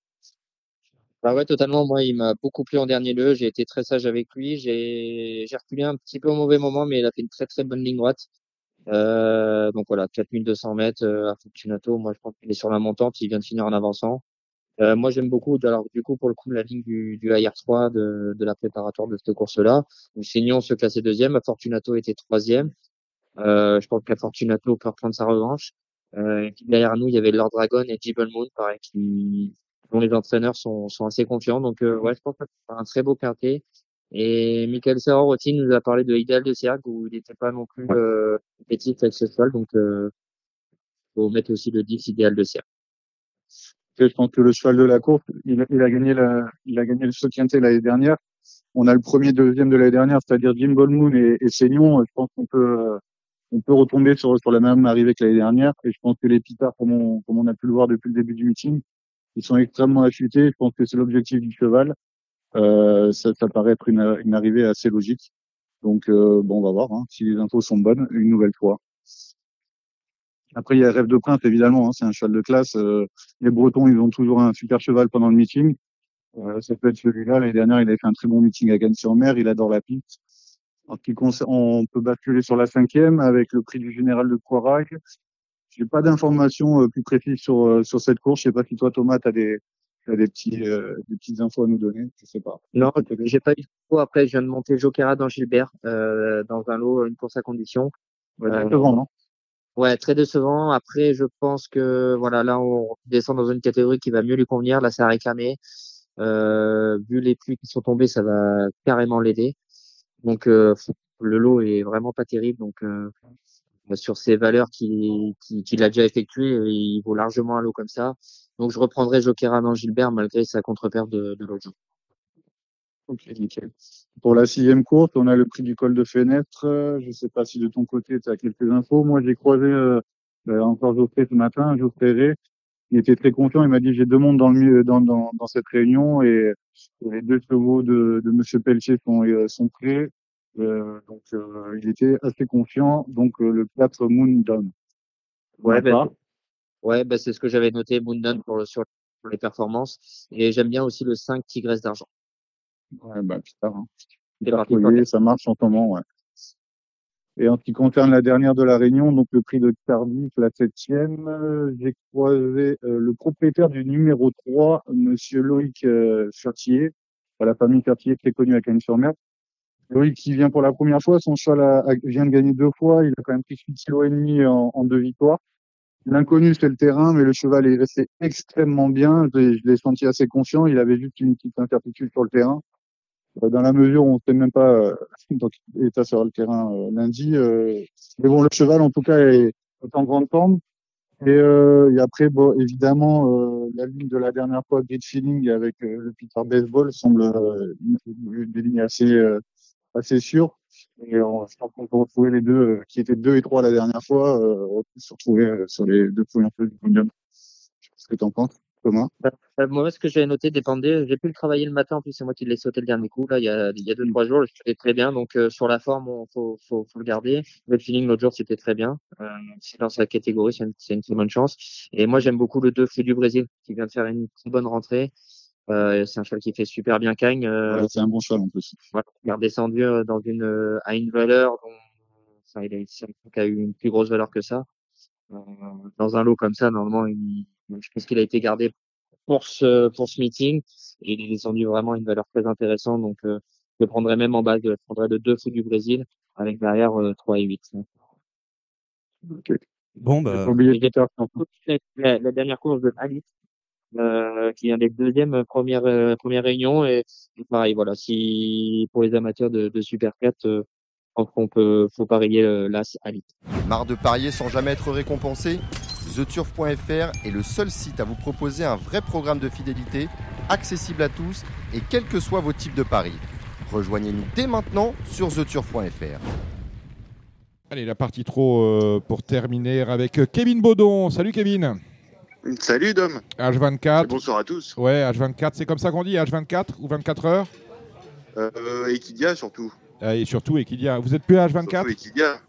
Speaker 6: Bah ouais, totalement. Moi, il m'a beaucoup plu en dernier lieu. J'ai été très sage avec lui. J'ai, j'ai reculé un petit peu au mauvais moment, mais il a fait une très très bonne ligne droite. Euh, donc voilà, quatre mille deux cents mètres euh, à Fortunato. Moi, je pense qu'il est sur la montante. Il vient de finir en avançant. Euh, moi, j'aime beaucoup. Alors, du coup, pour le coup, la ligne du, du I R trois de, de la préparatoire de cette course-là. Donc, Seignon se classait deuxième. Fortunato était troisième. Euh, je pense que Fortunato peut reprendre sa revanche. Euh, et puis derrière nous, il y avait Lord Dragon et Jibble Moon, pareil, qui, dont les entraîneurs sont, sont assez confiants. Donc, euh, ouais, je pense que c'est un très beau quintet. Et Michael Serra aussi nous a parlé de Idéal de Cirque où il n'était pas non plus euh, compétitif avec ce cheval. Donc, euh, faut mettre aussi le dix Idéal de Cirque.
Speaker 7: Je pense que le cheval de la course, il, a- il a gagné la, il a gagné le Soquinté l'année dernière. On a le premier, deuxième de l'année dernière, c'est-à-dire Jim Goldmoon et, et Seignon. Je pense qu'on peut, euh, on peut retomber sur, sur la même arrivée que l'année dernière. Et je pense que les Pitards, comme on, comme on a pu le voir depuis le début du meeting, ils sont extrêmement affûtés. Je pense que c'est l'objectif du cheval. Euh, ça, ça paraît être une, une arrivée assez logique. Donc, euh, bon, on va voir hein, si les infos sont bonnes une nouvelle fois. Après, il y a Rêve de Prince, évidemment. Hein, c'est un cheval de classe. Euh, les Bretons, ils ont toujours un super cheval pendant le meeting. Euh, ça peut être celui-là. L'année dernière, il avait fait un très bon meeting à Cannes-sur-Mer. Il adore la piste. En ce qui concerne, on peut basculer sur la cinquième avec le prix du général de Coirac. J'ai pas d'informations euh, plus précises sur euh, sur cette course. Je sais pas si toi, Thomas, t'as des t'as des petits euh, des petites infos à nous donner. Je sais pas.
Speaker 6: Non, j'ai pas eu trop. Après, je viens de monter Jokera dans Gilbert, euh, dans un lot, une course à condition.
Speaker 7: Ouais,
Speaker 6: Euh,
Speaker 7: décevant, non?
Speaker 6: ouais, très décevant. Après, je pense que voilà, là, on descend dans une catégorie qui va mieux lui convenir. Là, ça a réclamé. Euh, vu les pluies qui sont tombées, ça va carrément l'aider. Donc, euh, le lot est vraiment pas terrible. Donc, euh, sur ces valeurs qu'il qui, qu'il a déjà effectuées, il vaut largement un lot comme ça. Donc, je reprendrai Jokera dans Gilbert malgré sa contre-perte de, de l'autre jour.
Speaker 7: Ok, nickel. Pour la sixième course, on a le prix du col de Fenêtre. Euh, Je sais pas si de ton côté, tu as quelques infos. Moi, j'ai croisé euh, euh, encore Geoffrey ce matin, Geoffrey Ray. Il était très confiant. Il m'a dit, j'ai deux mondes dans, le, milieu- dans, dans, dans cette réunion et les deux chevaux de, de Monsieur Pelletier sont, euh, sont prêts. Euh, donc, euh, il était assez confiant. Donc, euh, le quatre Moon Down. On
Speaker 6: Ouais,
Speaker 7: n'a
Speaker 6: ben,
Speaker 7: pas.
Speaker 6: ouais, ben, c'est ce que j'avais noté, Moondown pour, le- sur pour les performances. Et j'aime bien aussi le cinq Tigresse d'argent.
Speaker 7: Ouais, bah, putain, hein.
Speaker 6: C'est
Speaker 7: Super
Speaker 6: parti pour
Speaker 7: foyer, ça marche en ce moment, ouais. Et en ce qui concerne la dernière de la Réunion, donc le prix de Cardiff, la septième, euh, j'ai croisé euh, le propriétaire du numéro trois, Monsieur Loïc euh, Fertier, à la famille Fertier très connue à Cagnes-sur-Mer. Loïc qui vient pour la première fois, son cheval a- a- vient de gagner deux fois, il a quand même pris huit kilos et demi en, en deux victoires. L'inconnu c'est le terrain, mais le cheval est resté extrêmement bien. Je l'ai je l'ai senti assez confiant. Il avait juste une petite incertitude sur le terrain. Euh, dans la mesure où on ne sait même pas euh, dans quel état sera le terrain euh, lundi. Euh, mais bon, le cheval, en tout cas, est, est en grande forme. Et, euh, et après, bon, évidemment, euh, la ligne de la dernière fois, Grid Feeling avec euh, le Peter Baseball, semble euh, une, une- des lignes assez, euh, assez sûres. Et on, je pense qu'on peut retrouver les deux, euh, qui étaient deux et trois la dernière fois, euh, on peut se retrouver euh, sur les deux premières places du podium. Je sais pas ce que t'en penses, Thomas.
Speaker 6: Bah, bah, moi, ce que j'avais noté dépendait. J'ai pu le travailler le matin. En plus, c'est moi qui l'ai sauté le dernier coup. Là, il y a, il y a deux, trois jours, j'étais très bien. Donc, euh, sur la forme, il faut, faut, faut le garder. Le feeling, l'autre jour, c'était très bien. Euh, c'est dans sa catégorie, c'est une, c'est une très bonne chance. Et moi, j'aime beaucoup le deux Feu du Brésil, qui vient de faire une très bonne rentrée. Euh, c'est un cheval qui fait super bien cagne. Euh,
Speaker 7: Ouais, c'est un bon cheval en plus.
Speaker 6: voilà, il est redescendu euh, dans une, euh, à une valeur dont, enfin, il a, c'est un truc qui a eu une plus grosse valeur que ça. Euh, dans un lot comme ça, normalement, il, je pense qu'il a été gardé pour ce, pour ce meeting. Et il est descendu vraiment à une valeur très intéressante. Donc, euh, je le prendrais même en base, je prendrais le deux Fou du Brésil avec derrière euh, trois et huit.
Speaker 7: Ok.
Speaker 5: Bon,
Speaker 7: J'ai pas
Speaker 5: bah,
Speaker 7: oublié
Speaker 6: Et j'ai
Speaker 7: Peter.
Speaker 6: la, la, la dernière course de Alice, euh, qui vient d'être deuxième euh, première, euh, première réunion. Et, et pareil, voilà, si pour les amateurs de, de Super quatre, euh, je pense qu'on peut, faut parier euh, l'As Alice.
Speaker 1: Marre de parier sans jamais être récompensé? The Turf point F R est le seul site à vous proposer un vrai programme de fidélité, accessible à tous et quels que soient vos types de paris. Rejoignez-nous dès maintenant sur The Turf point F R.
Speaker 2: Allez, la partie trop euh, pour terminer avec euh, Kevin Baudon. Salut Kevin.
Speaker 8: Salut Dom.
Speaker 2: H
Speaker 8: Et
Speaker 2: vingt-quatre.
Speaker 8: bonsoir à tous.
Speaker 2: Ouais, H vingt-quatre, c'est comme ça qu'on dit, H vingt-quatre ou vingt-quatre heures.
Speaker 8: Euh, Equidia surtout.
Speaker 2: Euh, Et surtout Equidia. Vous êtes plus à H vingt-quatre?
Speaker 8: Surtout Equidia.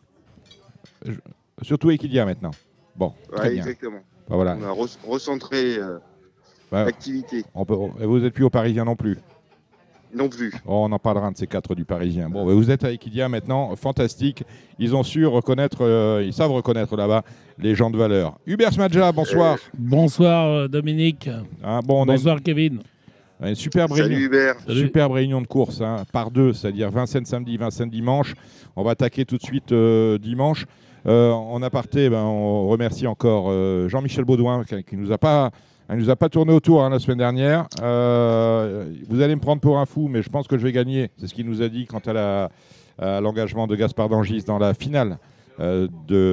Speaker 2: Surtout Equidia maintenant. Bon, très
Speaker 8: Ouais,
Speaker 2: bien.
Speaker 8: exactement.
Speaker 2: Bah, voilà.
Speaker 8: On a re- recentré euh,
Speaker 2: Bah,
Speaker 8: l'activité.
Speaker 2: on peut, on- et vous n'êtes plus au Parisien non plus.
Speaker 8: Non plus.
Speaker 2: Oh, on en parlera un de ces quatre du Parisien. Bon, bah, vous êtes à Equidia maintenant, fantastique. Ils ont su reconnaître, euh, ils savent reconnaître là-bas les gens de valeur. Hubert Smadja, bonsoir.
Speaker 9: Bonsoir euh, Dominique.
Speaker 2: Hein, bon, on a une,
Speaker 9: Bonsoir Kevin.
Speaker 2: on a une superbe
Speaker 8: Salut
Speaker 2: réunion.
Speaker 8: Hubert.
Speaker 9: Salut.
Speaker 2: Superbe réunion de course, hein, par deux, c'est-à-dire Vincennes samedi, Vincennes dimanche. On va attaquer tout de suite euh, dimanche. Euh, en aparté, ben, on remercie encore euh, Jean-Michel Baudouin qui, qui nous a pas, il nous a pas tourné autour hein, la semaine dernière. Euh, vous allez me prendre pour un fou, mais je pense que je vais gagner. C'est ce qu'il nous a dit quant à, la, à l'engagement de Gaspard d'Angis dans la finale euh,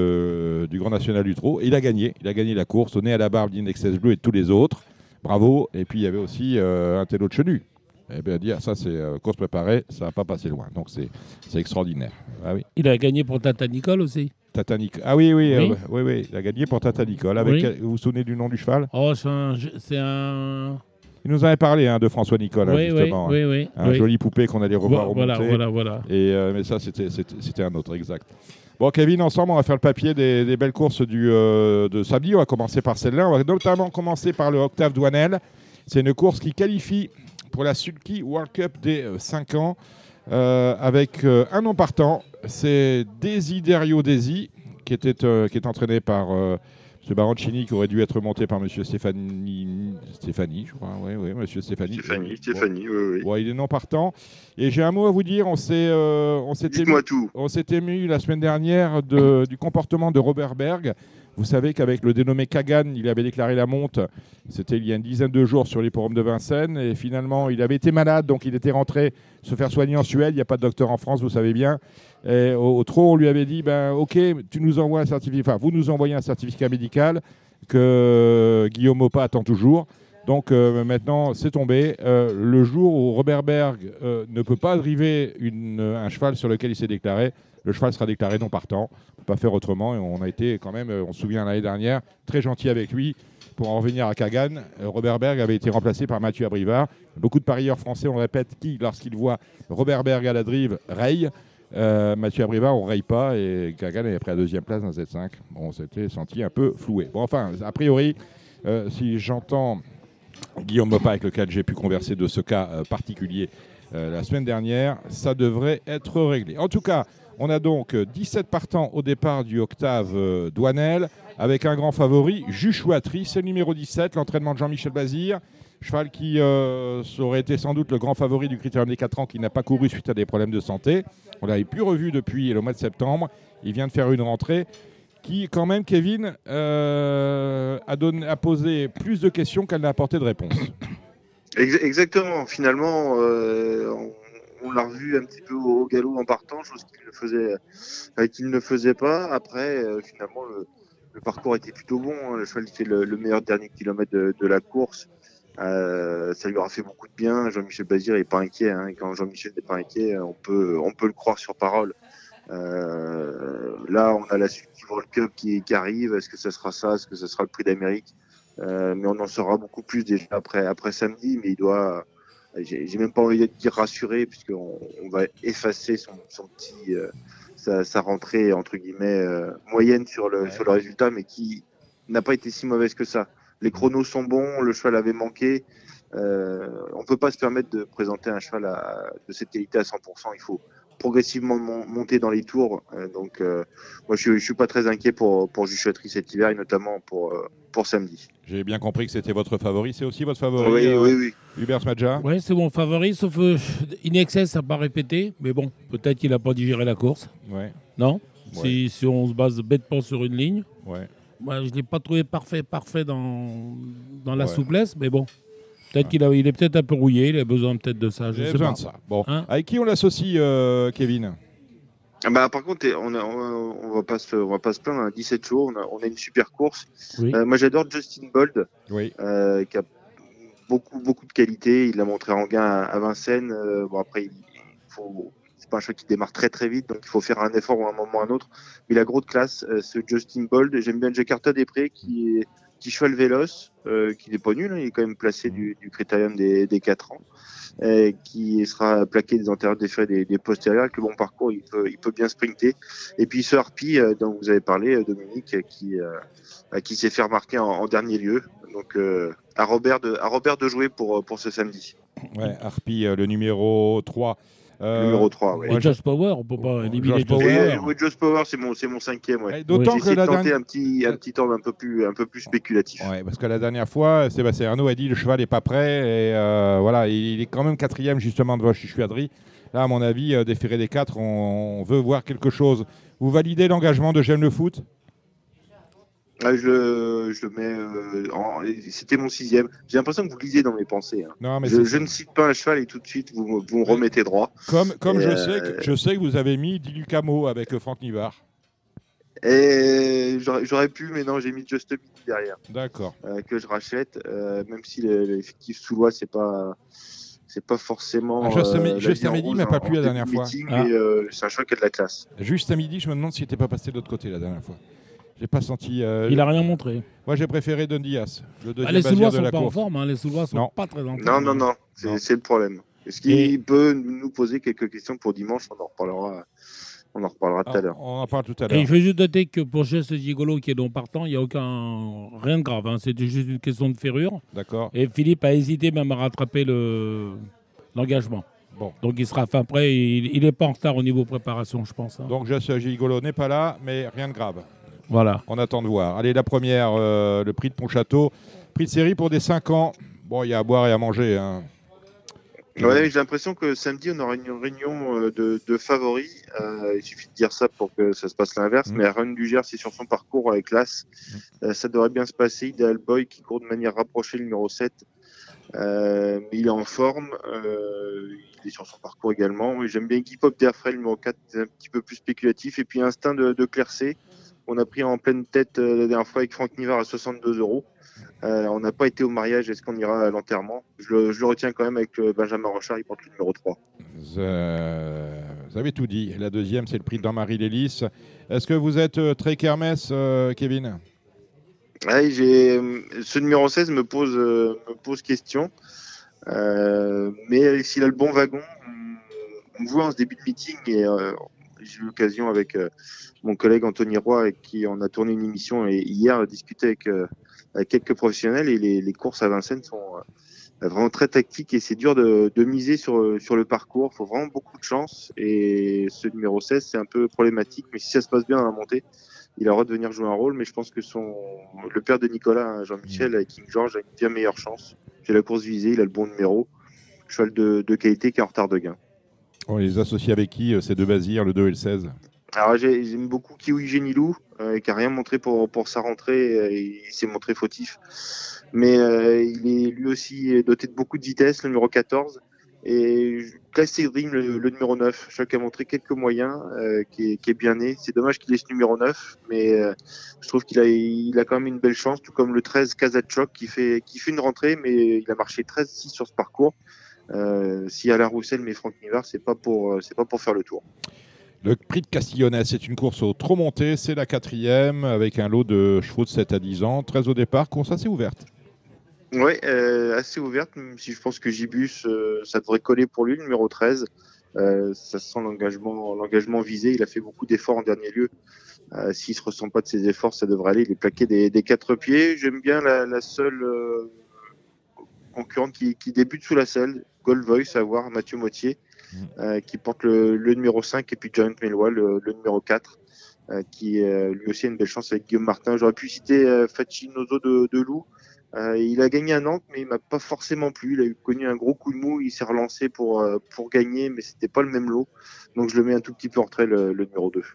Speaker 2: de, du Grand National du Trot. Et il a gagné. Il a gagné la course au nez à la barbe d'Indexes Bleu et de tous les autres. Bravo. Et puis il y avait aussi euh, un télo de Chenu. Eh bien, dire ça, c'est euh, course préparée, ça va pas passer loin. Donc, c'est, c'est extraordinaire. Ah oui.
Speaker 9: Il a gagné pour Tata Nicole aussi.
Speaker 2: Tata Nic- Ah oui, oui,
Speaker 9: Oui.
Speaker 2: euh, oui, oui, il a gagné pour Tata Nicole. Avec,
Speaker 9: Oui.
Speaker 2: quel- Vous vous souvenez du nom du cheval?
Speaker 9: Oh, c'est un. C'est un...
Speaker 2: Il nous avait parlé hein, de François Nicole, hein,
Speaker 9: Oui, oui,
Speaker 2: justement. hein.
Speaker 9: oui, oui.
Speaker 2: Un
Speaker 9: oui.
Speaker 2: joli poupée qu'on allait revoir
Speaker 9: Voilà,
Speaker 2: remonter.
Speaker 9: voilà, voilà.
Speaker 2: Et, euh, mais ça, c'était, c'était, c'était un autre, exact. Bon, Kevin, ensemble, on va faire le papier des, des belles courses du, euh, de samedi. On va commencer par celle-là. On va notamment commencer par le Octave Douanel. C'est une course qui qualifie pour la Sulky World Cup des euh, cinq ans euh, avec euh, un nom partant. C'est Desiderio Desi qui, était, euh, qui est entraîné par euh, M. Baroncini qui aurait dû être monté par M. Stéphanie, Stéphanie, je crois. Oui, oui, M. Stéphanie.
Speaker 8: Stéphanie,
Speaker 2: Bon.
Speaker 8: Stéphanie, oui, oui.
Speaker 2: Bon, il est non partant. Et j'ai un mot à vous dire. On, s'est, euh, on, s'était,
Speaker 8: Dites-moi tout.
Speaker 2: on s'était ému la semaine dernière de, du comportement de Robert Berg. Vous savez qu'avec le dénommé Kagan, il avait déclaré la monte. C'était il y a une dizaine de jours sur l'hippodrome de Vincennes. Et finalement, il avait été malade, donc il était rentré se faire soigner en Suède. Il n'y a pas de docteur en France, vous savez bien. Et au, au trot, on lui avait dit, ben, OK, tu nous envoies un certificat, enfin, vous nous envoyez un certificat médical que Guillaume Opa attend toujours. Donc euh, maintenant, c'est tombé. Euh, le jour où Robert Berg euh, ne peut pas driver une, un cheval sur lequel il s'est déclaré, le cheval sera déclaré non partant. On ne peut pas faire autrement. Et on a été quand même, on se souvient l'année dernière, très gentil avec lui. Pour en revenir à Kagan, euh, Robert Berg avait été remplacé par Mathieu Abrivard. Beaucoup de parieurs français, on le répète, qui, lorsqu'ils voient Robert Berg à la drive, rayent. Euh, Mathieu Abrivard, on ne raye pas. Et Kagan est pris à deuxième place dans Z cinq. Bon, on s'était senti un peu floué. Bon, enfin, a priori, euh, si j'entends Guillaume Mopa, avec lequel j'ai pu converser de ce cas euh, particulier euh, la semaine dernière, ça devrait être réglé. En tout cas, on a donc euh, dix-sept partants au départ du Octave euh, Douanel, avec un grand favori, Juchouatri, c'est le numéro dix-sept, l'entraînement de Jean-Michel Bazir, cheval qui euh, aurait été sans doute le grand favori du Critérium des quatre ans, qui n'a pas couru suite à des problèmes de santé. On l'avait plus revu depuis le mois de septembre. Il vient de faire une rentrée qui, quand même, Kevin, euh, a, donné, a posé plus de questions qu'elle n'a apporté de réponses.
Speaker 8: Ex- Exactement. Finalement, euh, on, on l'a revu un petit peu au galop en partant, chose qu'il ne faisait, euh, qu'il ne faisait pas. Après, euh, finalement, le, le parcours était plutôt bon. Hein. Le cheval fait le, le meilleur dernier kilomètre de, de la course. Euh, ça lui aura fait beaucoup de bien. Jean-Michel Bazir n'est pas inquiet. Hein. Et quand Jean-Michel n'est pas inquiet, on peut, on peut le croire sur parole. Euh, là, on a la suite du World Cup qui, qui arrive. Est-ce que ça sera ça? Est-ce que ça sera le Prix d'Amérique? euh, Mais on en saura beaucoup plus déjà après, après samedi. Mais il doit. J'ai, j'ai même pas envie de dire rassuré, puisqu'on on va effacer son, son petit, euh, sa, sa rentrée entre guillemets euh, moyenne sur le, ouais. sur le résultat, mais qui n'a pas été si mauvaise que ça. Les chronos sont bons, le cheval avait manqué. Euh, on peut pas se permettre de présenter un cheval à, de cette qualité à cent pour cent. Il faut progressivement mon, monter dans les tours. Euh, donc, euh, moi, je, je suis pas très inquiet pour pour Juchotterie cet hiver, et notamment pour euh, pour samedi.
Speaker 2: J'ai bien compris que c'était votre favori. C'est aussi votre favori,
Speaker 8: oui,
Speaker 2: euh,
Speaker 8: oui, oui.
Speaker 2: Hubert Smadja?
Speaker 9: Oui, c'est mon favori, sauf euh, Inexcess n'a pas répété, mais bon, peut-être qu'il n'a pas digéré la course.
Speaker 2: Ouais.
Speaker 9: Non
Speaker 2: ouais.
Speaker 9: si, si on se base bêtement sur une ligne.
Speaker 2: Ouais.
Speaker 9: Moi, je ne l'ai pas trouvé parfait, parfait dans, dans la
Speaker 2: ouais.
Speaker 9: souplesse, mais bon. Peut-être
Speaker 2: ouais.
Speaker 9: qu'il a, il est peut-être un peu rouillé, il a besoin peut-être de ça. Je
Speaker 2: il
Speaker 9: sais
Speaker 2: a besoin
Speaker 9: pas.
Speaker 2: de ça. Bon.
Speaker 9: Hein?
Speaker 2: Avec qui on l'associe, euh, Kevin?
Speaker 8: Ah bah, par contre, on a, on va pas se, on va pas se plaindre. On a dix-sept chevaux, on a, on a une super course.
Speaker 9: Oui.
Speaker 8: Euh, moi, j'adore Justin Bold,
Speaker 2: oui.
Speaker 8: euh, qui a beaucoup, beaucoup de qualité. Il l'a montré en gain à, à Vincennes. Euh, bon, après, il, il faut, c'est pas un cheval qui démarre très, très vite, donc il faut faire un effort à un moment ou à un autre. Mais il a gros de classe, euh, ce Justin Bold. J'aime bien Jakarta Després, qui est petit cheval véloce, euh, qui n'est pas nul. Hein, il est quand même placé du, du critérium des, des quatre ans. Euh, qui sera plaqué des antérieurs, des frais, des, des postérieurs. Avec le bon parcours, il peut, il peut bien sprinter. Et puis ce Harpy, euh, dont vous avez parlé, euh, Dominique, qui, euh, qui s'est fait remarquer en, en dernier lieu. Donc euh, à Robert de, à Robert de jouer pour, pour ce samedi.
Speaker 2: Ouais, Harpy, euh, le numéro trois.
Speaker 8: Euh, numéro trois, oui.
Speaker 9: Et Josh Power, on peut pas éliminer
Speaker 2: Josh Power.
Speaker 8: Oui, Josh Power, c'est mon, c'est mon cinquième. Ouais.
Speaker 2: D'autant
Speaker 8: J'ai
Speaker 2: que
Speaker 8: essayé
Speaker 2: la
Speaker 8: de tenter
Speaker 2: dernière...
Speaker 8: un petit, un petit ordre un peu plus, un peu plus spéculatif.
Speaker 2: Ouais, parce que la dernière fois, Sébastien Arnaud a dit le cheval n'est pas prêt et euh, voilà, il est quand même quatrième justement devant Chichuadri. Là, à mon avis, euh, déféré des quatre, on, on veut voir quelque chose. Vous validez l'engagement de J'aime le foot?
Speaker 8: Ah, je, je le mets. Euh, en, c'était mon sixième. J'ai l'impression que vous lisez dans mes pensées. Hein.
Speaker 2: Non, mais
Speaker 8: je, je ne cite pas un cheval et tout de suite vous, vous me remettez droit.
Speaker 2: Comme, comme je,
Speaker 8: euh...
Speaker 2: sais que, je sais que vous avez mis Dilucamo avec Franck Nivard.
Speaker 8: Et j'aurais, j'aurais pu, mais non, j'ai mis Just Midi derrière.
Speaker 2: D'accord.
Speaker 8: Euh, que je rachète, euh, même si l'effectif Soulois, c'est pas. C'est pas forcément.
Speaker 2: Ah, juste
Speaker 8: euh,
Speaker 2: juste à midi, il m'a pas plu la dernière fois.
Speaker 8: Meeting,
Speaker 2: Ah.
Speaker 8: mais, euh, c'est un cheval qui a de la classe.
Speaker 2: Juste à midi, je me demande s'il n'était pas passé de l'autre côté la dernière fois. J'ai pas senti. Euh,
Speaker 9: il a rien montré.
Speaker 2: Moi, j'ai préféré Don Diaz, le deuxième
Speaker 9: ah, les Soulois
Speaker 2: de
Speaker 9: sont
Speaker 2: la
Speaker 9: pas
Speaker 2: course.
Speaker 9: en forme, hein, les Soulois sont
Speaker 2: non.
Speaker 9: pas très en forme.
Speaker 8: Non, non, non, c'est,
Speaker 2: non.
Speaker 8: c'est le problème. Est-ce qu'il Et... peut nous poser quelques questions pour dimanche? On en reparlera. On en reparlera tout
Speaker 2: ah,
Speaker 8: à l'heure.
Speaker 2: On en parle tout à l'heure.
Speaker 9: Et je veux juste noter que pour Geste Gigolo qui est non partant, il n'y a aucun rien de grave. Hein. C'était juste une question de ferrure.
Speaker 2: D'accord.
Speaker 9: Et Philippe a hésité même à rattraper le l'engagement.
Speaker 2: Bon.
Speaker 9: Donc il sera fin prêt. Il n'est pas en retard au niveau préparation, je pense. Hein.
Speaker 2: Donc Geste Gigolo n'est pas là, mais rien de grave.
Speaker 9: Voilà.
Speaker 2: On attend de voir. Allez, la première, euh, le prix de Pontchâteau. Prix de série pour des cinq ans. Bon, il y a à boire et à manger. Hein.
Speaker 8: Ouais, j'ai l'impression que samedi, on aura une réunion de, de favoris. Euh, il suffit de dire ça pour que ça se passe l'inverse. Mmh. Mais Run du Gers, c'est sur son parcours avec l'As. Mmh. Euh, ça devrait bien se passer. Ideal Boy qui court de manière rapprochée, le numéro sept. Euh, mais il est en forme. Euh, il est sur son parcours également. Et j'aime bien Guy Pop d'Airfray, le numéro quatre, un petit peu plus spéculatif. Et puis Instinct de, de Clercé. On a pris en pleine tête euh, la dernière fois avec Franck Nivard à soixante-deux euros. Euh, on n'a pas été au mariage. Est-ce qu'on ira à l'enterrement? je le, je le retiens quand même avec euh, Benjamin Rochard. Il porte le numéro trois.
Speaker 2: Euh, vous avez tout dit. La deuxième, c'est le prix de Jean-Marie Lélis. Est-ce que vous êtes euh, très kermesse, euh, Kevin?
Speaker 8: Ouais, j'ai... Ce numéro seize me pose, euh, me pose question. Euh, mais s'il a le bon wagon, on, on voit en ce début de meeting et euh, j'ai eu l'occasion avec euh, mon collègue Anthony Roy avec qui on a tourné une émission et hier discuté avec, euh, avec quelques professionnels et les, les courses à Vincennes sont euh, vraiment très tactiques et c'est dur de, de miser sur, sur le parcours. Il faut vraiment beaucoup de chance et ce numéro seize c'est un peu problématique, mais si ça se passe bien dans la montée, il aura de venir jouer un rôle, mais je pense que son le père de Nicolas, Jean-Michel, avec King George, a une bien meilleure chance. J'ai la course visée, il a le bon numéro. Cheval de, de qualité qui est en retard de gain.
Speaker 2: On les associe avec qui, ces deux Bazirs, le deux et le seize?
Speaker 8: Alors j'ai, j'aime beaucoup Kiwi Genilou, euh, qui n'a rien montré pour, pour sa rentrée. Euh, il s'est montré fautif. Mais euh, il est lui aussi doté de beaucoup de vitesse, le numéro quatorze. Et Classic Dream, le, le numéro neuf, je crois qu'il a montré quelques moyens, euh, qui, est, qui est bien né. C'est dommage qu'il ait ce numéro neuf, mais euh, je trouve qu'il a, il a quand même une belle chance, tout comme le treize Kazachok qui fait, qui fait une rentrée, mais il a marché treize six sur ce parcours. Euh, si Alain Roussel met Franck Nivard, c'est pas pour, c'est pas pour faire le tour.
Speaker 2: Le prix de Castillonnais, c'est une course au trop monté, c'est la quatrième avec un lot de chevaux de sept à dix ans, treize au départ, course assez ouverte.
Speaker 8: Oui, euh, assez ouverte, même si je pense que Gibus, euh, ça devrait coller pour lui, le numéro treize. Euh, ça sent l'engagement, l'engagement visé. Il a fait beaucoup d'efforts en dernier lieu. Euh, S'il ne se ressent pas de ses efforts, ça devrait aller. Il est plaqué des, des quatre pieds. J'aime bien la, la seule euh, concurrente qui, qui débute sous la selle, Gold Voice, à voir, Mathieu Mottier, euh, qui porte le, le numéro cinq, et puis Giant Melois, le, le numéro quatre, euh, qui euh, lui aussi a une belle chance avec Guillaume Martin. J'aurais pu citer euh, Facinoso de, de Loup. Euh, il a gagné à Nantes, mais il m'a pas forcément plu. Il a eu connu un gros coup de mou. Il s'est relancé pour, euh, pour gagner, mais c'était pas le même lot. Donc je le mets un tout petit peu en retrait, le, le numéro deux.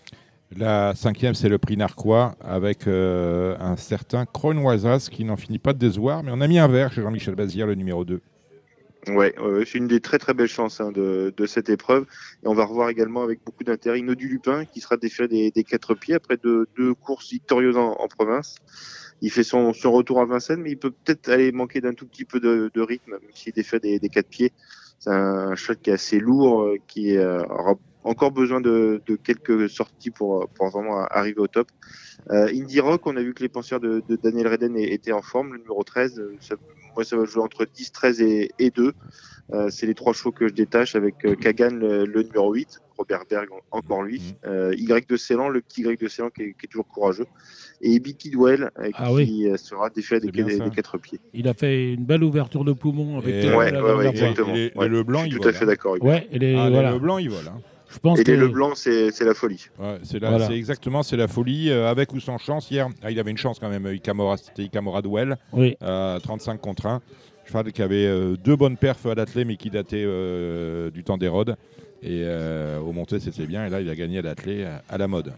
Speaker 2: La cinquième, c'est le prix Narquois avec euh, un certain Kronoisas qui n'en finit pas de décevoir. Mais on a mis un vert chez Jean-Michel Bazir, le numéro deux.
Speaker 8: Ouais, euh, c'est une des très très belles chances hein, de, de cette épreuve. Et on va revoir également avec beaucoup d'intérêt Inno du Lupin qui sera déféré des, des quatre pieds après deux, deux courses victorieuses en, en province. Il fait son, son retour à Vincennes, mais il peut peut-être aller manquer d'un tout petit peu de, de rythme, même s'il est défait des, des quatre pieds. C'est un cheval qui est assez lourd, euh, qui euh, aura encore besoin de, de quelques sorties pour, pour vraiment arriver au top. Euh, Indie Rock, on a vu que les penseurs de, de Daniel Reden étaient en forme. Le numéro treize, ça, moi ça va jouer entre dix, treize et, et deux. Euh, c'est les trois chevaux que je détache avec euh, Kagan, le, le numéro huit, Robert Berg, encore lui, euh, Y de Ceylan, le petit Y de Ceylan qui est, qui est toujours courageux, et Ebi Kidwell euh,
Speaker 9: Ah
Speaker 8: qui
Speaker 9: oui.
Speaker 8: euh, sera défait des, des, des quatre pieds.
Speaker 9: Il a fait une belle ouverture de poumon avec
Speaker 2: Et
Speaker 9: Théo
Speaker 8: ouais,
Speaker 9: la
Speaker 8: ouais, ouais,
Speaker 9: dernière fois.
Speaker 8: exactement.
Speaker 2: Et les-
Speaker 8: Ouais,
Speaker 2: le blanc,
Speaker 8: je suis
Speaker 2: il
Speaker 8: tout
Speaker 2: vole,
Speaker 8: à fait
Speaker 2: hein.
Speaker 8: d'accord avec vous.
Speaker 9: Ouais, et les,
Speaker 2: Ah,
Speaker 9: voilà.
Speaker 2: le blanc, il vole. Hein.
Speaker 9: Je pense
Speaker 8: Et
Speaker 9: que
Speaker 8: les Le Blanc, c'est c'est la folie.
Speaker 2: Ouais, c'est, la-
Speaker 9: Voilà.
Speaker 2: c'est exactement, c'est la folie, euh, avec ou sans chance. Hier, ah, il avait une chance quand même, Ikamora, c'était Ikamora Duel,
Speaker 9: oui.
Speaker 2: euh, trente-cinq contre un. Cheval qui avait euh, deux bonnes perfs à l'attelé, mais qui dataient euh, du temps d'Hérode. Et euh, au monté, c'était bien. Et là, il a gagné à l'attelé à, à la mode.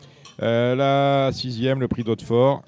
Speaker 2: Euh, la sixième, le prix d'Hautefort,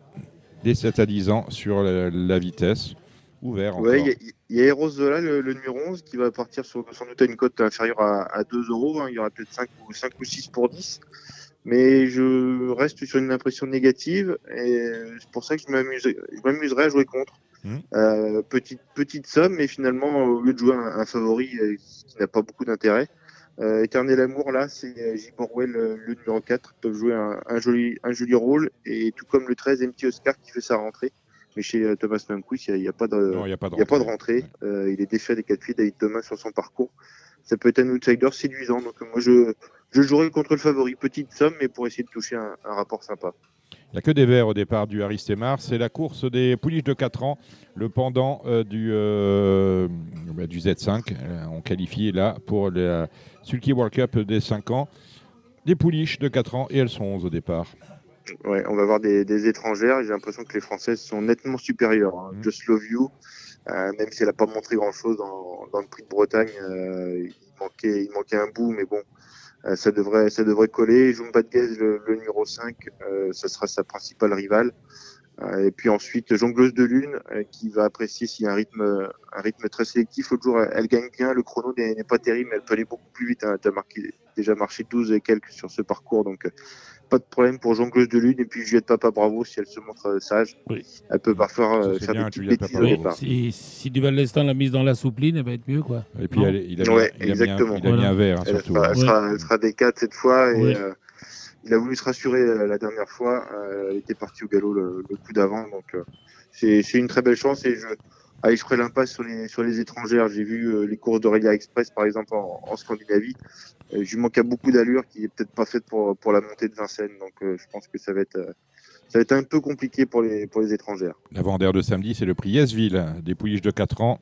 Speaker 2: des sept à dix ans sur la, la vitesse. Ouvert encore.
Speaker 8: Ouais, il y a- il y, a Eros Zola, le, le numéro onze, qui va partir sur sans doute à une cote inférieure à, à deux euros. Hein. Il y aura peut-être cinq ou, cinq ou six pour dix. Mais je reste sur une impression négative et c'est pour ça que je m'amuse, je m'amuserai à jouer contre.
Speaker 2: Mmh.
Speaker 8: Euh, petite, petite somme, mais finalement, au lieu de jouer un, un favori euh, qui n'a pas beaucoup d'intérêt, euh, Éternel Amour, là, c'est J. Borwell, le, le numéro quatre, peuvent jouer un, un, joli, un joli rôle, et tout comme le treize, M T Oscar qui fait sa rentrée. Mais chez euh, Thomas Manquist, il n'y a, a pas de,
Speaker 2: Non, il n'y a pas de
Speaker 8: y a pas de
Speaker 2: rentrée.
Speaker 8: rentrée. Euh, il est défait des quatre pieds, David Thomas sur son parcours. Ça peut être un outsider séduisant. Donc moi, je, je jouerai contre le favori. Petite somme, mais pour essayer de toucher un, un rapport sympa.
Speaker 2: Il n'y a que des verts au départ du Aristemar. C'est la course des pouliches de quatre ans, le pendant euh, du, euh, bah, du Z cinq. Euh, on qualifie là pour la Sulky World Cup des cinq ans. Des pouliches de quatre ans et elles sont onze au départ.
Speaker 8: Ouais, on va avoir des, des étrangères. J'ai l'impression que les Françaises sont nettement supérieures. Hein.
Speaker 2: Mmh.
Speaker 8: Just Love You, euh, même si elle n'a pas montré grand-chose dans, dans le prix de Bretagne, euh, il, manquait, il manquait un bout, mais bon, euh, ça, devrait, ça devrait coller. Jumba de Guez, le, le numéro cinq, euh, ça sera sa principale rivale. Euh, et puis ensuite, Jongleuse de Lune, euh, qui va apprécier s'il y a un rythme, un rythme très sélectif. L'autre jour, elle, elle gagne bien. Le chrono n'est, n'est pas terrible, mais elle peut aller beaucoup plus vite. Hein. Elle a marqué, déjà marché douze et quelques sur ce parcours, donc euh, pas de problème pour Jongleuse de Lune. Et puis Juliette Papa Bravo, si elle se montre euh, sage,
Speaker 9: Oui.
Speaker 8: elle peut parfois euh,
Speaker 2: c'est
Speaker 8: faire
Speaker 2: bien,
Speaker 8: des petites
Speaker 2: Juliette
Speaker 8: bêtises
Speaker 2: Papa
Speaker 8: au
Speaker 9: Oui,
Speaker 8: départ.
Speaker 9: si, si Duval Lestin l'a mise dans la soupline, elle va être mieux, quoi.
Speaker 2: Et puis
Speaker 9: Non.
Speaker 2: elle- il a,
Speaker 8: Ouais,
Speaker 2: mis, il a mis un,
Speaker 8: exactement.
Speaker 2: il a mis
Speaker 9: Voilà.
Speaker 2: un vert hein,
Speaker 8: Elle,
Speaker 2: surtout.
Speaker 8: sera,
Speaker 2: hein.
Speaker 8: elle, sera, elle sera des quatre cette fois. Et
Speaker 9: Oui.
Speaker 8: euh, il a voulu se rassurer euh, la dernière fois. Euh, elle était partie au galop le, le coup d'avant. Donc euh, c'est, c'est une très belle chance. Et je, allez, je ferai l'impasse sur les, sur les étrangères. J'ai vu euh, les courses d'Aurélia Express, par exemple, en, en Scandinavie. Euh, je lui manque à beaucoup d'allure qui est peut-être pas faite pour, pour la montée de Vincennes. Donc euh, je pense que ça va être, euh, ça va être un peu compliqué pour les, pour les étrangères.
Speaker 2: L'avant-dernière de samedi, c'est le prix Yesville, des pouliches de quatre ans.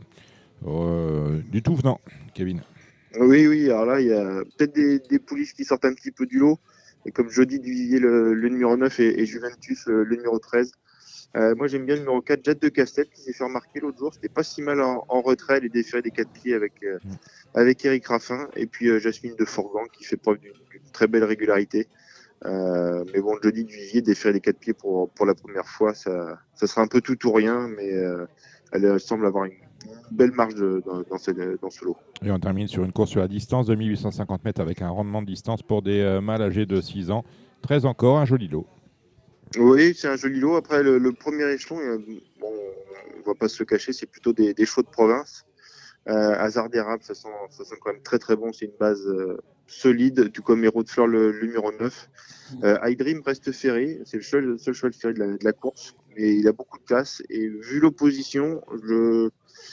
Speaker 2: Euh, du tout venant, Kevin.
Speaker 8: Oui, oui, alors là, il y a peut-être des, des pouliches qui sortent un petit peu du lot. Et comme je dis, Duvivier, le, le numéro neuf et, et Juventus, le, le numéro treize. Euh, moi, j'aime bien le numéro quatre, Jade de Castel, qui s'est fait remarquer l'autre jour. C'était pas si mal en, en retrait, les déférés des quatre pieds avec, euh, avec Eric Raffin. Et puis euh, Jasmine de Forgan, qui fait preuve d'une, d'une très belle régularité. Euh, mais bon, jeudi, Duvivier, déféré des quatre pieds pour, pour la première fois, ça, ça sera un peu tout ou rien, mais euh, elle, elle semble avoir une une belle marge de, dans, dans, ce, dans ce lot.
Speaker 2: Et on termine sur une course sur la distance de mille huit cent cinquante mètres avec un rendement de distance pour des euh, mâles âgés de six ans. treize encore, un joli lot.
Speaker 8: Oui, c'est un joli lot. Après, le, le premier échelon, euh, bon, on ne va pas se le cacher, c'est plutôt des, des chevaux de province. Euh, hasard d'érable, ça sent, ça sent quand même très très bon. C'est une base euh, solide, tout comme Héros de Fleur, le, le numéro neuf. Euh, iDream reste ferré, c'est le seul, seul cheval ferré de la, de la course, mais il a beaucoup de classe. Et vu l'opposition, je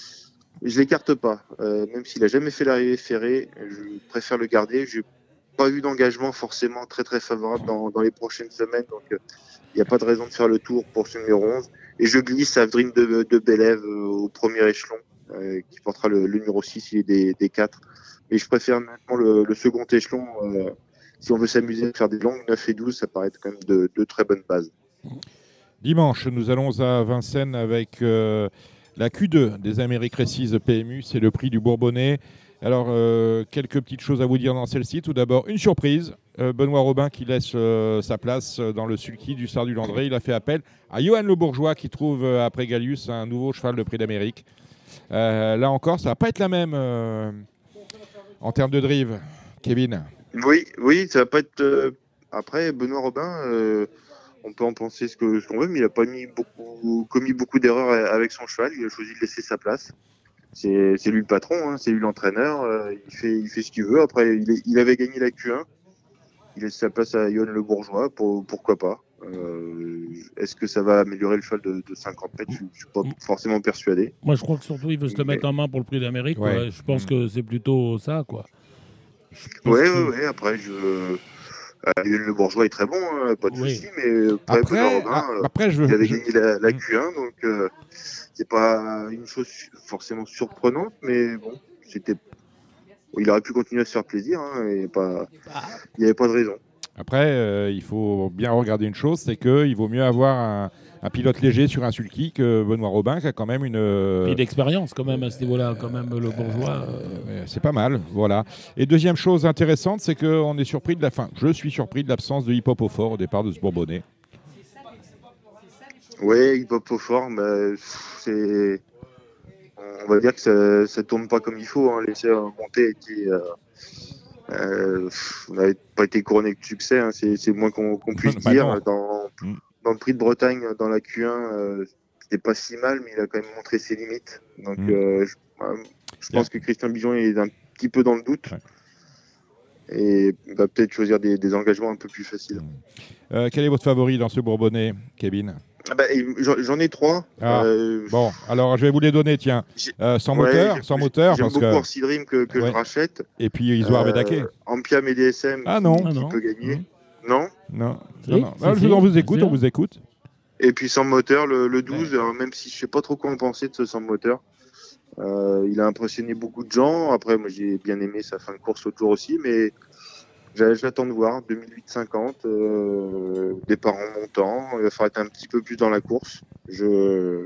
Speaker 8: je l'écarte pas. Euh, même s'il a jamais fait l'arrivée ferrée, je préfère le garder. J'ai pas eu d'engagement forcément très très favorable dans, dans les prochaines semaines, donc il euh, n'y a pas de raison de faire le tour pour ce numéro onze. Et je glisse Avdrim de, de Bélève euh, au premier échelon. Euh, qui portera le, le numéro six, il est des, des quatre. Mais je préfère maintenant le, le second échelon. Euh, si on veut s'amuser à faire des longues neuf et douze, ça paraît quand même de, de très bonnes bases.
Speaker 2: Dimanche, nous allons à Vincennes avec euh, la Q deux des Amériques Récises P M U. C'est le prix du Bourbonnais. Alors, euh, quelques petites choses à vous dire dans celle-ci. Tout d'abord, une surprise. Euh, Benoît Robin qui laisse euh, sa place dans le sulky du Star du Landré. Il a fait appel à Johan Le Bourgeois qui trouve, euh, après Gallius, un nouveau cheval de prix d'Amérique. Euh, là encore, ça va pas être la même euh, en termes de drive, Kevin.
Speaker 8: Oui, oui, ça va pas être. Euh, après, Benoît Robin, euh, on peut en penser ce que ce qu'on veut, mais il a pas mis beaucoup, commis beaucoup d'erreurs avec son cheval. Il a choisi de laisser sa place. C'est, c'est lui le patron, hein, c'est lui l'entraîneur. Euh, il fait, il fait ce qu'il veut. Après, il, est, il avait gagné la Q un. Il laisse sa place à Johan Le Bourgeois. Pour, pourquoi pas. Euh, est-ce que ça va améliorer le cheval de, de cinquante mètres? Je ne suis pas forcément persuadé.
Speaker 9: Moi, je crois que surtout, il veut se le mettre en main pour le prix d'Amérique.
Speaker 2: Ouais.
Speaker 9: Ouais. Je pense mmh. que c'est plutôt ça, quoi.
Speaker 8: Oui, oui, que... oui. Après, je... euh, le Bourgeois est très bon, hein, pas de oui. souci, mais après,
Speaker 2: après,
Speaker 8: Robin,
Speaker 2: ah, après je veux...
Speaker 8: il avait
Speaker 2: je...
Speaker 8: gagné la, la Q un, donc euh, c'est pas une chose forcément surprenante, mais bon, c'était... il aurait pu continuer à se faire plaisir, hein, et pas... il n'y avait pas de raison.
Speaker 2: Après, euh, il faut bien regarder une chose, c'est qu'il vaut mieux avoir un, un pilote léger sur un sulky que Benoît Robin, qui a quand même une...
Speaker 9: Et d'expérience quand même à ce niveau-là, quand même le Bourgeois.
Speaker 2: Euh... C'est pas mal, voilà. Et deuxième chose intéressante, c'est qu'on est surpris de la fin. Je suis surpris de l'absence de hip-hop au fort au départ de ce Bourbonnais.
Speaker 8: Oui, hip-hop au fort, bah, c'est... on va dire que ça, ça tourne pas comme il faut. Hein. L'essai monté qui... Euh... Euh, on n'avait pas été couronné de succès, hein, c'est, c'est moins qu'on, qu'on puisse
Speaker 2: bah
Speaker 8: dire.
Speaker 2: Non.
Speaker 8: Dans, dans le prix de Bretagne, dans la Q un, euh, c'était pas si mal, mais il a quand même montré ses limites. Donc, mm. euh, je, euh, je pense yeah. que Christian Bijon est un petit peu dans le doute. Ouais. Et va peut-être choisir des, des engagements un peu plus faciles.
Speaker 2: Euh, quel est votre favori dans ce Bourbonnais, Kevin?
Speaker 8: Ah bah, j'en, j'en ai trois.
Speaker 2: Ah, euh, bon, alors je vais vous les donner, tiens. Euh, sans ouais, moteur, sans moteur.
Speaker 8: J'aime
Speaker 2: parce
Speaker 8: beaucoup
Speaker 2: que...
Speaker 8: Orsidrim que, que ouais. je rachète.
Speaker 2: Et puis Isoar euh, Bedaké.
Speaker 8: Ampiam et D S M
Speaker 2: ah, non.
Speaker 8: qui,
Speaker 2: Ah,
Speaker 8: qui
Speaker 2: non.
Speaker 8: peut gagner.
Speaker 2: Mmh.
Speaker 8: Non
Speaker 2: Non.
Speaker 9: Si,
Speaker 2: non, non.
Speaker 9: Si,
Speaker 2: ah,
Speaker 9: si,
Speaker 2: je, on vous
Speaker 9: si,
Speaker 2: écoute,
Speaker 9: si,
Speaker 2: on vous écoute.
Speaker 8: Et puis sans moteur, le, le douze, ouais. alors, même si je ne sais pas trop quoi en penser de ce sans moteur. Euh, il a impressionné beaucoup de gens. Après, moi j'ai bien aimé sa fin de course l'autre jour aussi, mais j'attends de voir. deux mille huit cinquante, euh, départ en montant. Il va falloir être un petit peu plus dans la course. Je,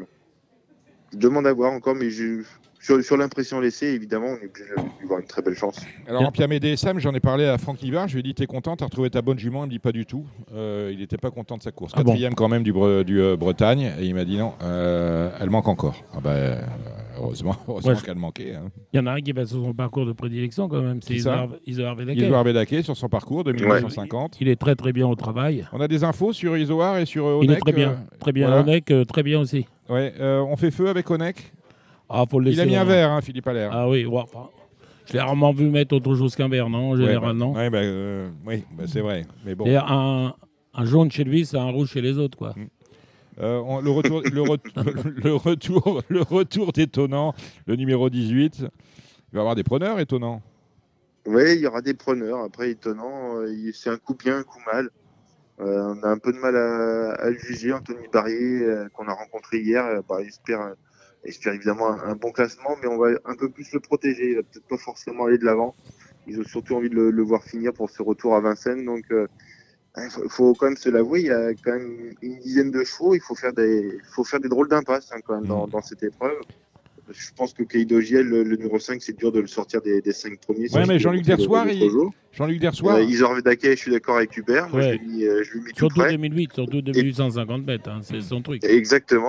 Speaker 8: je demande à voir encore, mais je... sur, sur l'impression laissée, évidemment, on est obligé de lui voir une très belle chance.
Speaker 2: Alors, en Piam et D S M, j'en ai parlé à Franck Livard. Je lui ai dit, t'es content, t'as retrouvé ta bonne jument? Il me dit pas du tout. Euh, il n'était pas content de sa course.
Speaker 9: Ah
Speaker 2: Quatrième
Speaker 9: bon
Speaker 2: quand même du, Bre- du euh, Bretagne. Et il m'a dit non, euh, elle manque encore. Ah bah, euh, heureusement, heureusement ouais, qu'elle manquait. Hein.
Speaker 9: Il y en a un qui va sur son parcours de prédilection quand même. C'est Isoar Bedaké.
Speaker 2: Isoar Bedaké sur son parcours de mille neuf cent cinquante.
Speaker 9: Il est très très bien au travail.
Speaker 2: On a des infos sur Isoar et sur Onek.
Speaker 9: Il est très bien. Euh, très bien. Voilà. Onek, euh, très bien aussi.
Speaker 2: Ouais, euh, on fait feu avec Onek.
Speaker 9: Ah, faut le laisser,
Speaker 2: il a mis un
Speaker 9: hein.
Speaker 2: verre, hein, Philippe Allaire.
Speaker 9: Ah oui, ouais, enfin, je l'ai rarement vu mettre autre chose qu'un verre, non, généralement.
Speaker 2: Ouais, bah, ouais, bah, euh, oui, bah, c'est vrai. Mais bon.
Speaker 9: Et un, un jaune chez lui, c'est un rouge chez les autres, quoi.
Speaker 2: Mmh. Euh, on, le, retour, le, re, le, retour, le retour d'étonnant, le numéro dix-huit. Il va y avoir des preneurs étonnants.
Speaker 8: Oui, il y aura des preneurs. Après, étonnant, euh, c'est un coup bien, un coup mal. Euh, on a un peu de mal à, à le juger. Anthony Barrier, euh, qu'on a rencontré hier, euh, bah, il espère, euh, espère évidemment un, un bon classement, mais on va un peu plus le protéger. Il va peut-être pas forcément aller de l'avant. Ils ont surtout envie de le, le voir finir pour ce retour à Vincennes. Donc, euh, il faut, faut quand même se l'avouer, il y a quand même une dizaine de chevaux. Il faut faire des, faut faire des drôles d'impasse hein, quand même dans, dans cette épreuve. Je pense que Keido Giel, le, le numéro cinq, c'est dur de le sortir des, des cinq premiers.
Speaker 2: Oui, mais Jean-Luc Dersoir, il... Jean-Luc Dersoir.
Speaker 8: Euh, Isoar Bedaké, je suis d'accord avec Hubert. Moi,
Speaker 9: ouais.
Speaker 8: je l'ai mis, euh, je l'ai mis
Speaker 9: surtout
Speaker 8: tout près.
Speaker 9: deux mille huit, surtout deux mille huit cent cinquante mètres, hein, c'est son truc.
Speaker 8: Exactement.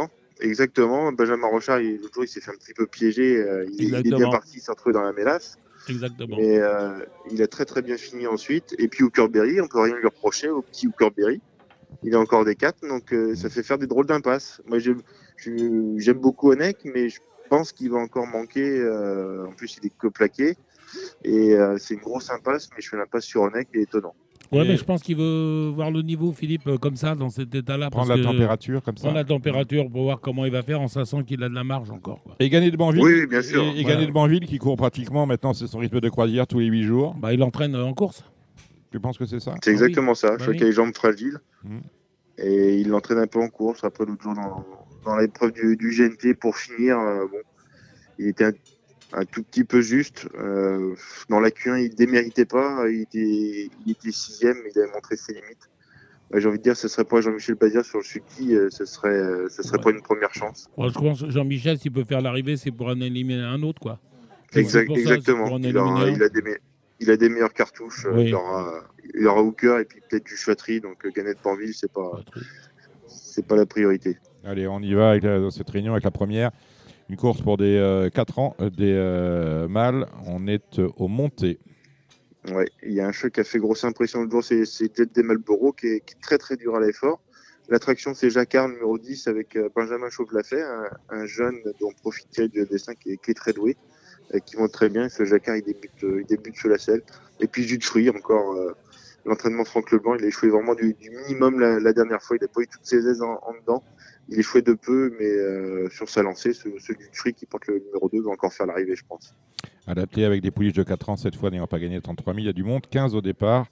Speaker 8: exactement. Benjamin Rochard, il, l'autre jour, il s'est fait un petit peu piéger. euh, il, il est bien
Speaker 9: Exactement.
Speaker 8: parti, il s'est retrouvé dans la mélasse.
Speaker 9: Exactement.
Speaker 8: Mais euh, il a très très bien fini ensuite. Et puis Hookerberry, on peut rien lui reprocher au petit Hookerberry. Il a encore des quatre, donc euh, ça fait faire des drôles d'impasses. Moi, j'aime, je- j'aime beaucoup Onek, mais je pense qu'il va encore manquer. euh, en plus, il est que plaqué. Et euh, c'est une grosse impasse, mais je fais l'impasse sur Onek, il est étonnant.
Speaker 9: Ouais,
Speaker 2: Et-
Speaker 9: mais je pense qu'il veut voir le niveau, Philippe, euh, comme ça, dans cet état-là.
Speaker 2: Prendre
Speaker 9: parce
Speaker 2: la
Speaker 9: que-
Speaker 2: température comme ça.
Speaker 9: Prendre la température pour voir comment il va faire en sachant qu'il a de la marge encore. Quoi.
Speaker 2: Et gagner de Banville.
Speaker 8: Oui, oui, bien sûr.
Speaker 2: Et, et
Speaker 9: Voilà.
Speaker 2: gagner de Banville qui court pratiquement maintenant, c'est son rythme de croisière tous les huit jours.
Speaker 9: Bah, il entraîne euh, en course.
Speaker 2: Tu penses que c'est ça?
Speaker 8: C'est
Speaker 9: Ah
Speaker 8: exactement
Speaker 9: oui.
Speaker 8: ça.
Speaker 9: Bah
Speaker 8: Je crois
Speaker 9: oui.
Speaker 8: qu'il a les jambes fragiles.
Speaker 2: Mhm.
Speaker 8: Et il l'entraîne un peu en course. Après, l'autre jour, dans, dans l'épreuve du, du G N T, pour finir, euh, bon, il était un, un tout petit peu juste. Euh, dans la Q un, il ne déméritait pas. Il était, il était sixième, mais il avait montré ses limites. Euh, J'ai envie de dire, ce serait pas Jean-Michel Bazir sur le sulky, euh, ce serait, euh, ce serait
Speaker 9: Ouais.
Speaker 8: pas une première chance.
Speaker 9: Moi, je pense que Jean-Michel, s'il peut faire l'arrivée, c'est pour en éliminer un autre. Quoi. C'est
Speaker 8: Exact,
Speaker 9: pour ça, c'est
Speaker 8: exactement.
Speaker 9: pour en
Speaker 8: Il,
Speaker 9: éliminer
Speaker 8: aura-
Speaker 9: un.
Speaker 8: il a des, me- il a des meilleures cartouches. euh,
Speaker 9: Oui.
Speaker 8: Il aura, il aura Hooker et puis peut-être du Chouatterie. Donc, euh, Gannett Panville, c'est pas, c'est pas la priorité.
Speaker 2: Allez, on y va avec la- dans cette réunion avec la première. Une course pour des euh, quatre ans, euh, des euh, mâles. On est euh, au Monté.
Speaker 8: Ouais, il y a un choc qui a fait grosse impression l'autre jour, c'est c'est Jet des Malboro qui est, qui est très très dur à l'effort. L'attraction, c'est Jacquard, numéro dix, avec euh, Benjamin Chauvelafay, un, un jeune dont profite Thierry du destin qui est, qui est très doué, euh, qui monte très bien. Et ce Jacquard, il débute, euh, il débute sur la selle. Et puis Jules Fruit, encore euh, l'entraînement de Franck Leblanc, il a échoué vraiment du, du minimum la, la dernière fois. Il n'a pas eu toutes ses aises en, en dedans. Il échouait de peu, mais euh, sur sa lancée, ce, ce Jules Fruit qui porte le numéro deux va encore faire l'arrivée, je pense.
Speaker 2: Adapté avec des pouliches de quatre ans, cette fois n'ayant pas gagné trente-trois mille. Il y a du monde, quinze au départ.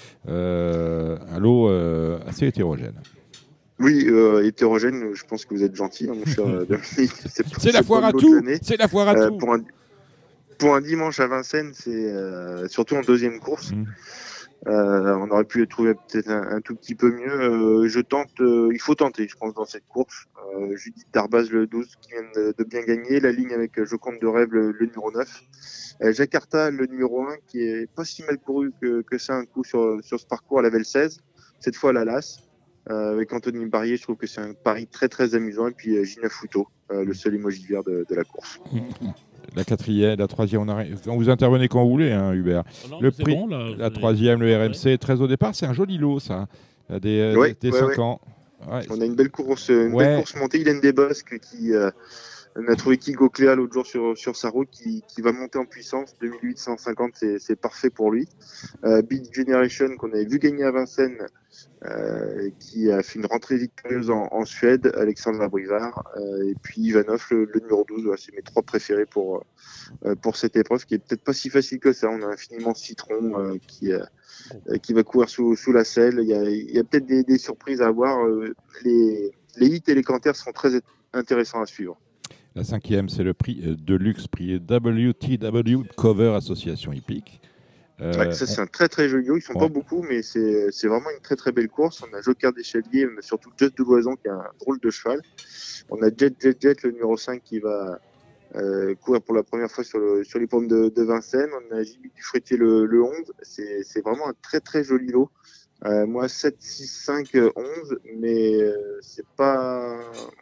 Speaker 2: Euh, un lot euh, assez hétérogène.
Speaker 8: Oui, euh, hétérogène, je pense que vous êtes gentil, hein, mon cher euh, Dominique. C'est
Speaker 2: C'est la
Speaker 8: pas
Speaker 2: foire
Speaker 8: le
Speaker 2: à
Speaker 8: lot de
Speaker 2: tout.
Speaker 8: l'année.
Speaker 2: C'est la foire à
Speaker 8: Euh,
Speaker 2: tout.
Speaker 8: pour, un, pour un dimanche à Vincennes, c'est euh, surtout en deuxième course.
Speaker 2: Mmh.
Speaker 8: Euh, on aurait pu le trouver peut-être un, un tout petit peu mieux. Euh, je tente, euh, il faut tenter, je pense, dans cette course. Euh, Judith Darbaz, le douze, qui vient de, de bien gagner. La ligne avec euh, Joconde de Rêve, le, le numéro neuf. Euh, Jakarta, le numéro un, qui est pas si mal couru que, que ça un coup sur, sur ce parcours. Elle avait le seize. Cette fois, la Lasse. Euh, avec Anthony Barrier, je trouve que c'est un pari très très amusant. Et puis euh, Gina Fouto, euh, le seul emoji vert de, de la course.
Speaker 2: La quatrième, la troisième, on arrive. Quand vous intervenez quand vous voulez, hein, Hubert.
Speaker 9: Non,
Speaker 2: Le
Speaker 9: mais c'est
Speaker 2: prix,
Speaker 9: bon, là,
Speaker 2: la
Speaker 9: c'est-
Speaker 2: troisième, le R M C, treize au départ, c'est un joli lot, ça. Des, euh,
Speaker 8: Ouais,
Speaker 2: des
Speaker 8: ouais,
Speaker 2: cinq
Speaker 8: ouais.
Speaker 2: ans. Ouais,
Speaker 8: On a une belle course, une
Speaker 2: Ouais.
Speaker 8: belle course montée. Hélène Desbosques qui euh, on a trouvé Kigo Cléa l'autre jour sur, sur sa route, qui, qui va monter en puissance. deux mille huit cent cinquante, c'est, c'est parfait pour lui. Euh, Beat Generation qu'on avait vu gagner à Vincennes, euh, qui a fait une rentrée victorieuse en, en Suède. Alexandre Labrivard euh, et puis Ivanov, le, le numéro douze. Voilà, c'est mes trois préférés pour euh, pour cette épreuve, qui est peut-être pas si facile que ça. On a infiniment Citron euh, qui euh, euh, qui va courir sous, sous la selle. Il y a, il y a peut-être des, des surprises à avoir. Euh, les, les hits et les canters seront très intéressants à suivre.
Speaker 2: La cinquième, c'est le prix euh, de luxe, prix W T W Cover Association Hippique. Euh,
Speaker 8: Ouais, ça, c'est un très très joli lot. Ils sont
Speaker 2: Ouais.
Speaker 8: pas beaucoup, mais c'est c'est vraiment une très très belle course. On a Joker d'Échalier, mais surtout Just de Loison, qui est un drôle de cheval. On a Jet Jet Jet, le numéro cinq, qui va euh, courir pour la première fois sur, le, sur les pommes de, de Vincennes. On a J B du Fruitier, le, le onze. C'est c'est vraiment un très très joli lot. Euh, moi, sept, six, cinq, onze, mais euh, c'est pas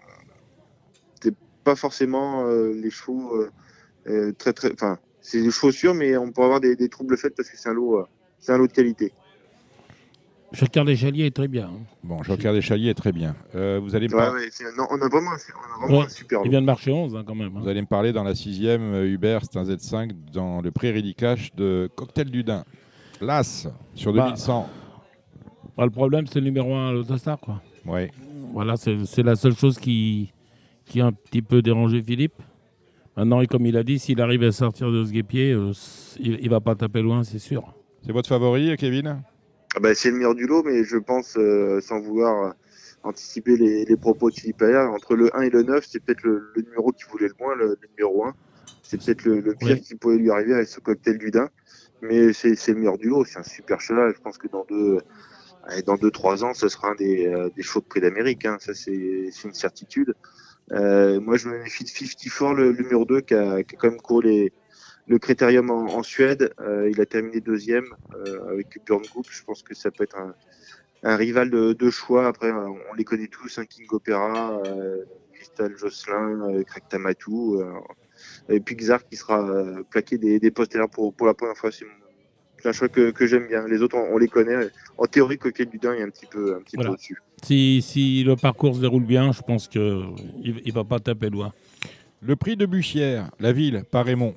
Speaker 8: c'est pas forcément euh, les chevaux euh, euh, très très. Enfin, c'est des chaussures, mais on peut avoir des, des troubles faits parce que c'est un lot, euh, c'est un lot de qualité.
Speaker 9: Chacun des chaliers est très bien. hein.
Speaker 2: Bon, Joker des Chaliers est très bien. Euh, vous, allez me
Speaker 8: Ouais,
Speaker 2: par-
Speaker 8: ouais, c'est- non, on a vraiment, un- on a vraiment
Speaker 9: Ouais,
Speaker 8: un super
Speaker 9: Il
Speaker 8: lot.
Speaker 9: vient de marcher onze hein, quand même. hein.
Speaker 2: vous allez me parler dans la sixième, euh, Hubert, c'est un Z cinq dans le Prairie Cash de Cocktail du Dain. L'As sur
Speaker 9: Bah,
Speaker 2: deux mille cent.
Speaker 9: Bah, le problème, c'est le numéro un à l'Autostar. Quoi.
Speaker 2: Ouais.
Speaker 9: Voilà, c'est c'est la seule chose qui, qui a un petit peu dérangé Philippe. Maintenant, et comme il a dit, s'il arrive à sortir de ce guépier, euh, c- il ne va pas taper loin, c'est sûr.
Speaker 2: C'est votre favori, Kevin?
Speaker 8: Ah bah, c'est le meilleur du lot, mais je pense, euh, sans vouloir euh, anticiper les, les propos de Philippe Allaire, entre le un et le neuf, c'est peut-être le, le numéro qui voulait le moins, le, le numéro un. C'est peut-être le, le pire
Speaker 9: Oui.
Speaker 8: qui pouvait lui arriver avec ce cocktail du Dain. Mais c'est c'est le meilleur du lot, c'est un super cheval. Je pense que dans deux, allez, dans deux, trois ans, ce sera un des, euh, des chevaux de prix d'Amérique. Hein. Ça, c'est c'est une certitude. Euh, moi, je me méfie de cinquante-quatre, le, le numéro deux, qui a, qui a quand même couru les, le critérium en, en Suède. Euh, il a terminé deuxième euh, avec Björn Goop. Je pense que ça peut être un, un rival de, de choix. Après, euh, on les connaît tous, hein, King Opera, euh, Cristal Josselin, euh, Craig Tamatou, euh, et puis Xar qui sera euh, plaqué des, des postérieurs pour, pour la première fois. C'est, mon, c'est un choix que, que j'aime bien. Les autres, on, on les connaît. En théorie, Coquet du Dain est un petit peu, un petit
Speaker 9: Voilà.
Speaker 8: peu au-dessus.
Speaker 9: Si, si le parcours se déroule bien, je pense qu'il ne va pas taper loin.
Speaker 2: Le prix de Bussière, la ville, pas Raymond.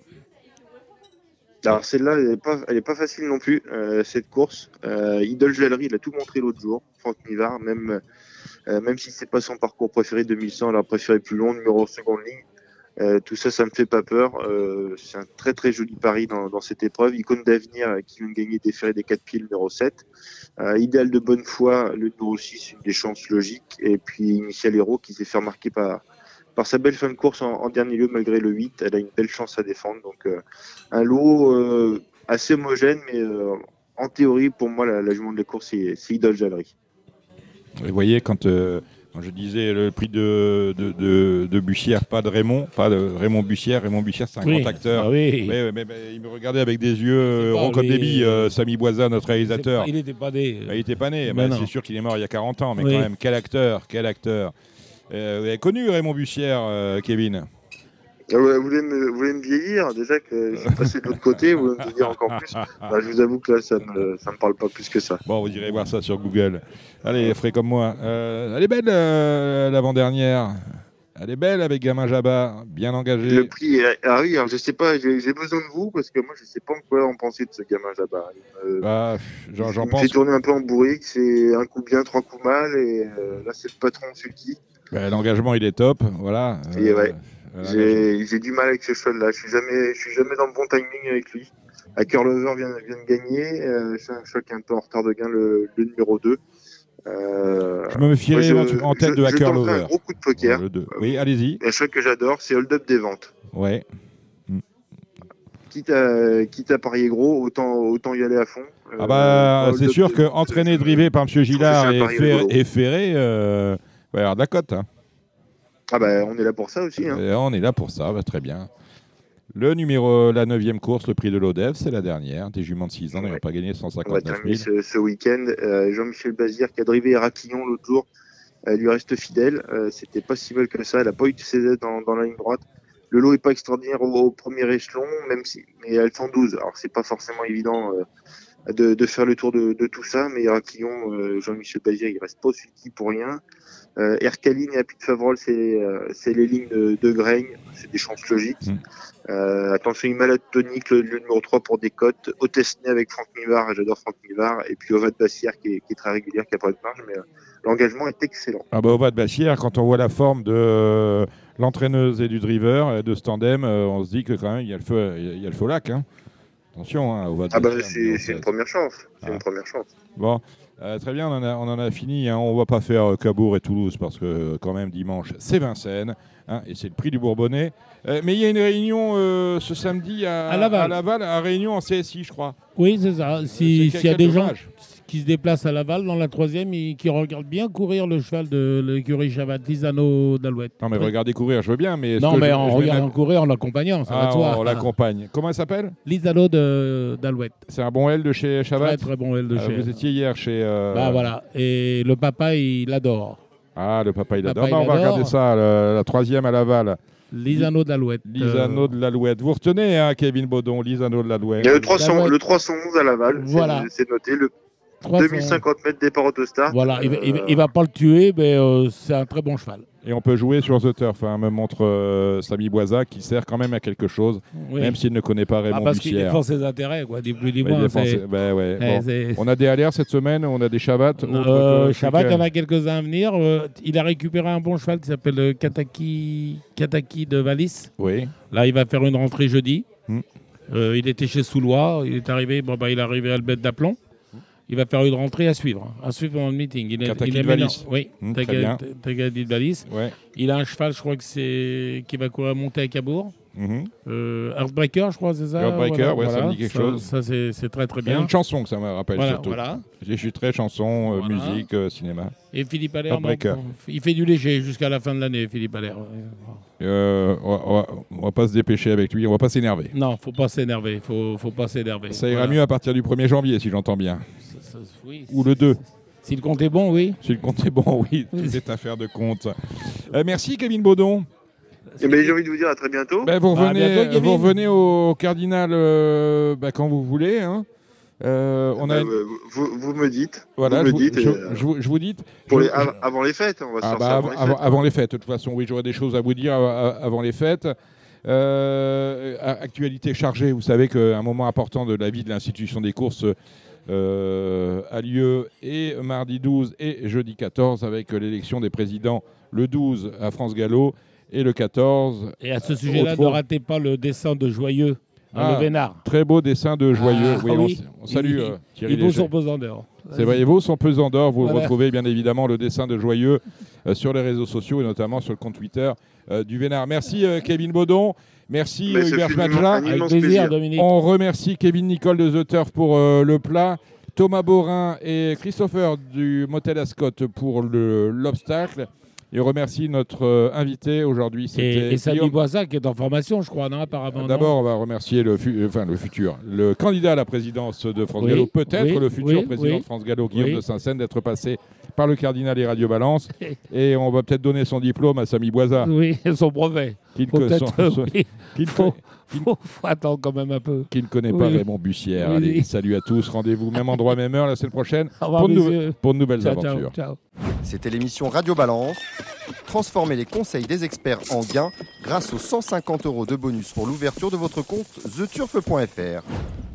Speaker 8: Alors celle-là, elle n'est pas, elle est pas facile non plus, euh, cette course. Euh, Idol Galerie, il a tout montré l'autre jour. Franck Nivard, même, euh, même si c'est pas son parcours préféré deux mille cent, il a préféré plus long, numéro en seconde ligne. Euh, tout ça, ça me fait pas peur. Euh, c'est un très très joli pari dans, dans cette épreuve. Icône d'avenir euh, qui vient de gagner des ferrés des quatre pieds, le numéro sept. Euh, Idéal de bonne foi, le numéro six, une des chances logiques. Et puis Initial Hero qui s'est fait remarquer par, par sa belle fin de course en, en dernier lieu malgré le huit. Elle a une belle chance à défendre. Donc euh, un lot euh, assez homogène, mais euh, en théorie, pour moi, la, la jument de la course, c'est, c'est Idol Galerie.
Speaker 2: Vous voyez, quand, euh, quand je disais le prix de, de, de, de Bussière, pas de Raymond, pas de Raymond Bussière. Raymond Bussière, c'est un
Speaker 9: Oui,
Speaker 2: grand acteur.
Speaker 9: ah oui.
Speaker 2: Mais, mais- mais il me regardait avec des yeux euh,
Speaker 9: pas,
Speaker 2: ronds comme
Speaker 9: lui,
Speaker 2: des billes,
Speaker 9: euh,
Speaker 2: euh, Samy Boisa, notre réalisateur.
Speaker 9: Il n'était pas né.
Speaker 2: Bah, il était pas né.
Speaker 9: Mais
Speaker 2: Bah,
Speaker 9: non.
Speaker 2: c'est sûr qu'il est mort il y a quarante ans, mais
Speaker 9: Oui.
Speaker 2: quand même, quel acteur, quel acteur. Euh, vous avez connu Raymond Bussière, euh, Kevin?
Speaker 8: Ah ouais, vous, voulez me, vous voulez me vieillir déjà que je suis passé de l'autre côté, vous voulez me vieillir encore plus. Bah, je vous avoue que là, ça me, ça me parle pas plus que ça.
Speaker 2: Bon, vous irez voir ça sur Google. Allez, frais comme moi. Euh, elle est belle, euh, l'avant-dernière. Elle est belle avec Gamin Jabba, bien engagé.
Speaker 8: Le prix, est- ah oui, alors je sais pas, j'ai, j'ai besoin de vous parce que moi je sais pas en quoi en penser de ce gamin Jabba. Euh,
Speaker 2: Bah, pff, j'en, j'en
Speaker 8: il me
Speaker 2: pense.
Speaker 8: fait tourner un peu en bourrique, c'est un coup bien, trois coups mal, et euh, là c'est le patron Sulky.
Speaker 2: Bah, l'engagement, il est top. Voilà.
Speaker 8: Et ouais,
Speaker 2: euh,
Speaker 8: j'ai, j'ai du mal avec ce cheval-là. Je suis jamais, je suis jamais dans le bon timing avec lui. À Curlover vient, vient de gagner. Euh, c'est un cheval qui est un peu en retard de gain, le, le numéro deux. Euh,
Speaker 2: Je me méfierais
Speaker 8: moi, je-
Speaker 2: en tête
Speaker 8: je-
Speaker 2: de
Speaker 8: je
Speaker 2: Hacker
Speaker 8: tenterai
Speaker 2: Lover.
Speaker 8: un gros coup de poker.
Speaker 2: Le deux. Oui, allez-y.
Speaker 8: Un cheval que j'adore, c'est Hold Up des Ventes.
Speaker 2: Ouais.
Speaker 8: Quitte à, quitte à parier gros, autant, autant y aller à fond.
Speaker 2: Ah bah,
Speaker 8: Euh,
Speaker 2: c'est
Speaker 8: Hold
Speaker 2: sûr
Speaker 8: Up
Speaker 2: que
Speaker 8: des Ventes,
Speaker 2: entraîné,
Speaker 8: je-
Speaker 2: drivé par M.
Speaker 8: je trouve que
Speaker 2: Gillard
Speaker 8: c'est un
Speaker 2: et,
Speaker 8: pari
Speaker 2: Fer-
Speaker 8: rigolo.
Speaker 2: et Ferré, euh, il va y avoir de la cote. Hein.
Speaker 8: Ah bah, on est là pour ça aussi. Hein.
Speaker 2: Et on est là pour ça, bah, très bien. Le numéro, la neuvième course, le prix de l'O D E V, c'est la dernière. Des juments de six ans, il n'a pas gagné cent
Speaker 8: On va
Speaker 2: cinquante-neuf
Speaker 8: terminer
Speaker 2: mille.
Speaker 8: ce, ce week-end. Euh, Jean-Michel Bazir qui a drivé Héraclion l'autre jour, elle lui reste fidèle. Euh, C'était pas si mal que ça. Elle n'a pas eu de C Z dans, dans la ligne droite. Le lot est pas extraordinaire au, au premier échelon, même si, mais elles sont douze. Alors c'est pas forcément évident euh, de, de faire le tour de, de tout ça, mais Héraclion, euh, Jean-Michel Bazir, il reste pas au sulky pour rien. Euh, Ercaline et Apit Favrol, c'est euh, c'est les lignes de, de Graigne, c'est des chances logiques.
Speaker 2: Mm.
Speaker 8: Euh, attention, une malade tonique, le, le numéro trois pour des cotes. Otesnay avec Franck Nivard, et j'adore Franck Nivard. Et puis Ovad Bassière qui est, qui est très régulière, qui a pas de marge, mais euh, l'engagement est excellent.
Speaker 2: Ah bah, au bas de Bassière, quand on voit la forme de euh, l'entraîneuse et du driver, et de ce tandem, euh, on se dit que quand même, il y a le feu, il y a le feu lac. Hein. Attention, hein, au bas de
Speaker 8: Ah bah
Speaker 2: Bassière,
Speaker 8: c'est
Speaker 2: numéro
Speaker 8: c'est une
Speaker 2: sept.
Speaker 8: première chance. C'est
Speaker 2: Ah.
Speaker 8: une première chance.
Speaker 2: Bon, euh, très bien, on en a, on en a fini. Hein. On ne va pas faire euh, Cabourg et Toulouse parce que euh, quand même dimanche, c'est Vincennes hein, et c'est le prix du Bourbonnais. Euh, mais il y a une réunion euh, ce samedi à,
Speaker 9: À Laval.
Speaker 2: à Laval, à Réunion en C S I, je crois.
Speaker 9: Oui, c'est ça. Si-
Speaker 2: c'est
Speaker 9: S'il y a
Speaker 2: quel
Speaker 9: des gens
Speaker 2: dommage.
Speaker 9: qui se déplacent à Laval dans la troisième et qui regardent bien courir le cheval de l'écurie Chabat, Lisano d'Alouette.
Speaker 2: Non, mais
Speaker 9: Oui.
Speaker 2: regardez courir, je veux bien, mais est-ce
Speaker 9: Non,
Speaker 2: que
Speaker 9: mais
Speaker 2: je-
Speaker 9: en
Speaker 2: je vais
Speaker 9: regardant
Speaker 2: mettre-
Speaker 9: courir, en l'accompagnant, ça va
Speaker 2: Ah,
Speaker 9: de soi.
Speaker 2: on l'accompagne. Comment elle s'appelle?
Speaker 9: Lisano de- d'Alouette.
Speaker 2: C'est un bon L de chez Chabat.
Speaker 9: Très très bon L de
Speaker 2: Ah,
Speaker 9: chez.
Speaker 2: Vous étiez hier chez. euh,
Speaker 9: Bah voilà. Et le papa, il adore.
Speaker 2: Ah, le papa, il
Speaker 9: Papa,
Speaker 2: adore.
Speaker 9: il
Speaker 2: Bah, on va
Speaker 9: adore.
Speaker 2: regarder ça, le- la troisième à Laval.
Speaker 9: Lisano d'Alouette.
Speaker 2: Lisano
Speaker 9: Euh,
Speaker 2: de l'Alouette. Vous retenez, hein, Kevin Baudon, Lisano de l'Alouette.
Speaker 8: Il y a le trois cents,
Speaker 9: L'Alouette.
Speaker 8: le trois cent onze à Laval, c'est-
Speaker 9: Voilà.
Speaker 8: c'est noté. Le
Speaker 9: trois cents.
Speaker 8: deux mille cinquante mètres départ autostart.
Speaker 9: Voilà, il, va- il va-
Speaker 8: Euh,
Speaker 9: il va pas le tuer, mais euh, c'est un très bon cheval.
Speaker 2: Et on peut jouer sur The Turf, hein, me montre euh, Samy Boisa, qui sert quand même à quelque chose,
Speaker 9: Oui.
Speaker 2: même s'il ne connaît pas
Speaker 9: Ah,
Speaker 2: Raymond
Speaker 9: parce qu'il
Speaker 2: Bussière.
Speaker 9: défend ses intérêts, quoi, ni plus ni
Speaker 2: Bah, il
Speaker 9: moins.
Speaker 2: défend
Speaker 9: c'est-
Speaker 2: ses- bah ouais,
Speaker 9: eh,
Speaker 2: bon.
Speaker 9: c'est-
Speaker 2: On a des aléas cette semaine, on a des Chabat. autres
Speaker 9: Euh,
Speaker 2: que
Speaker 9: Chabat, il y en
Speaker 2: week-end.
Speaker 9: a quelques-uns à venir. Euh, il a récupéré un bon cheval qui s'appelle euh, Kataki, Kataki de Valis.
Speaker 2: Oui.
Speaker 9: Là, il va faire une rentrée jeudi.
Speaker 2: Hmm.
Speaker 9: Euh, il était chez Soulois. Il est arrivé, bon, bah, il est arrivé à le bête d'aplomb. Il va faire une rentrée à suivre, à suivre dans le meeting. Il est,
Speaker 2: Kataki
Speaker 9: il est
Speaker 2: de Valis.
Speaker 9: maintenant- Oui,
Speaker 2: Hmm, très
Speaker 9: Taka-
Speaker 2: bien.
Speaker 9: Takadi de Valis.
Speaker 2: Ouais.
Speaker 9: Il a un cheval, je crois que c'est qui va courir monter à Cabourg.
Speaker 2: Mhm.
Speaker 9: Euh, Heartbreaker, je crois, c'est ça.
Speaker 2: Heartbreaker, ouais, ça me dit quelque
Speaker 9: ça,
Speaker 2: chose.
Speaker 9: Ça, c'est c'est très très
Speaker 2: Il y a
Speaker 9: bien.
Speaker 2: une chanson que ça me rappelle
Speaker 9: Voilà,
Speaker 2: surtout.
Speaker 9: voilà.
Speaker 2: Je suis très chanson, euh,
Speaker 9: Voilà.
Speaker 2: musique, euh, cinéma.
Speaker 9: Et Philippe Allaire, non,
Speaker 2: Heartbreaker.
Speaker 9: il fait du léger jusqu'à la fin de l'année, Philippe Allaire.
Speaker 2: Euh, on, va, on va- on va pas se dépêcher avec lui, on va pas s'énerver.
Speaker 9: Non, faut pas s'énerver, faut, faut pas s'énerver.
Speaker 2: Ça ira
Speaker 9: Voilà.
Speaker 2: mieux à partir du premier janvier, si j'entends bien.
Speaker 9: Ça- ça- oui,
Speaker 2: Ou le deux.
Speaker 9: Si le compte est bon, oui.
Speaker 2: Si le compte est bon, oui, tout est affaire de compte. Euh, merci Kevin Baudon.
Speaker 8: Eh ben, j'ai envie de vous dire à très bientôt.
Speaker 2: Ben, vous,
Speaker 9: Bah, à
Speaker 2: revenez,
Speaker 9: bientôt, Kevin.
Speaker 2: vous revenez au Cardinal euh, bah, quand vous voulez. Hein. Euh, on a
Speaker 8: Euh,
Speaker 2: une-
Speaker 8: vous, vous me dites.
Speaker 2: Voilà,
Speaker 8: vous
Speaker 2: je
Speaker 8: me
Speaker 2: vous,
Speaker 8: dites.
Speaker 2: je,
Speaker 8: et, euh,
Speaker 2: je vous- je vous dis.
Speaker 8: pour
Speaker 2: je-
Speaker 8: les,
Speaker 2: je-
Speaker 8: av- avant les fêtes, on va se
Speaker 2: Ah
Speaker 8: faire
Speaker 2: bah,
Speaker 8: ça
Speaker 2: av-
Speaker 8: avant les
Speaker 2: avant,
Speaker 8: fêtes.
Speaker 2: avant les fêtes, de toute façon, oui, j'aurais des choses à vous dire av- avant les fêtes. Euh, actualité chargée, vous savez qu'un moment important de la vie de l'institution des courses euh, a lieu et mardi douze et jeudi quatorze avec l'élection des présidents le douze à France Gallo et le quatorze.
Speaker 9: Et à ce sujet-là,
Speaker 2: au
Speaker 9: ne
Speaker 2: Trot.
Speaker 9: ratez pas le dessin de Joyeux dans
Speaker 2: Ah,
Speaker 9: le Vénard.
Speaker 2: Très beau dessin de Joyeux.
Speaker 9: Ah,
Speaker 2: oui,
Speaker 9: oui.
Speaker 2: On, on salue
Speaker 9: Il-
Speaker 2: euh, Thierry
Speaker 9: Il vaut
Speaker 2: Léger.
Speaker 9: son pesant d'or.
Speaker 2: C'est vrai, il vaut son pesant d'or. Vous
Speaker 9: Voilà.
Speaker 2: retrouvez bien évidemment le dessin de Joyeux euh, sur les réseaux sociaux et notamment sur le compte Twitter euh, du Vénard. Merci euh, Kevin Baudon. Merci
Speaker 8: Mais
Speaker 2: euh,
Speaker 8: ce
Speaker 2: Hubert
Speaker 8: fut un
Speaker 2: Schmadja.
Speaker 8: immense
Speaker 9: Avec
Speaker 8: plaisir.
Speaker 9: plaisir, Dominique.
Speaker 2: On remercie Kevin Nicole de The Turf pour euh, le plat, Thomas Borin et Christopher du Motel Ascot pour le- l'obstacle. Et on remercie notre euh, invité aujourd'hui.
Speaker 9: Et,
Speaker 2: C'était
Speaker 9: et Samy
Speaker 2: Guillaume.
Speaker 9: Boisa qui est en formation, je crois, non, apparemment. non
Speaker 2: D'abord, on va remercier le, fu- enfin, le futur, le candidat à la présidence de France
Speaker 9: Oui,
Speaker 2: Gallo, peut-être
Speaker 9: oui,
Speaker 2: le futur
Speaker 9: oui,
Speaker 2: président
Speaker 9: oui.
Speaker 2: de France Gallo, Guillaume
Speaker 9: Oui.
Speaker 2: de Saint-Seine, d'être passé par le Cardinal et Radio Balance. Et on va peut-être donner son diplôme à Samy Boisa.
Speaker 9: Oui, son brevet.
Speaker 2: Qui ne
Speaker 9: Faut
Speaker 2: co-
Speaker 9: peut-être,
Speaker 2: son-
Speaker 9: euh,
Speaker 2: son-
Speaker 9: oui,
Speaker 2: qui ne
Speaker 9: faut,
Speaker 2: co- qui ne-
Speaker 9: faut, faut attendre quand même un peu.
Speaker 2: qui ne connaît pas
Speaker 9: Oui.
Speaker 2: Raymond Bussière.
Speaker 9: Oui.
Speaker 2: Allez, salut à tous. Rendez-vous même endroit, même heure la semaine prochaine
Speaker 9: Au revoir,
Speaker 2: pour, de nou-
Speaker 9: messieurs.
Speaker 2: pour de nouvelles
Speaker 9: Ciao, ciao,
Speaker 2: aventures.
Speaker 9: ciao.
Speaker 1: C'était l'émission Radio Balance. Transformez les conseils des experts en gains grâce aux cent cinquante euros de bonus pour l'ouverture de votre compte the turf point f r.